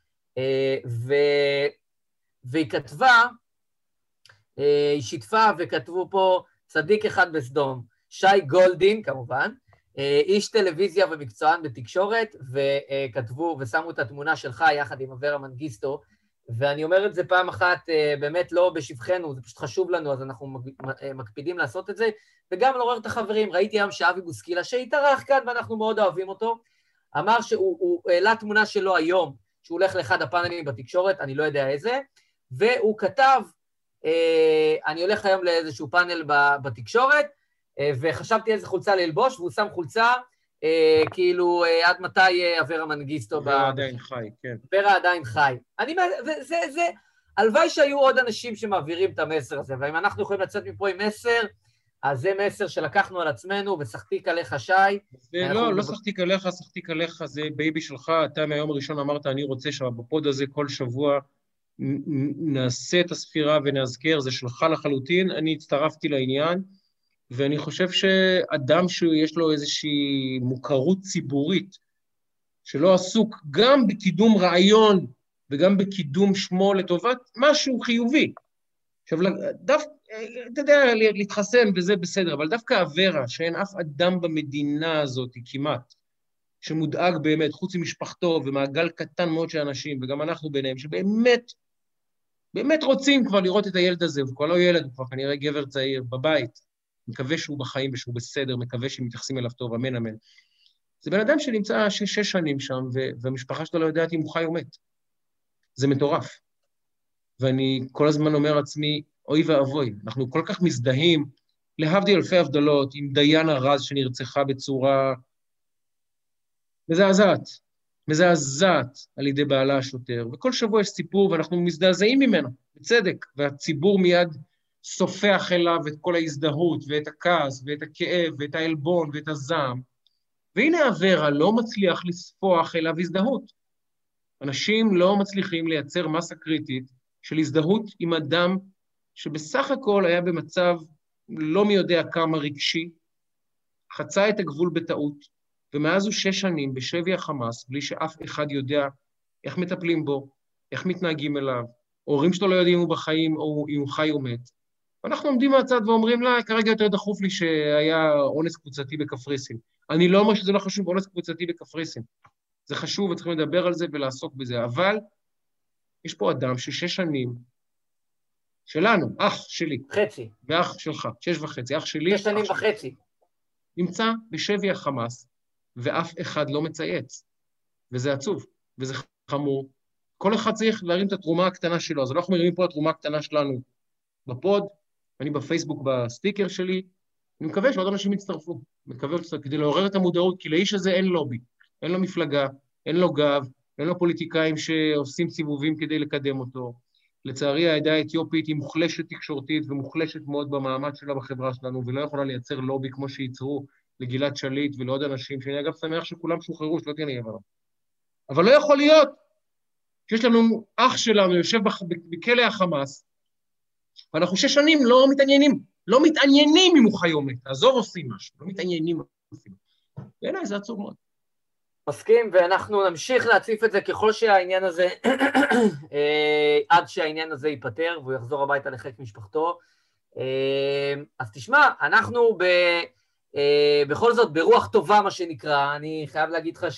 S2: והיא כתבה, היא שיתפה וכתבו פה צדיק אחד בסדום, שי גולדין כמובן, איש טלוויזיה ומקצוען בתקשורת, וכתבו ושמו את התמונה שלך יחד עם אברה מנגיסטו, ואני אומר את זה פעם אחת, באמת לא בשבחנו, זה פשוט חשוב לנו, אז אנחנו מקפידים לעשות את זה, וגם לעורר את החברים. ראיתי היום שאבי בוסקילה, שהתארח כאן ואנחנו מאוד אוהבים אותו, אמר שהוא העלה תמונה שלו היום, שהוא הולך לאחד הפאנלים בתקשורת, אני לא יודע איזה, והוא כתב, אני הולך היום לאיזשהו פאנל בתקשורת, וחשבתי איזה חולצה ללבוש, והוא שם חולצה, כאילו, עד מתי אברה מנגיסטו...
S3: אברה עדיין חי, כן.
S2: אברה עדיין חי. זה, הלוואי שהיו עוד אנשים שמעבירים את המסר הזה, ואם אנחנו יכולים לצאת מפה עם מסר, אז זה מסר שלקחנו על עצמנו, ושחתיק עליך, שי.
S3: לא שחתיק עליך, שחתיק עליך, זה בייבי שלך, אתה מהיום הראשון אמרת, אני רוצה שבפוד הזה כל שבוע נעשה את הספירה ונזכר, זה שלך לחלוטין, אני הצטרפתי לעניין, ואני חושב שאדם שיש לו איזושהי מוכרות ציבורית, שלא עסוק גם בקידום רעיון, וגם בקידום שמו לטובת משהו חיובי, עכשיו, אתה יודע, להתחסן וזה בסדר, אבל דווקא הוורה, שאין אף אדם במדינה הזאת כמעט, שמודאג באמת, חוץ ממשפחתו ומעגל קטן מאוד של אנשים, וגם אנחנו ביניהם, שבאמת, באמת רוצים כבר לראות את הילד הזה, הוא כבר לא ילד, הוא כבר כנראה גבר צעיר בבית, מקווה שהוא בחיים ושהוא בסדר, מקווה שמתייחסים אליו טוב, אמן אמן. זה בן אדם שנמצא 6 שנים שם, והמשפחה שלו לא יודעת אם הוא חי או מת. זה מטורף. ואני כל הזמן אומר לעצמי, אוי ואבוי, אנחנו כל כך מזדהים, להבדיל אלפי הבדלות, עם דיינה רז שנרצחה בצורה מזעזעת על ידי בעלה השוטר, וכל שבוע יש סיפור ואנחנו מזדעזעים ממנו, בצדק, והציבור מיד סופח אליו את כל ההזדהות, ואת הכעס, ואת הכאב, ואת העלבון, ואת הזעם, והנה הוורה לא מצליח לספוח אליו הזדהות. אנשים לא מצליחים לייצר מסה קריטית של הזדהות עם אדם שבסך הכל היה במצב לא מי יודע כמה רגשי, חצה את הגבול בטעות, ומאז הוא 6 שנים בשבי החמאס, בלי שאף אחד יודע איך מטפלים בו, איך מתנהגים אליו, הורים שלו לא יודעים אם הוא בחיים או אם הוא חי או מת. ואנחנו עומדים מהצד ואומרים לה, כרגע יותר דחוף לי שהיה אונס קבוצתי בקפריסין. אני לא אומר שזה לא חשוב, אונס קבוצתי בקפריסין. זה חשוב וצריכים לדבר על זה ולעסוק בזה, אבל יש פה אדם ש6 שנים, שלנו, אח שלי.
S2: חצי.
S3: ואח שלך, 6.5, אח שלי.
S2: 6 שנים וחצי.
S3: נמצא בשבי החמאס, ואף אחד לא מצייץ. וזה עצוב, וזה חמור. כל אחד צריך להרים את התרומה הקטנה שלו, אז אנחנו מרימים פה התרומה הקטנה שלנו בפוד, אני בפייסבוק בסטיקר שלי, אני מקווה שעוד אנשים יצטרפו, מקווה כדי לעורר את המודעות, כי לאיש הזה אין לובי, אין לו מפלגה, אין לו גב, אין לו פוליטיקאים שעושים סיבובים כדי לקדם אותו. לצערי העדה האתיופית היא מוחלשת תקשורתית ומוחלשת מאוד במעמד שלה בחברה שלנו, ולא יכולה לייצר לובי כמו שייצרו לגלעד שליט ולעוד אנשים, שאני אגב שמח שכולם שוחררו, שלא תהיה נהיה. אבל לא יכול להיות שיש לנו אח שלנו יושב בכלא החמאס, ואנחנו 6 שנים לא מתעניינים אם הוא חי או מת, תעזור עושים משהו, לא מתעניינים אפילו. בעיניי זה עצוב מאוד.
S2: מסכים, ואנחנו נמשיך להציף את זה ככל שהעניין הזה, עד שהעניין הזה ייפטר, והוא יחזור הביתה לחיק משפחתו. אז תשמע, אנחנו בכל זאת ברוח טובה, מה שנקרא, אני חייב להגיד לך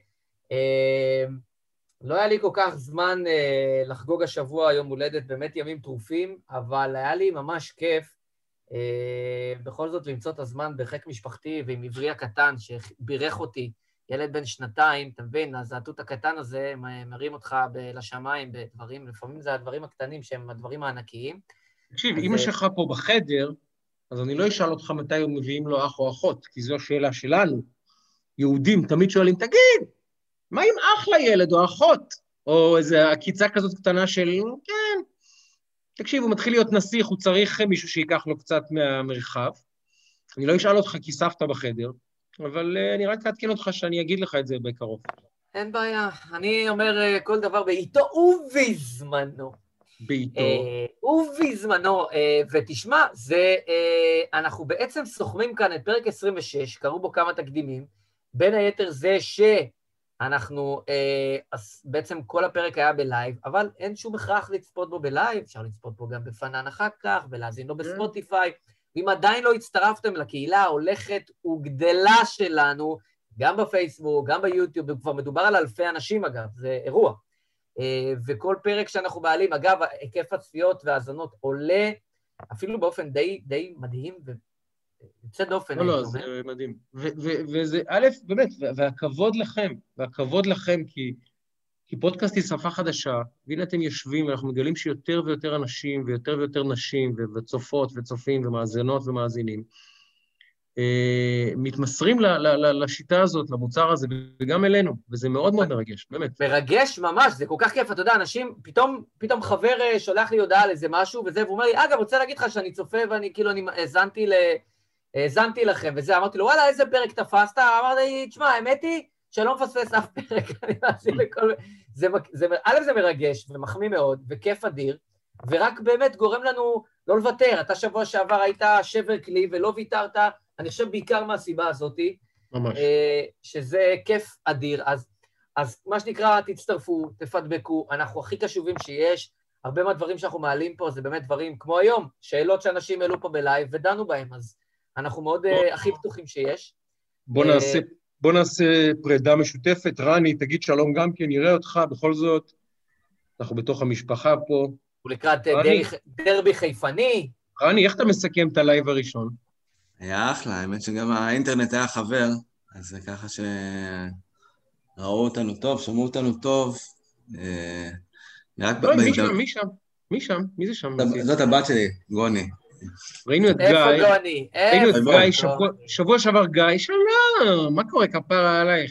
S2: לא היה לי כל כך זמן לחגוג השבוע יום הולדת, באמת ימים טרופים, אבל היה לי ממש כיף בכל זאת למצוא את הזמן בחיק משפחתי, ועם עברי הקטן שבירך אותי, ילד בן 2, אתה מבין, אז התות הקטן הזה מרים אותך לשמיים בדברים, לפעמים זה הדברים הקטנים שהם הדברים הענקיים.
S3: תקשיב, אמא שלך פה בחדר, אז אני לא אשאל אותך מתי הם מביאים לו אח או אחות, כי זו השאלה שלנו. יהודים תמיד שואלים, תגיד, מה עם אח לילד או אחות? או איזו עקיצה כזאת קטנה של, כן, תקשיב, הוא מתחיל להיות נסיך, הוא צריך מישהו שיקח לו קצת מהמרחב. אני לא אשאל אותך כי סבתא בחדר, אבל אני רק אתקן אותך שאני אגיד לך את זה בקרוב.
S2: אין בעיה, אני אומר כל דבר בעיתו ובזמנו.
S3: בעיתו.
S2: ובזמנו, ותשמע, אנחנו בעצם סוכמים כאן את פרק 26, קראו בו כמה תקדימים, בין היתר זה שאנחנו, בעצם כל הפרק היה בלייב, אבל אין שום הכרח לצפות בו בלייב, אפשר לצפות בו גם בפנן אחר כך, ולהזין לו בספוטיפיי, ואם עדיין לא הצטרפתם לקהילה ההולכת וגדלה שלנו, גם בפייסבוק, גם ביוטיוב, וכבר מדובר על אלפי אנשים אגב, זה אירוע. וכל פרק שאנחנו מעלים, אגב, היקף הצפיות והאזנות עולה, אפילו באופן די מדהים, ויוצא דופן.
S3: לא, זה מדהים. וזה, א', באמת, והכבוד לכם, כי פודקאסט היא שפה חדשה, והנה אתם יושבים, ואנחנו מגלים שיותר ויותר אנשים, ויותר ויותר נשים, וצופות וצופים, ומאזינות ומאזינים, מתמסרים לשיטה הזאת, למוצר הזה, וגם אלינו, וזה מאוד מאוד מרגש, באמת.
S2: מרגש ממש, זה כל כך כיף, אתה יודע, אנשים, פתאום חבר שולח לי הודעה על איזה משהו, וזה, והוא אומר לי, אגב, רוצה להגיד לך שאני צופה, ואני כאילו, אני האזנתי לכם, וזה, אמרתי לו, וואלה, איזה פרק תפסת? אמרתי לי, תשמע, האמת היא, שלא מפספס אף פרק, אני מאזין לכל... א', זה מרגש, ומחמיא מאוד, וכיף אדיר, ורק באמת גורם לנו לא לוותר. אתה שבוע שעבר היית שבר כלי, ולא ויתרת, אני חושב בעיקר מהסיבה הזאת,
S3: ממש.
S2: שזה כיף אדיר. אז מה שנקרא, תצטרפו, תפדבקו, אנחנו הכי קשובים שיש, הרבה מהדברים שאנחנו מעלים פה זה באמת דברים כמו היום, שאלות שאנשים העלו פה בלייב ודנו בהם, אז אנחנו מאוד הכי פתוחים שיש.
S3: בוא נעשה פרידה משותפת. רני, תגיד שלום גם כן, נראה אותך, בכל זאת, אנחנו בתוך המשפחה פה.
S2: ולקראת דרבי חיפני.
S3: רני, איך אתה מסכם את הלייב הראשון?
S4: היה אחלה, האמת שגם האינטרנט היה חבר, אז זה ככה שראו אותנו טוב, שמעו אותנו טוב.
S3: מי שם? מי זה שם?
S4: זאת הבת שלי, גוני.
S3: ראינו את גיא.
S2: איפה גוני?
S3: ראינו את גיא, שבוע שעבר גיא, שלום, מה קורה כפרה עלייך?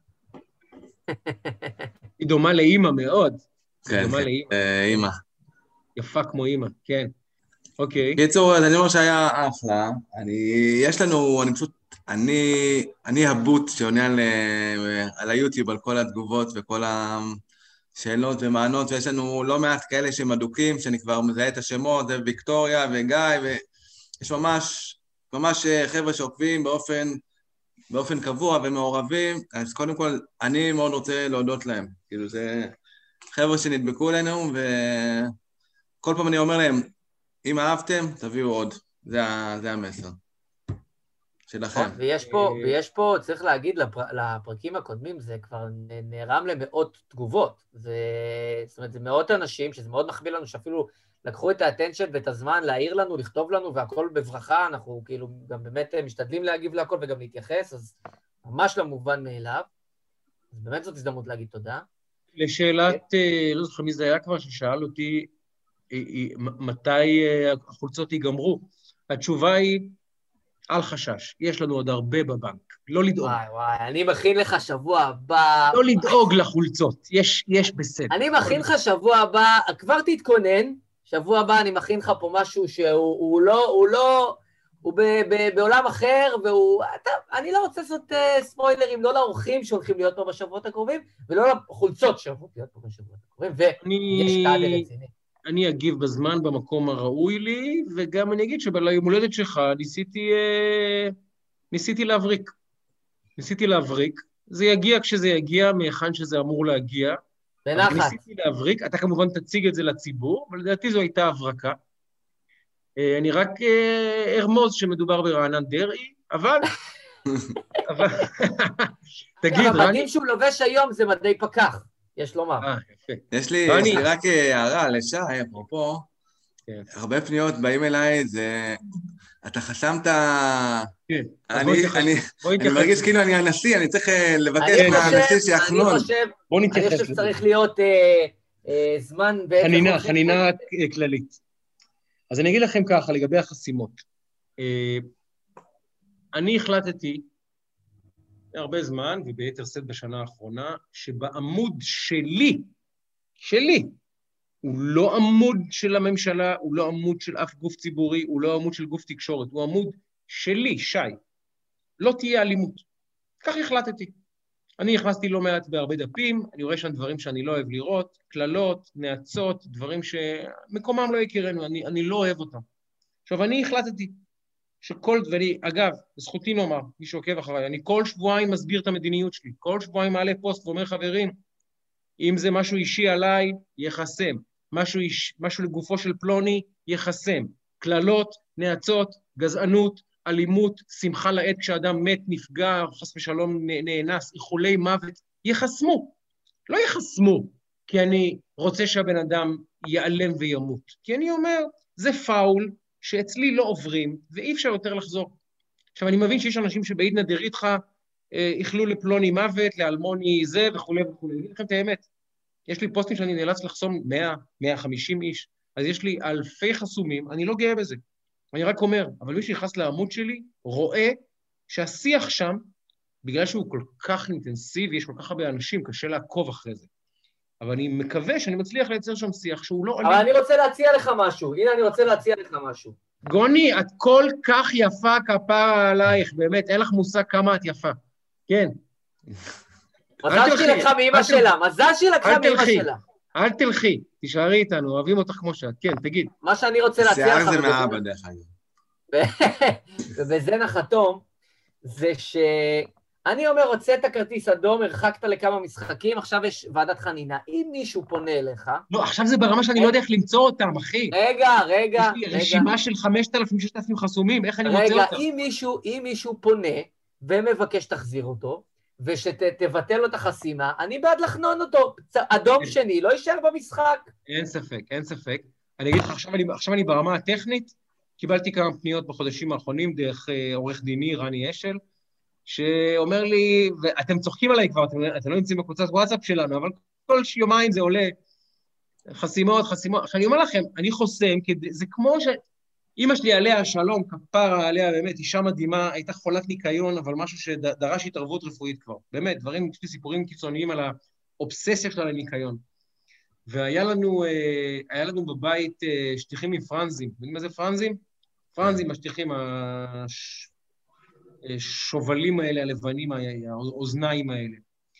S3: היא דומה לאמא מאוד.
S4: כן, אמא.
S3: יפה כמו אמא, כן. אוקיי.
S4: קיצור, אני אומר שהיה אחלה. יש לנו, אני הבוט שעונה על היוטיוב, על כל התגובות וכל השאלות ומענות, ויש לנו לא מעט כאלה שהם אדוקים, שאני כבר מזהה את השמות, זה ויקטוריה וגיא, ויש ממש חבר'ה שעוקבים באופן קבוע ומעורבים, אז קודם כל, אני מאוד רוצה להודות להם. כאילו, זה חבר'ה שנדבקו אלינו, וכל פעם אני אומר להם, אם אהבתם, תביאו עוד. זה המסר שלכם.
S2: ויש פה, צריך להגיד, לפרקים הקודמים, זה כבר נערם למאות תגובות. זאת אומרת, זה מאות אנשים, שזה מאוד מחמיא לנו, שאפילו לקחו את האטנשן ואת הזמן להעיר לנו, לכתוב לנו, והכל בברכה, אנחנו כאילו גם באמת משתדלים להגיב להכל וגם להתייחס, אז ממש לא מובן מאליו. אז באמת זאת הזדמנות להגיד תודה.
S3: לשאלת, לא זוכר מי זה היה כבר, ששאל אותי, מתי החולצות ייגמרו? התשובה היא, אל חשש, יש לנו עוד הרבה בבנק, לא לדאוג.
S2: וואי, אני מכין לך שבוע הבא.
S3: לא לדאוג לחולצות, יש בסדר.
S2: אני מכין לך שבוע הבא, כבר תתכונן, שבוע הבא אני מכין לך פה משהו שהוא לא, הוא בעולם אחר, אני לא רוצה לעשות ספוילרים, לא לאורחים שהולכים להיות פה בשבועות הקרובים, ולא לחולצות שהולכות להיות פה בשבועות הקרובים, ויש קאדר רציני.
S3: אני אגיב בזמן במקום הראוי לי, וגם אני אגיד שביום הולדת שלך ניסיתי להבריק. זה יגיע כשזה יגיע, מהיכן שזה אמור להגיע.
S2: בנחת.
S3: ניסיתי להבריק, אתה כמובן תציג את זה לציבור, אבל לדעתי זו הייתה הברקה. אני רק ארמוז שמדובר ברענן דרעי, אבל...
S2: תגיד, רני... המדים שהוא לובש היום זה מדי פקח. יש לומר.
S4: יפה. יש לי רק הערה לשי, אפרופו, הרבה פניות באים אליי, זה... אתה חסמת... אני מרגיש כאילו אני הנשיא, אני צריך לבקש מהנשיא שיחנון.
S2: אני חושב שצריך להיות זמן...
S3: חנינה כללית. אז אני אגיד לכם ככה, לגבי החסימות. אני החלטתי, הרבה זמן, וביתר שאת בשנה האחרונה, שבעמוד שלי, הוא לא עמוד של הממשלה, הוא לא עמוד של אף גוף ציבורי, הוא לא עמוד של גוף תקשורת, הוא עמוד שלי, שי. לא תהיה אלימות. כך החלטתי. אני הכנסתי לא מעט בהרבה דפים, אני רואה שם דברים שאני לא אוהב לראות, כללות, נעצות, דברים שמקומם לא יכירנו, אני לא אוהב אותם. עכשיו, אני החלטתי, ואני, אגב, זכותי נאמר, מי שעוקב אחריי, אני כל שבועיים מסביר את המדיניות שלי, כל שבועיים מעלה פוסט ואומר, חברים, אם זה משהו אישי עליי, יחסם, משהו לגופו של פלוני, יחסם, כללות, נעצות, גזענות, אלימות, שמחה לעד כשאדם מת, נפגע, חס ושלום נאנס, איחולי מוות, יחסמו, לא יחסמו, כי אני רוצה שהבן אדם ייעלם וימות, כי אני אומר, זה פאול, שאצלי לא עוברים, ואי אפשר יותר לחזור. עכשיו, אני מבין שיש אנשים שבעידנא דריתחא איחלו לפלוני מוות, לאלמוני זה וכו' וכו'. אני אגיד לכם את האמת, יש לי פוסטים שאני נאלץ לחסום 100, 150 איש, אז יש לי אלפי חסומים, אני לא גאה בזה. אני רק אומר, אבל מי שנכנס לעמוד שלי, רואה שהשיח שם, בגלל שהוא כל כך אינטנסיבי, יש כל כך הרבה אנשים, קשה לעקוב אחרי זה. אבל אני מקווה שאני מצליח לייצר שם שיח שהוא לא...
S2: אבל אני רוצה להציע לך משהו. הנה, אני רוצה להציע לך משהו.
S3: גוני, את כל כך יפה כפרה עלייך, באמת, אין לך מושג כמה את יפה. כן.
S2: מזל שלקחה מאמא שלה, מזל שלקחה מאמא שלה.
S3: אל תלכי, תישארי איתנו, אוהבים אותך כמו שאת. כן, תגיד.
S2: מה שאני רוצה להציע לך...
S4: שיער זה מהאבא דרך אגב.
S2: ובזה נחתום, זה ש... אני אומר, הוצאת כרטיס אדום, הרחקת לכמה משחקים, עכשיו יש ועדת חנינה. אם מישהו פונה אליך...
S3: לא, עכשיו זה ברמה שאני לא יודע איך למצוא אותם, אחי.
S2: רגע.
S3: יש לי רשימה של 5,000-6,000 חסומים, איך אני מוצא אותם?
S2: רגע, אם מישהו פונה ומבקש תחזיר אותו, ושתבטל לו את החסימה, אני בעד לחנון אותו. אדום שני, לא יישאר במשחק.
S3: אין ספק. אני אגיד לך, עכשיו אני ברמה הטכנית, קיבלתי כמה פניות בחודשים האחרונים, דרך עורך דיני, רני אשל, שאומר לי, ואתם צוחקים עליי כבר, אתם לא נמצאים בקבוצת וואטסאפ שלנו, אבל כל יומיים זה עולה, חסימות. עכשיו אני אומר לכם, אני חוסם, זה כמו אמא שלי עליה שלום, כפרה עליה, באמת, אישה מדהימה, הייתה חולת ניקיון, אבל משהו שדרש התערבות רפואית כבר. באמת, דברים, יש לי סיפורים קיצוניים על האובססיה שלה לניקיון. והיה לנו בבית שטיחים מפרנזים. יודעים מה זה פרנזים? פרנזים, השטיחים, השובלים האלה, הלבנים, האוזניים האלה.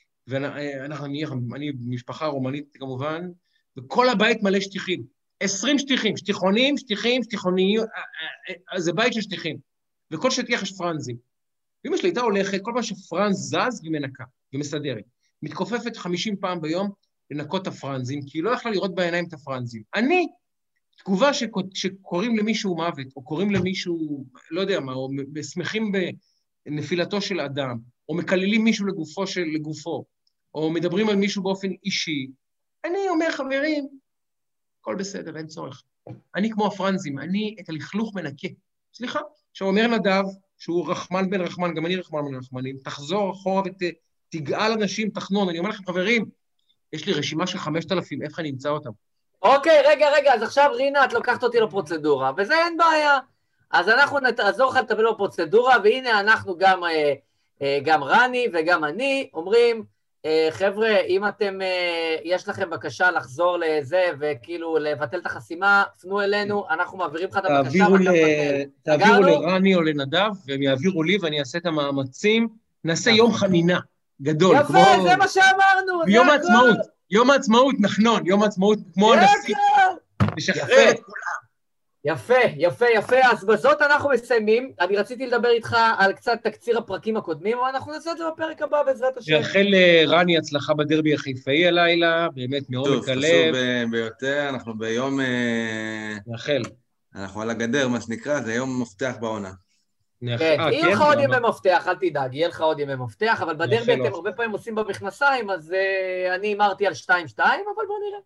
S3: אני משפחה רומנית כמובן, וכל הבית מלא שטיחים. 20 שטיחים, שטיחוניים, זה בית של שטיחים. וכל שטיח יש פרנזים. ואמא שלי הייתה הולכת, כל פעם שפרנז זז ומנקה, ומסדרת. מתכופפת 50 פעם ביום לנקות את הפרנזים, כי היא לא יכלה לראות בעיניים את הפרנזים. אני, תגובה שקוראים למישהו מוות, או קוראים למישהו, לא יודע מה, או שמחים בנפילתו של אדם, או מקללים מישהו לגופו, או מדברים על מישהו באופן אישי, אני אומר, חברים, הכל בסדר, אין צורך. אני כמו הפרנזים, אני את הלכלוך מנקה. סליחה, עכשיו אומר נדב, שהוא רחמן בן רחמן, גם אני רחמן בן רחמנים, תחזור אחורה ותגאל אנשים, תחנון. אני אומר לכם, חברים, יש לי רשימה של 5,000, איפה אני אמצא אותם?
S2: אוקיי, רגע, אז עכשיו רינה, את לוקחת אותי לפרוצדורה, וזה אין בעיה. אז אנחנו נעזור לך לטפל בפרוצדורה, והנה אנחנו גם רני וגם אני אומרים, חבר'ה, אם אתם, יש לכם בקשה לחזור לזה, וכאילו לבטל את החסימה, פנו אלינו, אנחנו מעבירים לך את הבקשה.
S3: תעבירו לרני או לנדב, והם יעבירו לי, ואני אעשה את המאמצים, נעשה יום חנינה גדול.
S2: יפה, זה מה שאמרנו.
S3: יום העצמאות, נחנון, יום העצמאות, כמו הנשיא. נשחרר את כולם.
S2: יפה, אז בזאת אנחנו מסיימים. אני רציתי לדבר איתך על קצת תקציר הפרקים הקודמים, אבל אנחנו נעשה את זה בפרק הבא בעזרת השם.
S3: נאחל רני הצלחה בדרבי החיפאי הלילה, באמת מאוד מקלב.
S4: טוב, חשוב ביותר, אנחנו ביום...
S3: נאחל.
S4: אנחנו על הגדר, מה שנקרא, זה יום מפתח בעונה.
S2: יהיה לך עוד ימי מפתח, אל תדאג, יהיה לך עוד ימי מפתח, אבל בדרבי אתם הרבה פעמים עושים במכנסיים, אז אני אמרתי על 2-2, אבל בואו נראה.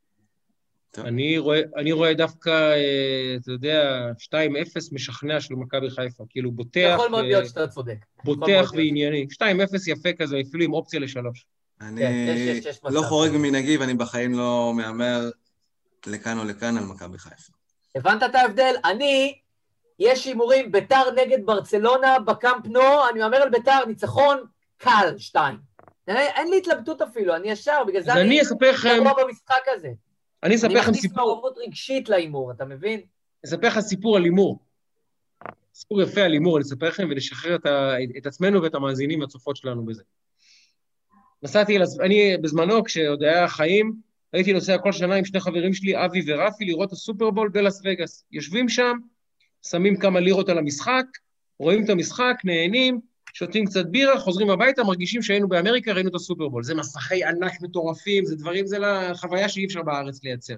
S3: אני רואה דווקא, אתה יודע, 2-0 משכנע של מכבי חיפה, כאילו בוטח...
S2: יכול מאוד להיות שאתה צודק.
S3: בוטח וענייני. 2-0 יפה כזה, אפילו עם אופציה ל3.
S4: אני לא חורג ממנהגי, ואני בחיים לא מאמר לכאן או לכאן על מכבי חיפה.
S2: הבנת את ההבדל? יש הימורים, ביתר נגד ברצלונה בקאמפ נו, אני מאמר על ביתר, ניצחון, קל, 2. אין לי התלבטות אפילו, אני ישר, בגלל זה אני לא במשחק הזה.
S3: אני
S2: מכניס מעורבות רגשית להימור, אתה מבין?
S3: אספר לך סיפור על הימור. סיפור יפה על הימור, אני אספר לכם ולשחרר את עצמנו ואת המאזינים והצופות שלנו בזה. אני בזמנו, כשעוד היה חיים, הייתי נוסע כל שנה עם 2 חברים שלי, אבי ורפי, לראות את הסופרבול בלאס וגאס. יושבים שם, שמים כמה לירות על המשחק, רואים את המשחק, נהנים, שותים קצת בירה, חוזרים הביתה, מרגישים שהיינו באמריקה, ראינו את הסופרבול. זה מסכי ענק מטורפים, זה דברים, זה לחוויה שאי אפשר בארץ לייצר.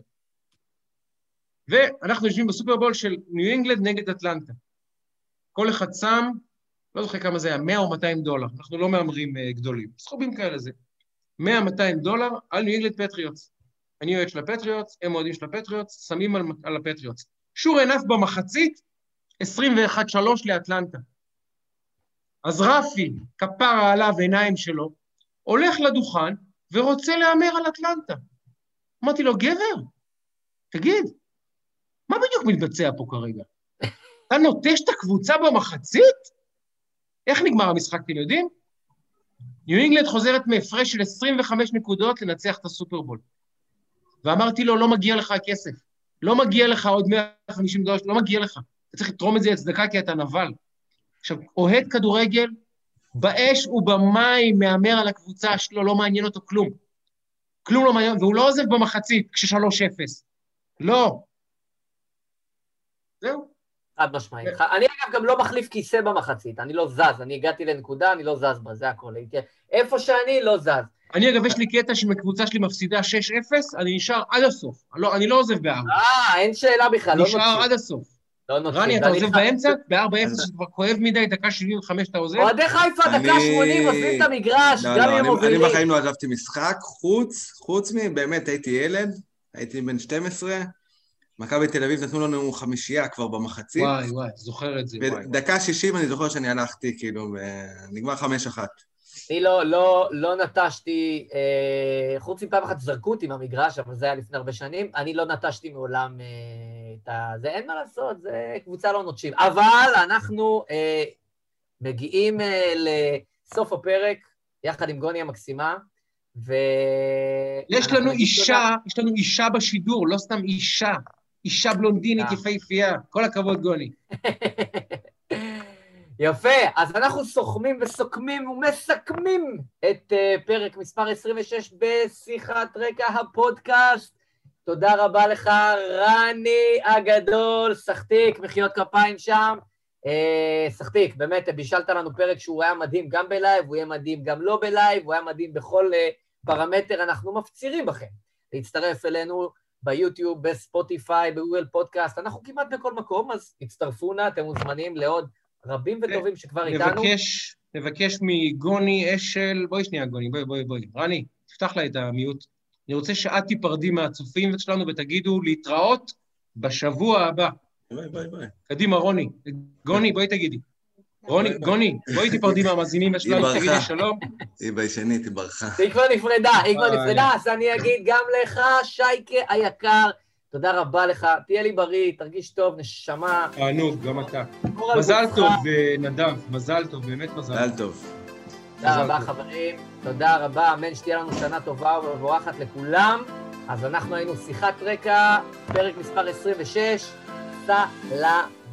S3: ואנחנו יושבים בסופרבול של ניו אינגלנד נגד אטלנטה. כל אחד שם, לא זוכר כמה זה היה, 100 או 200 דולר. אנחנו לא מאמרים גדולים. סכומים כאלה זה. 100-200 דולר על ניו אינגלנד פטריוטס. אני אוהד של הפטריוטס, הם אוהדים של הפטריוטס, שמים על הפטריוטס. שור ענף במחצית, 21-3 לאטלנטה. אז רפי, כפרה עליו עיניים שלו, הולך לדוכן ורוצה לאמר על אטלנטה. אמרתי לו, גבר, תגיד, מה בדיוק מתבצע פה כרגע? אתה נוטש את הקבוצה במחצית? איך נגמר המשחק, אתם יודעים? ניו אינגלנד חוזרת מהפרש של 25 נקודות לנצח את הסופרבול. ואמרתי לו, לא מגיע לך הכסף. לא מגיע לך עוד 150 דולר, לא מגיע לך. אתה צריך לתרום את זה לצדקה כי אתה נבל. עכשיו, אוהד כדורגל, באש ובמים מאמר על הקבוצה שלו, לא מעניין אותו כלום. כלום לא מעניין, והוא לא עוזב במחצית כש3-0. לא. זהו.
S2: חד משמעית. אני אגב גם לא מחליף כיסא במחצית, אני לא זז, אני הגעתי לנקודה, אני לא זז בה, זה הכל. איפה שאני לא זז.
S3: אני אגב, יש לי קטע שמקבוצה שלי מפסידה 6-0, אני נשאר עד הסוף. אני לא עוזב ב-4.
S2: אין שאלה בכלל, לא נוציא.
S3: נשאר עד הסוף.
S2: לא נוציא.
S3: רני, אתה עוזב באמצע? ב-4-0 שכבר כואב מדי, דקה 75 אתה עוזב?
S2: אוהדי חיפה, דקה 80, עוזבים את המגרש, גם אם הם מובילים.
S4: אני בחיים לא עזבתי משחק, חוץ באמת הייתי ילד, הייתי בן 12, מכבי תל אביב נתנו לנו 5 כבר במחצית.
S3: וואי, זוכר את זה.
S4: בדקה 60 אני זוכר שאני הלכתי, כאילו, נגמר 5-1.
S2: אני לא נטשתי, חוץ מפעם אחת זרקו אותי מהמגרש, אבל זה היה לפני הרבה שנים, אני לא נטשתי מעולם את זה, אין מה לעשות, זה קבוצה לא נוטשים. אבל אנחנו מגיעים לסוף הפרק, יחד עם גוני המקסימה,
S3: יש לנו אישה בשידור, לא סתם אישה בלונדינית יפהפייה, כל הכבוד גוני.
S2: יפה, אז אנחנו סוכמים וסוכמים ומסכמים את פרק מספר 26 בשיחת רקע הפודקאסט. תודה רבה לך, רני הגדול, סחטיק, מחיאות כפיים שם. סחטיק, באמת, בישלת לנו פרק שהוא היה מדהים גם בלייב, הוא יהיה מדהים גם לא בלייב, הוא היה מדהים בכל פרמטר, אנחנו מפצירים בכם להצטרף אלינו ביוטיוב, בספוטיפיי, בגוגל פודקאסט, אנחנו כמעט בכל מקום, אז הצטרפו נא, אתם מוזמנים לעוד רבים וטובים שכבר איתנו.
S3: נבקש מגוני אשל, בואי שנייה גוני, בואי. רני, תפתח לה את המיוט. אני רוצה שאת תיפרדי מהצופים שלנו ותגידו להתראות בשבוע הבא.
S4: ביי.
S3: קדימה רוני, גוני בואי תגידי. גוני, בואי תיפרדי מהמאזינים שלנו, תגידי שלום.
S4: היא ביישנית, היא ברחה.
S2: היא כבר נפרדה, אז אני אגיד גם לך, שייקה היקר, תודה רבה לך, תהיה לי בריא, תרגיש טוב, נשמה.
S3: תענוג, גם אתה. מזל טוב, נדב, מזל טוב, באמת מזל טוב.
S2: תודה רבה חברים, תודה רבה, אמן שתהיה לנו שנה טובה ומבורכת לכולם. אז אנחנו היינו שיחת רקע, פרק מספר 26, סלאם.